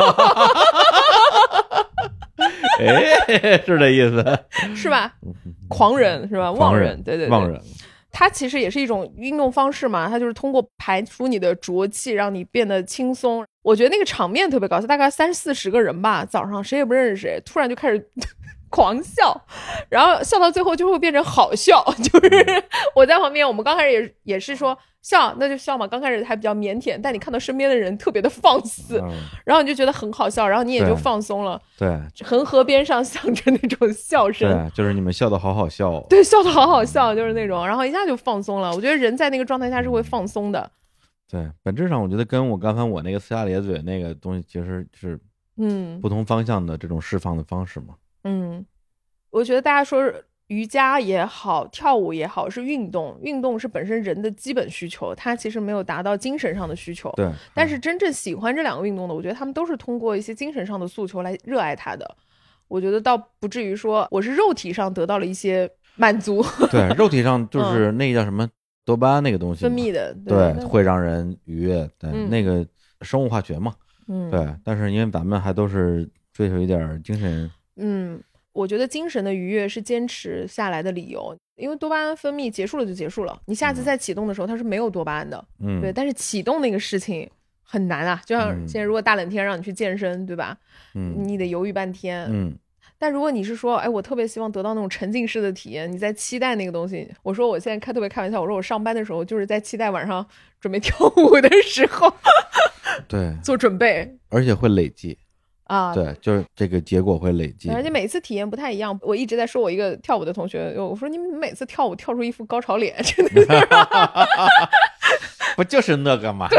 哎，是这意思， 是吧？狂人是吧？妄人，对对对， 妄人。 它其实也是一种运动方式嘛，它就是通过排出你的浊气，让你变得轻松。我觉得那个场面特别搞笑，大概三四十个人吧，早上谁也不认识谁，突然就开始狂笑，然后笑到最后就会变成好笑。就是我在旁边，我们刚开始也也是说笑，那就笑嘛。刚开始还比较腼腆，但你看到身边的人特别的放肆，嗯、然后你就觉得很好笑，然后你也就放松了。 对， 恒河边上响着那种笑声， 对，就是你们笑的好好笑、哦， 对，笑的好好笑，就是那种，然后一下就放松了。我觉得人在那个状态下是会放松的。 对，本质上我觉得跟我刚才我那个呲牙咧嘴那个东西其实是嗯不同方向的这种释放的方式嘛。 嗯，我觉得大家说瑜伽也好，跳舞也好，是运动，运动是本身人的基本需求，它其实没有达到精神上的需求。 对， 但是真正喜欢这两个运动的，我觉得他们都是通过一些精神上的诉求来热爱它的。我觉得倒不至于说我是肉体上得到了一些满足。 对，肉体上就是那个叫什么、嗯、多巴胺那个东西分泌的， 对，对会让人愉悦。对、嗯，那个生物化学嘛。 嗯， 对。但是因为咱们还都是追求一点精神。 嗯。我觉得精神的愉悦是坚持下来的理由，因为多巴胺分泌结束了就结束了，你下次再启动的时候它是没有多巴胺的。嗯，对，但是启动那个事情很难啊，就像现在如果大冷天让你去健身，对吧？ 嗯， 你得犹豫半天。 嗯， 但如果你是说，哎，我特别希望得到那种沉浸式的体验，你在期待那个东西。我说我现在开特别开玩笑，我说我上班的时候就是在期待晚上准备跳舞的时候， 对， 做准备， 而且会累积啊， 对，就是这个结果会累积， 而且每次体验不太一样。我一直在说我一个跳舞的同学，我说你们每次跳舞跳出一副高潮脸，真的是。 不就是那个吗？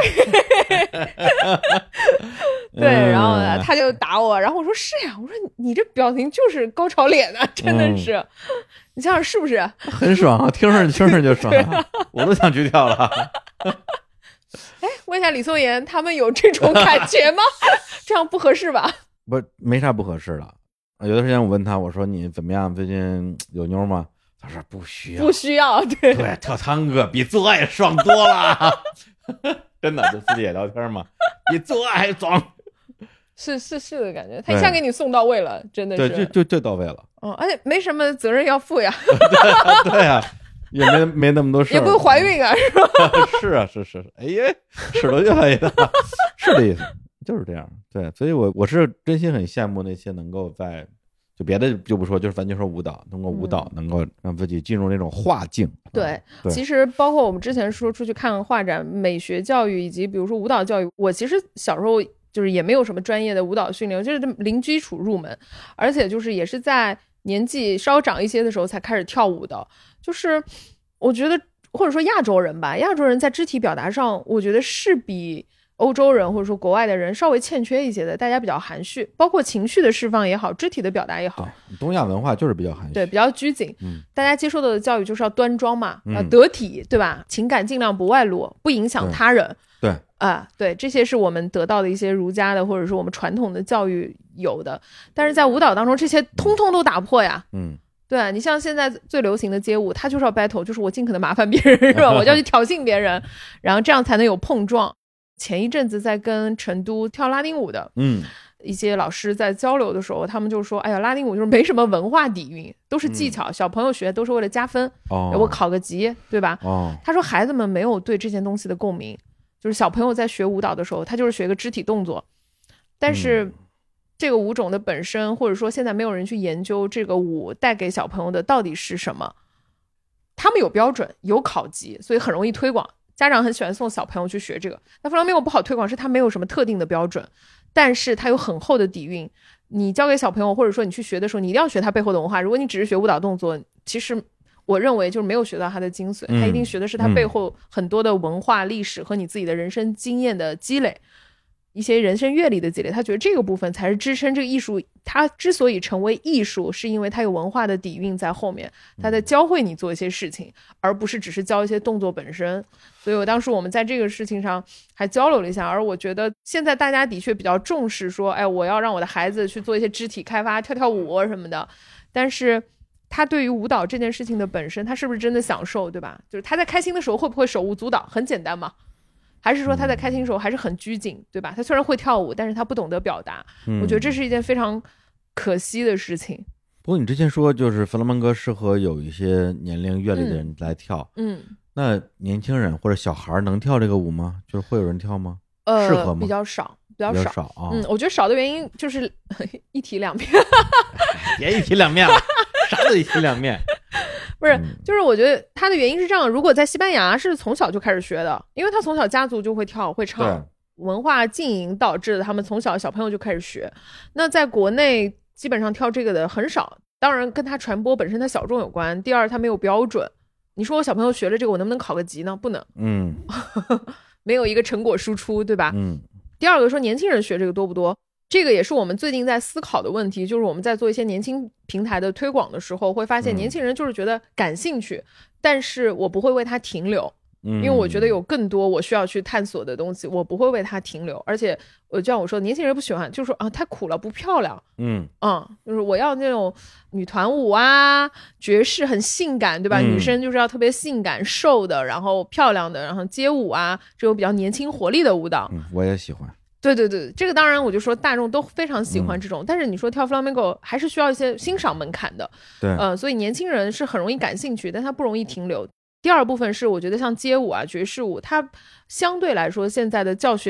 对，然后呢，他就打我，然后我说是呀，我说你这表情就是高潮脸啊，真的是，嗯、你想想是不是？ 很爽啊，听着听着就爽、啊，我都想去跳了。 哎，问一下李松岩，他们有这种感觉吗？这样不合适吧？ 不，没啥不合适的。有段时间我问他，我说你怎么样？最近有妞吗？他说不需要， 不需要。对对，跳探戈比做爱爽多了。真的，就自己也聊天嘛，比做爱还爽。 是是是的感觉，他一下给你送到位了，真的是， 对，就就就到位了。 哦，而且没什么责任要负呀。 对, 对呀，也没没那么多事， 也不会怀孕啊，是吧？ 是啊，是是是，哎呀，尺度越来越大，是这意思，就是这样。对，所以我我是真心很羡慕那些能够在就别的就不说，就是咱就说舞蹈，通过舞蹈能够让自己进入那种画境。 嗯、对, 对， 其实包括我们之前说出去看画展，美学教育以及比如说舞蹈教育，我其实小时候就是也没有什么专业的舞蹈训练，就是零基础入门，而且就是也是在年纪稍长一些的时候才开始跳舞的。就是我觉得或者说亚洲人吧，亚洲人在肢体表达上，我觉得是比欧洲人或者说国外的人稍微欠缺一些的，大家比较含蓄，包括情绪的释放也好，肢体的表达也好。 东亚文化就是比较含蓄， 对，比较拘谨。 嗯， 大家接受的教育就是要端庄嘛， 嗯、 要得体，对吧？情感尽量不外露，不影响他人。 对啊、呃，对，这些是我们得到的一些儒家的或者说我们传统的教育有的，但是在舞蹈当中，这些通通都打破呀。 嗯。 对啊，你像现在最流行的街舞，它就是要 battle， 就是我尽可能麻烦别人，是吧？我就要去挑衅别人，然后这样才能有碰撞。前一阵子在跟成都跳拉丁舞的， 嗯， 一些老师在交流的时候，他们就说：“哎呀，拉丁舞就是没什么文化底蕴，都是技巧，嗯、小朋友学都是为了加分， 哦， 我考个级，对吧？” 哦， 他说孩子们没有对这件东西的共鸣，就是小朋友在学舞蹈的时候，他就是学个肢体动作，但是。嗯这个舞种的本身，或者说现在没有人去研究这个舞带给小朋友的到底是什么，他们有标准有考级，所以很容易推广，家长很喜欢送小朋友去学这个。那弗朗明哥不好推广，是他没有什么特定的标准，但是他有很厚的底蕴，你教给小朋友或者说你去学的时候，你一定要学他背后的文化。如果你只是学舞蹈动作，其实我认为就是没有学到他的精髓，他一定学的是他背后很多的文化历史和你自己的人生经验的积累，一些人生阅历的积累，他觉得这个部分才是支撑这个艺术。他之所以成为艺术，是因为他有文化的底蕴在后面，他在教会你做一些事情，而不是只是教一些动作本身。所以我当时我们在这个事情上还交流了一下，而我觉得现在大家的确比较重视说，哎，我要让我的孩子去做一些肢体开发，跳跳舞什么的，但是他对于舞蹈这件事情的本身，他是不是真的享受，对吧？就是他在开心的时候会不会手舞足蹈，很简单嘛。还是说他在开心的时候还是很拘谨，对吧？他虽然会跳舞，但是他不懂得表达、嗯、我觉得这是一件非常可惜的事情。 不过你之前说就是弗拉门戈适合有一些年龄阅历的人来跳， 嗯， 那年轻人或者小孩能跳这个舞吗？就是会有人跳吗？ 呃， 适合吗？ 比较少，比较少, 比较少啊。 嗯，我觉得少的原因就是一体两面。 别一体两面了，啥都一体两面。 不是，就是我觉得他的原因是这样，如果在西班牙是从小就开始学的，因为他从小家族就会跳会唱，文化浸淫导致的他们从小小朋友就开始学。那在国内基本上跳这个的很少，当然跟他传播本身他小众有关，第二他没有标准。你说我小朋友学了这个我能不能考个级呢？不能， 嗯， 没有一个成果输出，对吧？ 嗯。 第二个说年轻人学这个多不多，这个也是我们最近在思考的问题，就是我们在做一些年轻平台的推广的时候，会发现年轻人就是觉得感兴趣，嗯、但是我不会为他停留， 嗯， 因为我觉得有更多我需要去探索的东西，我不会为他停留。而且我就像我说，年轻人不喜欢，就是说啊，太苦了，不漂亮， 嗯嗯，就是我要那种女团舞啊，爵士很性感，对吧？嗯、女生就是要特别性感、瘦的，然后漂亮的，然后街舞啊，这种比较年轻活力的舞蹈， 嗯，我也喜欢。 对对对，这个当然我就说大众都非常喜欢这种，嗯、但是你说跳 flamenco 还是需要一些欣赏门槛的， 对， 呃，所以年轻人是很容易感兴趣，但他不容易停留。第二部分是我觉得像街舞啊、爵士舞，它相对来说现在的教学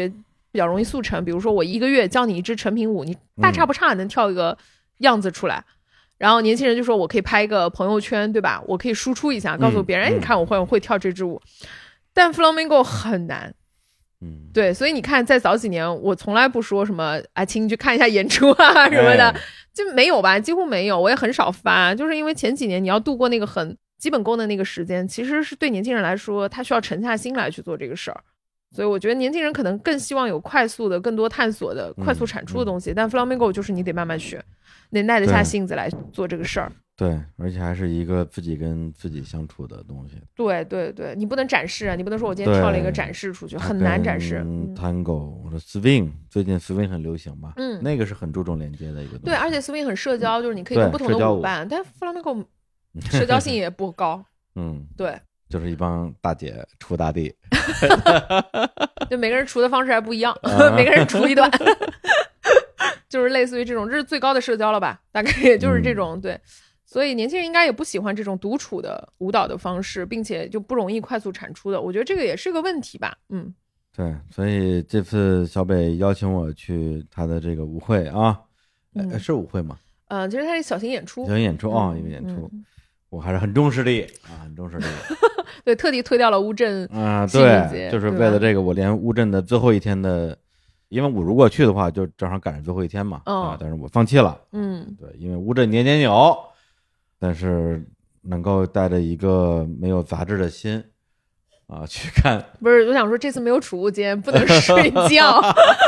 比较容易速成。比如说我一个月教你一支成品舞，你大差不差能跳一个样子出来。嗯，然后年轻人就说我可以拍一个朋友圈，对吧？我可以输出一下，告诉别人，哎、嗯，你看我会我会跳这支舞。但 flamenco 很难， 嗯， 对，所以你看，在早几年，我从来不说什么啊，请你去看一下演出啊什么的，哎、就没有吧，几乎没有，我也很少发，就是因为前几年你要度过那个很基本功的那个时间，其实是对年轻人来说，他需要沉下心来去做这个事儿。所以我觉得年轻人可能更希望有快速的、更多探索的、快速产出的东西，嗯嗯、但 flamenco 就是你得慢慢学，得耐得下性子来做这个事儿。 对，而且还是一个自己跟自己相处的东西。 对对对，你不能展示啊，你不能说我今天跳了一个展示出去，很难展示。 嗯 ，tango 或者 swing， 最近 swing 很流行嘛，嗯，那个是很注重连接的一个东西。 对，而且 swing 很社交，就是你可以跟不同的舞伴，但 flamenco 社交性也不高。 嗯， 对， 就是一帮大姐锄大地， 就每个人锄的方式还不一样，啊、每个人锄一段。就是类似于这种，这是最高的社交了吧？大概也就是这种、嗯、对，所以年轻人应该也不喜欢这种独处的舞蹈的方式，并且就不容易快速产出的。我觉得这个也是个问题吧。嗯， 对，所以这次小北邀请我去他的这个舞会啊，嗯、是舞会吗？ 嗯、呃，其实他是小型演出， 小型演出啊、嗯哦，一个演出。嗯，我还是很重视的啊，很重视的。 对，特地推掉了乌镇啊，对，就是为了这个，我连乌镇的最后一天的。因为我如果去的话，就正好赶上最后一天嘛，哦、啊，但是我放弃了。 嗯， 对，因为乌镇年年有，但是能够带着一个没有杂质的心啊去看。 不是，我想说这次没有储物间，不能睡觉，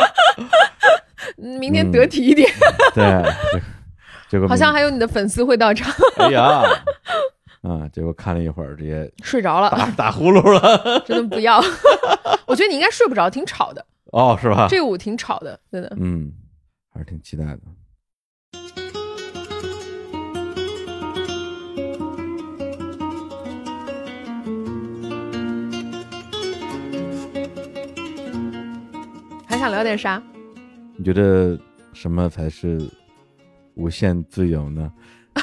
明天得体一点。 嗯、对，这个好像还有你的粉丝会到场。 哎呀，啊，结果看了一会儿，直接睡着了， 打打呼噜了。 真的不要，我觉得你应该睡不着，挺吵的。 哦，是吧？ 这个舞挺吵的，真的。 嗯，还是挺期待的。 还想聊点啥？ 你觉得什么才是无限自由呢？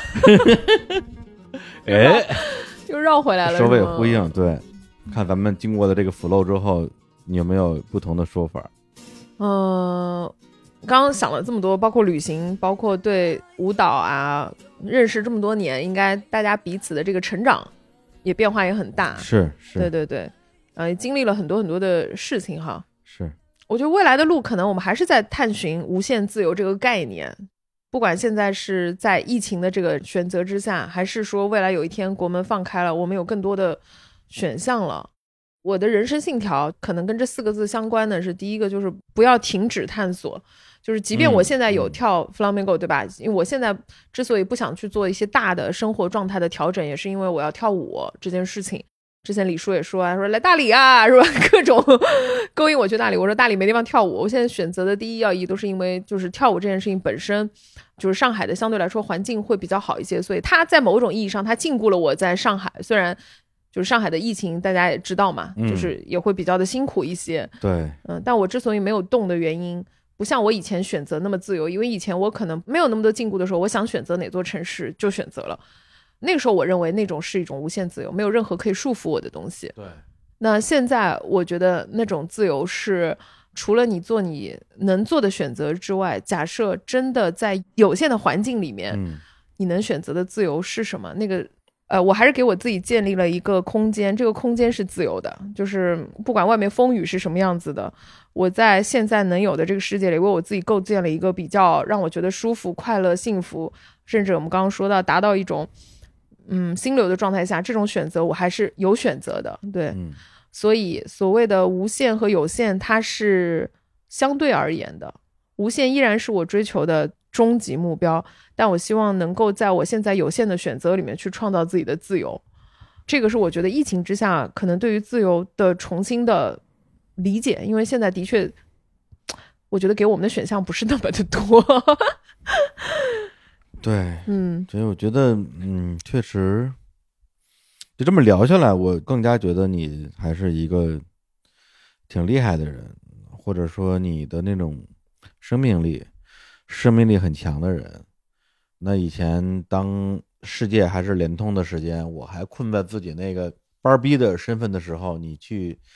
哎， 又绕回来了， 首尾呼应。对，看咱们经过的这个 flow 之后。你有没有不同的说法？ 嗯、呃，刚刚想了这么多，包括旅行，包括对舞蹈啊认识这么多年，应该大家彼此的这个成长也变化也很大。 是是， 对对对，呃，经历了很多很多的事情哈。 是， 我觉得未来的路可能我们还是在探寻无限自由这个概念，不管现在是在疫情的这个选择之下，还是说未来有一天国门放开了，我们有更多的选项了。我的人生信条可能跟这四个字相关的是，第一个就是不要停止探索，就是即便我现在有跳 flamenco、嗯、对吧？因为我现在之所以不想去做一些大的生活状态的调整，也是因为我要跳舞这件事情。之前李叔也说啊，说来大理啊，是吧？各种勾引我去大理，我说大理没地方跳舞。我现在选择的第一要义都是因为就是跳舞这件事情本身，就是上海的相对来说环境会比较好一些，所以它在某种意义上它禁锢了我在上海，虽然。就是上海的疫情大家也知道嘛、嗯、就是也会比较的辛苦一些， 对， 嗯，但我之所以没有动的原因不像我以前选择那么自由，因为以前我可能没有那么多禁锢的时候，我想选择哪座城市就选择了，那个时候我认为那种是一种无限自由，没有任何可以束缚我的东西。 对， 那现在我觉得那种自由是除了你做你能做的选择之外，假设真的在有限的环境里面、嗯、你能选择的自由是什么，那个呃，我还是给我自己建立了一个空间，这个空间是自由的，就是不管外面风雨是什么样子的，我在现在能有的这个世界里，为我自己构建了一个比较让我觉得舒服、快乐、幸福，甚至我们刚刚说到达到一种嗯心流的状态下，这种选择我还是有选择的，对、嗯，所以所谓的无限和有限，它是相对而言的，无限依然是我追求的终极目标，但我希望能够在我现在有限的选择里面去创造自己的自由，这个是我觉得疫情之下可能对于自由的重新的理解，因为现在的确我觉得给我们的选项不是那么的多对，嗯，所以我觉得嗯，确实就这么聊下来，我更加觉得你还是一个挺厉害的人，或者说你的那种生命力生命力很强的人。那以前当世界还是联通的时间，我还困在自己那个班逼的身份的时候，你去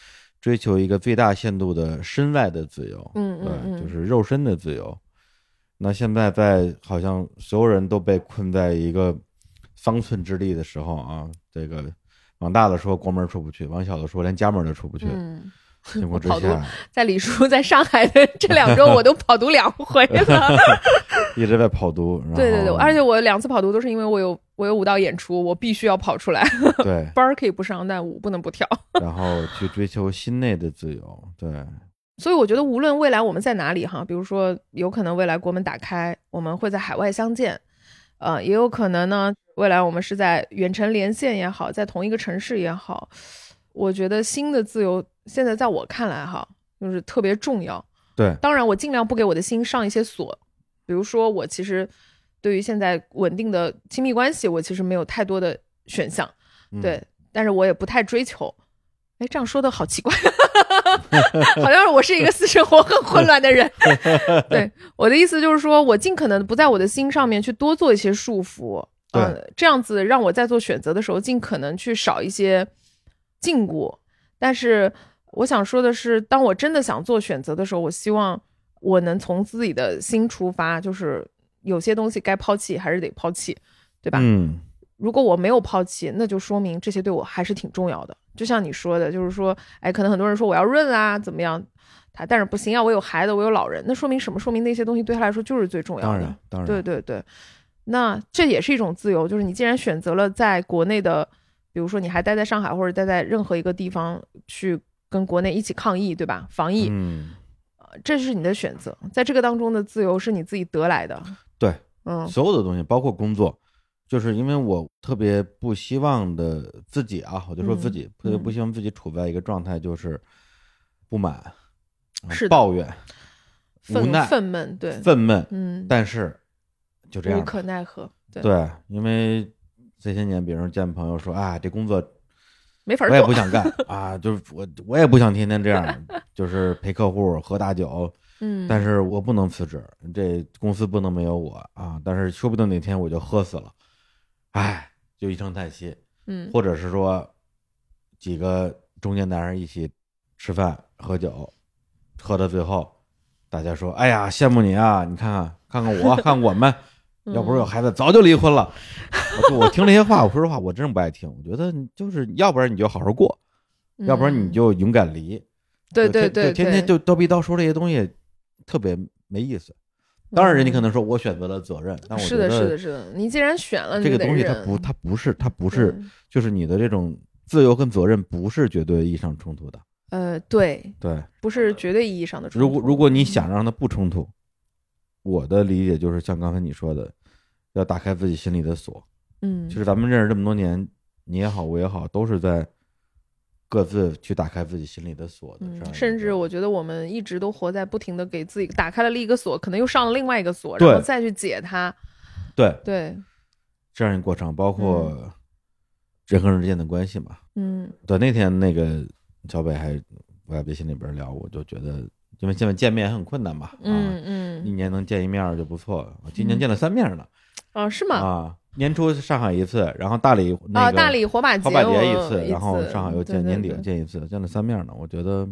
追求一个最大限度的身外的自由， 嗯嗯嗯， 对，就是肉身的自由。那现在在好像所有人都被困在一个方寸之地的时候啊，这个往大的说国门出不去，往小的说连家门都出不去。 嗯， 情况之跑读下， 在李叔在上海的这两周，我都跑读两回了， 一直在跑读。然后对对对，而且我两次跑读都是因为我有我有舞蹈演出，我必须要跑出来。 对， 班儿可以不上，但舞不能不跳。 然后去追求心内的自由。对， 所以我觉得无论未来我们在哪里哈，比如说有可能未来国门打开，我们会在海外相见，呃，也有可能呢，未来我们是在远程连线也好，在同一个城市也好，我觉得新的自由现在在我看来哈，就是特别重要。 对， 当然我尽量不给我的心上一些锁，比如说我其实对于现在稳定的亲密关系，我其实没有太多的选项，对，嗯、但是我也不太追求。哎，这样说的好奇怪，好像是我是一个私生活很混乱的人。对，我的意思就是说，我尽可能不在我的心上面去多做一些束缚，呃，这样子让我在做选择的时候，尽可能去少一些禁锢。但是我想说的是，当我真的想做选择的时候，我希望我能从自己的心出发，就是有些东西该抛弃还是得抛弃，对吧？ 嗯。 如果我没有抛弃，那就说明这些对我还是挺重要的。就像你说的，就是说，哎，可能很多人说我要润啊，怎么样？他但是不行啊，我有孩子，我有老人，那说明什么？说明那些东西对他来说就是最重要的。 当然，当然， 对对对。那这也是一种自由，就是你既然选择了在国内的，比如说你还待在上海或者待在任何一个地方去跟国内一起抗疫，对吧？防疫， 嗯， 这是你的选择，在这个当中的自由是你自己得来的。 对， 嗯， 所有的东西，包括工作。就是因为我特别不希望的自己啊，我就说自己、嗯、特别不希望自己处在一个状态，就是不满、 是抱怨、无奈、 愤懑，对， 愤懑， 嗯， 但是就这样， 无可奈何，对， 对，因为这些年，比如说见朋友说啊，这工作没法做， 我也不想干啊，就是我我也不想天天这样，就是陪客户喝大酒。 嗯， 但是我不能辞职，这公司不能没有我啊！但是说不定哪天我就喝死了。唉，就一声叹息， 嗯， 或者是说几个中年男人一起吃饭喝酒，喝到最后，大家说：“哎呀，羡慕你啊！你看看，看看我，看我们，要不是有孩子，早就离婚了。嗯”我我听这些话，我说实话，我真不爱听。我觉得就是要不然你就好好过， 嗯、 要不然你就勇敢离。 对对 对, 对， 天天就叨逼叨说这些东西，特别没意思。当然，人家可能说我选择了责任，但我觉得是的，是的，是的。你既然选了这个东西，它不，它不是，它不是，就是你的这种自由跟责任不是绝对意义上冲突的。 呃，对对， 不是绝对意义上的冲突。 如果如果你想让它不冲突，我的理解就是像刚才你说的，要打开自己心里的锁。 嗯， 其实咱们认识这么多年，你也好，我也好，都是在各自去打开自己心里的锁的、 嗯、甚至我觉得我们一直都活在不停的给自己打开了另一个锁，可能又上了另外一个锁，然后再去解它。 对对， 这样一个过程，包括人和人之间的关系嘛。 嗯， 对，那天那个小北还我在微信里边聊，我就觉得因为现在见面很困难嘛， 嗯啊、 嗯， 一年能见一面就不错，我今年见了三面呢。 哦、嗯，是吗？ 啊。年初上海一次，然后大理那个、 啊、大理火把节火把节一次， 一次然后上海又见年底对对对见一次，见了三面呢。我觉得，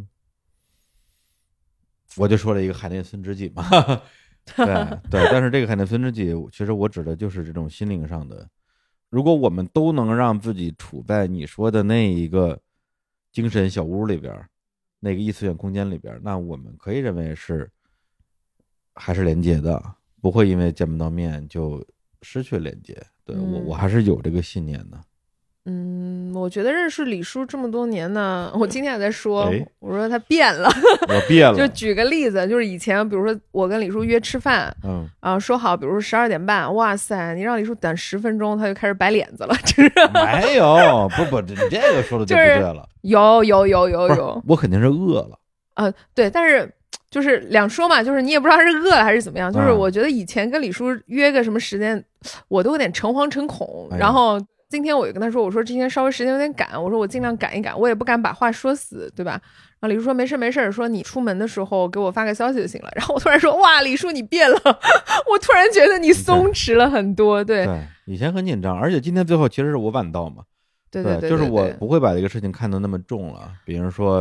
我就说了一个海内存知己嘛，对对。但是这个海内存知己，其实我指的就是这种心灵上的。如果我们都能让自己处在你说的那一个精神小屋里边，那个异次元空间里边，那我们可以认为是还是连接的，不会因为见不到面就失去连接。对、嗯、我我还是有这个信念的。 嗯，我觉得认识李叔这么多年呢，我今天也在说，哎、我说他变了， 我变了。 就举个例子，就是以前比如说我跟李叔约吃饭， 嗯啊，说好，比如说十二点半，哇塞，你让李叔等十分钟，他就开始摆脸子了，就是没有，不不，这这个说的就不对了。 就是、有有有有有， 我肯定是饿了。 啊、呃，对，但是。就是两说嘛，就是你也不知道是饿了还是怎么样。就是我觉得以前跟李叔约个什么时间，我都有点诚惶诚恐。 哎、 然后今天我就跟他说，我说今天稍微时间有点赶，我说我尽量赶一赶，我也不敢把话说死，对吧？然后李叔说没事没事，说你出门的时候给我发个消息就行了。然后我突然说哇，李叔你变了，我突然觉得你松弛了很多。对对, 对，以前很紧张，而且今天最后其实是我晚到嘛。 对对 对, 对，就是我不会把这个事情看得那么重了。比如说。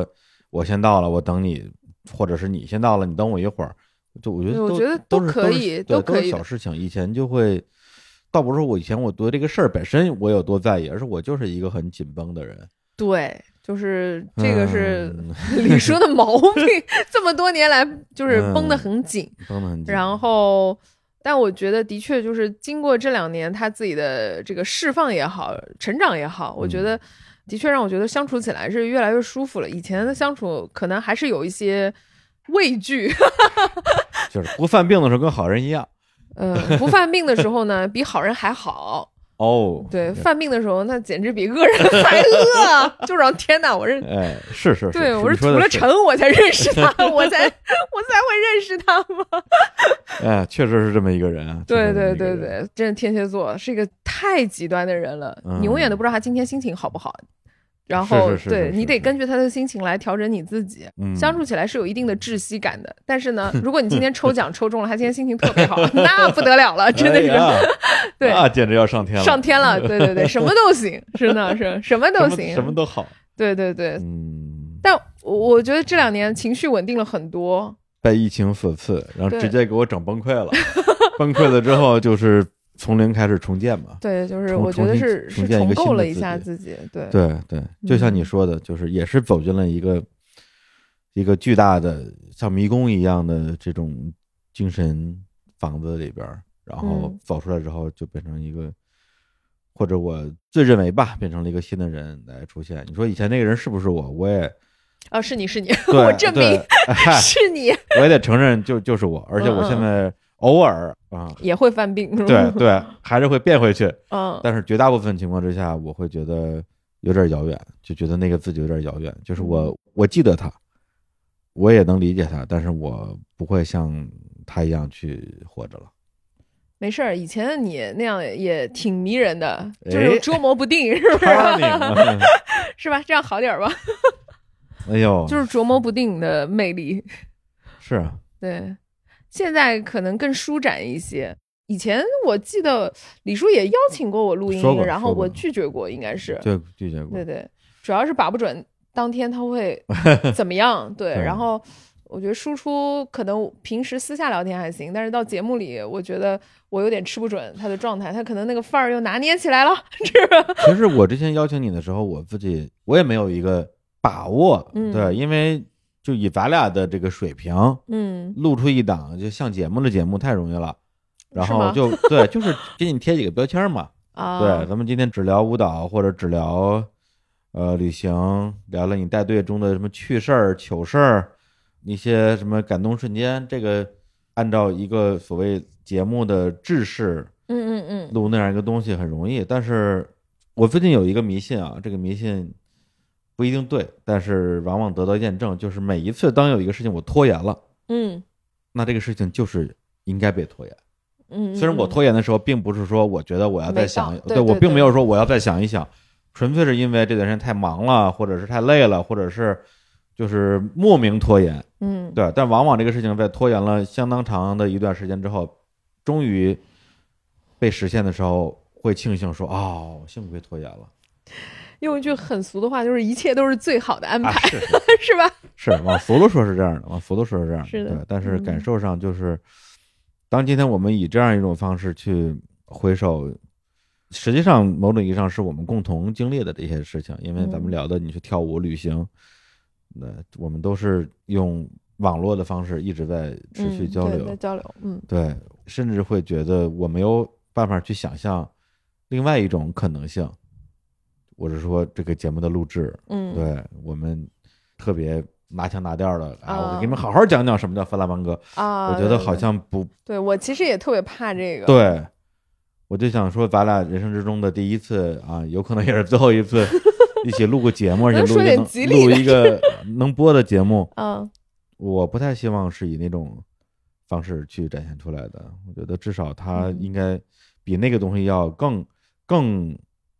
我先到了，我等你，或者是你先到了，你等我一会儿，就我觉得都我觉得都是可以， 都可以， 都是小事情。以前就会，倒不是说我以前我对这个事儿本身我有多在意，而是我就是一个很紧绷的人。 对，就是这个是李叔的毛病，嗯、这么多年来就是绷得很紧， 嗯、绷得很紧。 然后。但我觉得的确就是经过这两年他自己的这个释放也好，成长也好，我觉得的确让我觉得相处起来是越来越舒服了。以前的相处可能还是有一些畏惧， 就是不犯病的时候跟好人一样。 呃，不犯病的时候呢，比好人还好。 哦， 对，犯病的时候那简直比恶人还恶，就让天哪，我认， 哎，是是是， 对我是涂了尘我才认识他，我才我才会认识他吗？ 哎，确实是这么一个人啊。 对对对对，真的天蝎座是一个太极端的人了，嗯、你永远都不知道他今天心情好不好。然后是是是对你得根据他的心情来调整你自己， 嗯、 相处起来是有一定的窒息感的。但是呢，如果你今天抽奖抽中了，他今天心情特别好，那不得了了，真的是， 哎、 对， 那简直要上天了， 上天了，对对对，什么都行，真的是什么都行， 什么, 什么都好， 对对对， 嗯。 但我觉得这两年情绪稳定了很多， 被疫情所赐，然后直接给我整崩溃了，崩溃了之后就是从零开始重建嘛。 对，就是我觉得是是重构了一下自己。对对对，就像你说的，嗯、就是也是走进了一个一个巨大的像迷宫一样的这种精神房子里边，然后走出来之后就变成一个，嗯、或者我自认为吧，变成了一个新的人来出现。你说以前那个人是不是我？我也。 哦，是你是你，我证明是你， 我也得承认就就是我，而且我现在偶尔啊、嗯、 也会犯病， 对对，还是会变回去， 嗯， 但是绝大部分情况之下，我会觉得有点遥远，就觉得那个自己有点遥远，就是我我记得他，我也能理解他，但是我不会像他一样去活着了。 没事儿，以前的你那样也挺迷人的，就是捉摸不定，是不是？是吧？这样好点吧？ 哎呦， 就是琢磨不定的魅力， 是啊， 对，现在可能更舒展一些。以前我记得李叔也邀请过我录音，然后我拒绝过，应该是对拒绝过， 对对，主要是把不准当天他会怎么样，对，然后我觉得输出可能平时私下聊天还行，但是到节目里，我觉得我有点吃不准他的状态，他可能那个范儿又拿捏起来了，是吧？ 其实我之前邀请你的时候，我自己我也没有一个把握， 嗯、 对，因为就以咱俩的这个水平， 嗯， 录出一档就像节目的节目太容易了，然后就对，就是给你贴几个标签嘛， 啊， 对，咱们今天只聊舞蹈或者只聊呃旅行，聊了你带队中的什么趣事儿、糗事儿，一些什么感动瞬间，这个按照一个所谓节目的制式， 嗯嗯嗯， 录那样一个东西很容易，但是我最近有一个迷信啊，这个迷信不一定对，但是往往得到验证，就是每一次当有一个事情我拖延了， 嗯， 那这个事情就是应该被拖延。 嗯， 虽然我拖延的时候并不是说我觉得我要再想， 对, 对, 对, 对我并没有说我要再想一想，纯粹是因为这段时间太忙了，或者是太累了，或者是就是莫名拖延。 嗯， 对，但往往这个事情在拖延了相当长的一段时间之后，终于被实现的时候，会庆幸说哦，幸亏拖延了。 用一句很俗的话，就是一切都是最好的安排， 啊、是, 是, 是吧？ 是往俗了说是这样的，往俗了说是这样的， 是的。 对，但是感受上就是，嗯、当今天我们以这样一种方式去回首，实际上某种意义上是我们共同经历的这些事情，因为咱们聊的你去跳舞、旅行，那、嗯、我们都是用网络的方式一直在持续交流， 嗯、在交流，嗯， 对，甚至会觉得我没有办法去想象另外一种可能性。我是说这个节目的录制， 嗯， 对，我们特别拿腔拿调的啊， 啊我给你们好好讲讲什么叫弗拉芒戈啊， 我觉得好像不， 对, 对, 对我其实也特别怕这个， 对，我就想说咱俩人生之中的第一次啊，有可能也是最后一次一起录个节目，而且录一个录一个能播的节目， 嗯， 我不太希望是以那种方式去展现出来的，我觉得至少它应该比那个东西要更更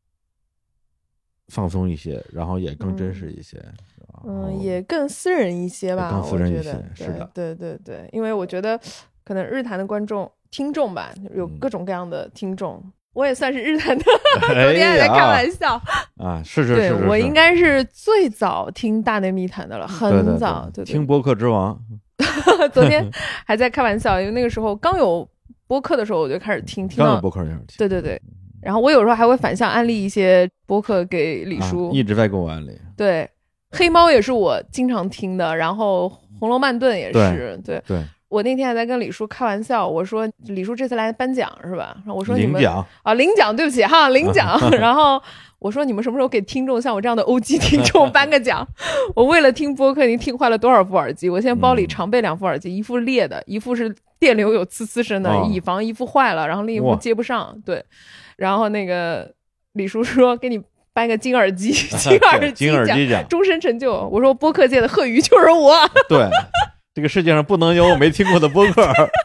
放松一些，然后也更真实一些， 嗯，嗯也更私人一些吧， 更私人一些，是的， 对对对，因为我觉得可能日坛的观众、听众吧，有各种各样的听众， 我也算是日坛的，昨天还在开玩笑啊，是是是， 对我应该是最早听大内密谈的了，很早， 对对对，听播客之王。 昨天还在开玩笑，因为那个时候刚有播客的时候，我就开始听，听到刚有播客就开始听， 对对对。然后我有时候还会反向安利一些播客给李叔， 啊、一直在给我安利。 对，黑猫也是我经常听的，然后红楼慢炖也是， 对对, 对。 我那天还在跟李叔开玩笑，我说李叔这次来颁奖是吧？我说你们领奖啊，领奖，对不起哈，领奖。然后我说你们什么时候给听众像我这样的 O G 听众颁个奖？我为了听播客，已经听坏了多少副耳机？我现在包里常备两副耳机，一副裂的，一副是电流有呲呲声的， 哦、 以防一副坏了，然后另一副接不上。对，然后那个李叔说给你颁个金耳机，金耳机金耳机奖， 终身成就。我说播客界的贺鱼就是我。 对。这个世界上不能有我没听过的播客。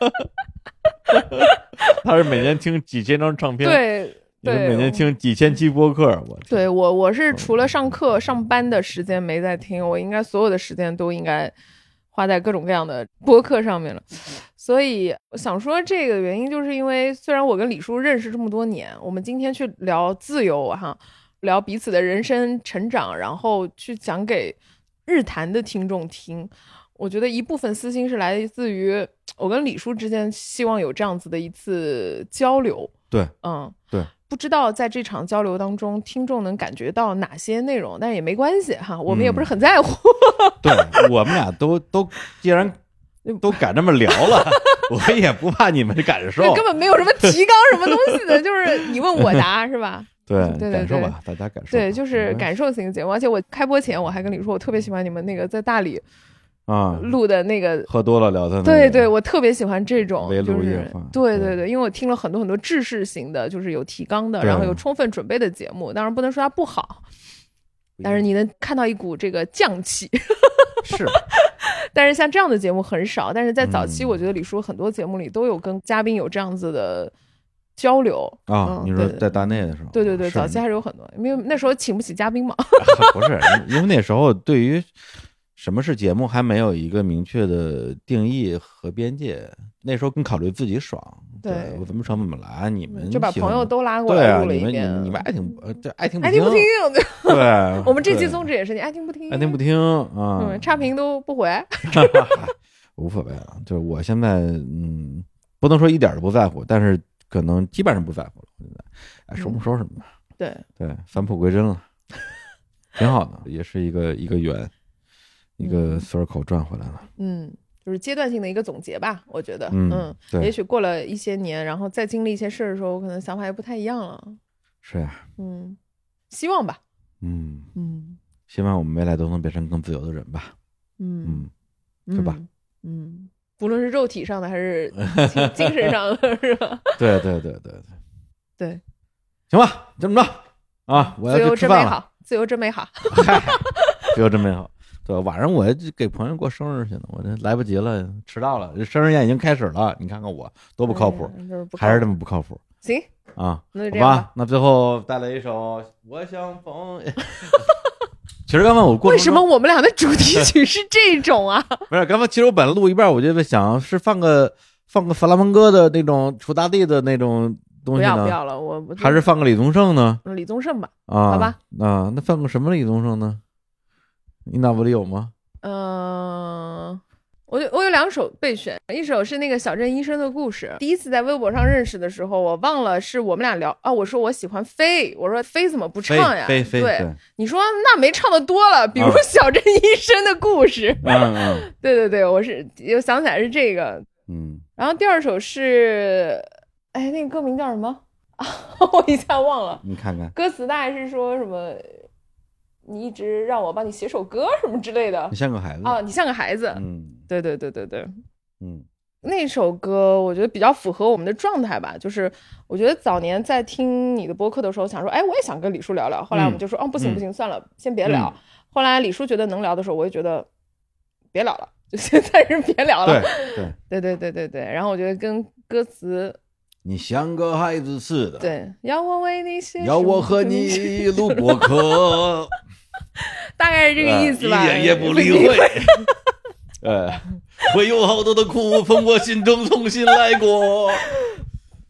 他是每年听几千张唱片， 对， 对，每年听几千期播客。我对我我是除了上课上班的时间没在听，我应该所有的时间都应该花在各种各样的播客上面了。所以我想说这个原因就是因为虽然我跟李叔认识这么多年，我们今天去聊自由哈，聊彼此的人生成长，然后去讲给日坛的听众听。我觉得一部分私心是来自于我跟李叔之间希望有这样子的一次交流。 对， 嗯， 对， 不知道在这场交流当中听众能感觉到哪些内容，但是也没关系哈，我们也不是很在乎。 嗯、对，我们俩都都既然都敢这么聊了，我也不怕你们的感受。 根本没有什么提纲什么东西的，就是你问我答是吧？ 对， 对对对， 感受吧，大家感受。 对，就是感受型节目。而且我开播前我还跟李叔说，我特别喜欢你们那个在大理。 啊， 录的那个喝多了聊的、那个， 对对，我特别喜欢这种， 围炉夜话， 对对对，因为我听了很多很多制式型的，就是有提纲的，然后有充分准备的节目，当然不能说它不好，但是你能看到一股这个匠气， 是， 但是像这样的节目很少，但是在早期，我觉得李叔很多节目里都有跟嘉宾有这样子的交流啊、嗯，你说在大内的时候， 对对对，早期还是有很多，因为那时候请不起嘉宾嘛， 不是，因为那时候对于。什么是节目还没有一个明确的定义和边界，那时候更考虑自己爽，对，我怎么爽怎么来，你们就把朋友都拉过来录了一遍， 对啊，你们你们爱听呃，这爱听不听，爱听不听， 对， 我们这期宗旨也是你爱听不听， 爱听不听啊， 嗯，差评都不回， 无所谓了，就是我现在嗯，不能说一点都不在乎，但是可能基本上不在乎了，现在爱说不说什么， 对对，返璞归真了，挺好的，也是一个一个圆。一个 circle 转回来了， 嗯，就是阶段性的一个总结吧，我觉得， 嗯， 嗯对， 也许过了一些年，然后再经历一些事的时候，可能想法也不太一样了。 是呀、啊， 嗯，希望吧， 嗯嗯， 希望我们未来都能变成更自由的人吧， 嗯嗯，对吧？ 嗯，不论是肉体上的还是精神上的，是吧？ 对对对对对对， 行吧，这么着啊，我要去吃饭了。 自由真美好， 嗨，自由真美好。对，晚上我给朋友过生日去呢，我这来不及了，迟到了。这生日宴已经开始了，你看看我多不靠谱， 哎就是、不靠谱还是这么不靠谱。 行啊， 那就这样吧。 吧那最后带来一首《我相逢》。其实刚刚我过为什么我们俩的主题曲是这种啊？ 不是，刚刚其实我本来录一半，我就在想是放个放个弗拉门戈的那种楚大地的那种东西呢？ 不要不要了，我还是放个李宗盛呢？ 李宗盛吧， 啊， 好吧， 啊，那放个什么李宗盛呢？你脑子里有吗？ 嗯、呃，我我有两首备选，一首是那个小镇医生的故事。第一次在微博上认识的时候，我忘了是我们俩聊啊，我说我喜欢飞，我说飞怎么不唱呀？ 飞飞对， 对你说那没唱的多了，比如小镇医生的故事。 嗯嗯， 对对对，我是又想起来是这个。 嗯， 然后第二首是，哎，那个歌名叫什么？啊，我一下忘了。 你看看， 歌词大概是说什么？你一直让我帮你写首歌什么之类的。 你像个孩子啊，你像个孩子。 嗯， 对对对对对， 嗯， 那首歌我觉得比较符合我们的状态吧。就是我觉得早年在听你的播客的时候，想说，哎，我也想跟李叔聊聊。后来我们就说，嗯、哦，不行不行，算了，先别聊。嗯、后来李叔觉得能聊的时候，我也觉得别聊了，就现在是别聊了。 对对对对对对。然后我觉得跟歌词。 你像个孩子似的， 对，要我为你写， 要我和你录播客， 大概是这个意思吧， 呃、一点也不理会。呃，会有好多的苦从我心中重新来过。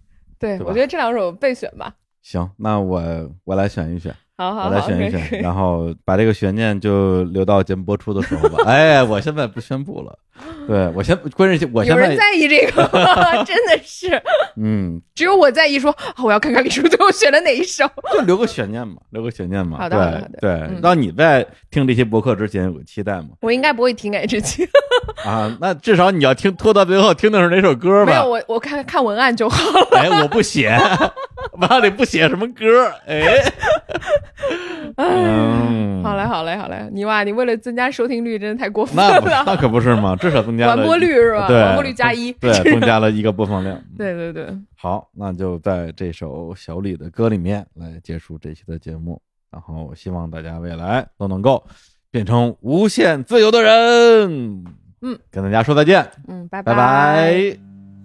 对， 对吧我觉得这两首备选吧。 行，那我我来选一选。 好好好， 我来选一可以可选， 以然后把这个悬念就留到节目播出的时候吧。哎，我现在不宣布了，对我先关键我现在有人在意这个吗？真的是， 嗯， 只有我在意说，啊我要看看李叔最后选了哪一首。 就留个悬念嘛，留个悬念嘛。 好的好的好的对对， 嗯让你在听这期博客之前有个期待嘛。 我应该不会听哎，这期啊，那至少你要听拖到最后听的是哪首歌吧？ 没有，我我看看文案就好了。 哎，我不写，妈里不写什么歌？哎，嗯， 好嘞，好嘞，好嘞，你哇，你为了增加收听率，真的太过分那不了。 那可不是嘛，至少增加了完播率是吧？ 对， 完播率加一， 对，增加了一个播放量。 对对对， 好，那就在这首小李的歌里面来结束这期的节目。然后希望大家未来都能够变成无限自由的人。 嗯， 跟大家说再见。 嗯，拜拜拜。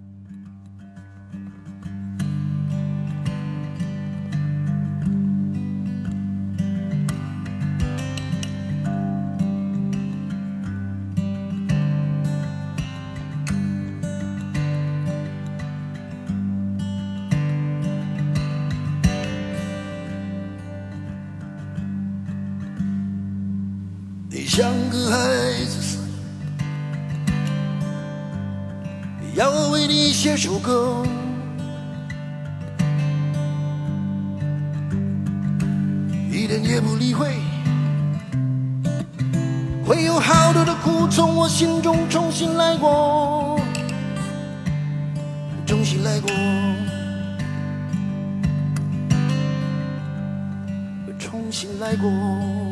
你像个孩子似的，要我为你写首歌，一点也不理会，会有好多的苦从我心中重新来过，重新来过，重新来过。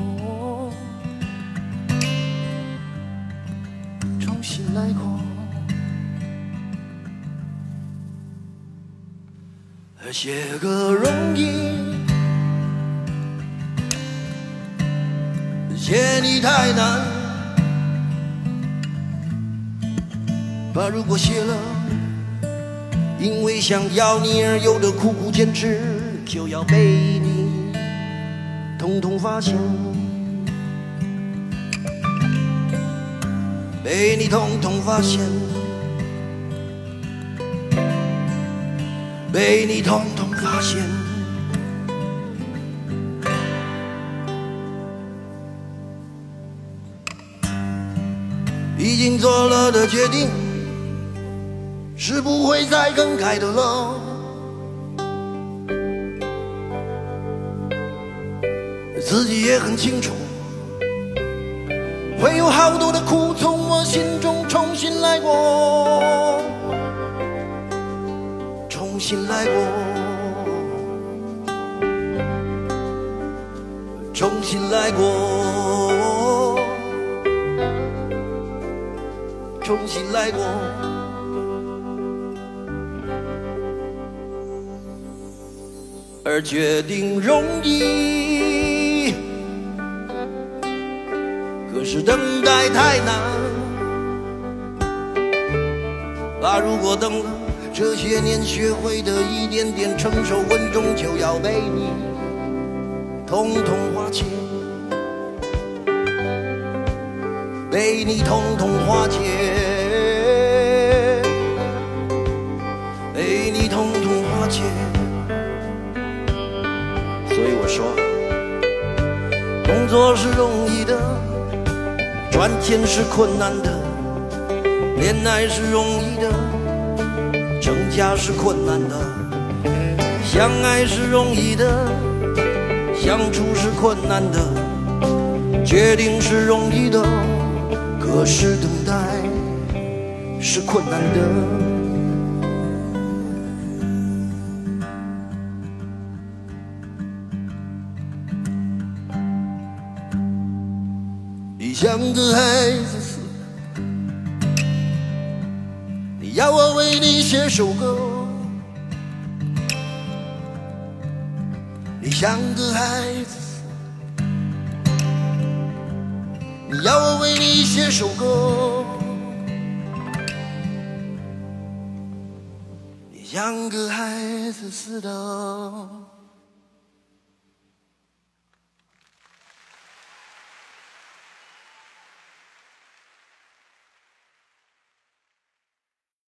重新来过，写歌容易，写你太难。把如果写了，因为想要你而有的苦苦坚持，就要被你统统发现。被你统统发现，被你统统发现。已经做了的决定，是不会再更改的了。自己也很清楚。会有好多的苦从我心中重新来过，重新来过，重新来过，重新来过。而决定容易，可是等待太难，把如果等了这些年学会的一点点成熟稳重，就要被你统统化解，被你统统化解，被你统统化解。所以我说，工作是容易的，赚钱是困难的，恋爱是容易的，成家是困难的，相爱是容易的，相处是困难的，决定是容易的，可是等待是困难的。你像个孩子似的，你要我为你写首歌。你像个孩子似的，你要我为你写首歌。你像个孩子似的。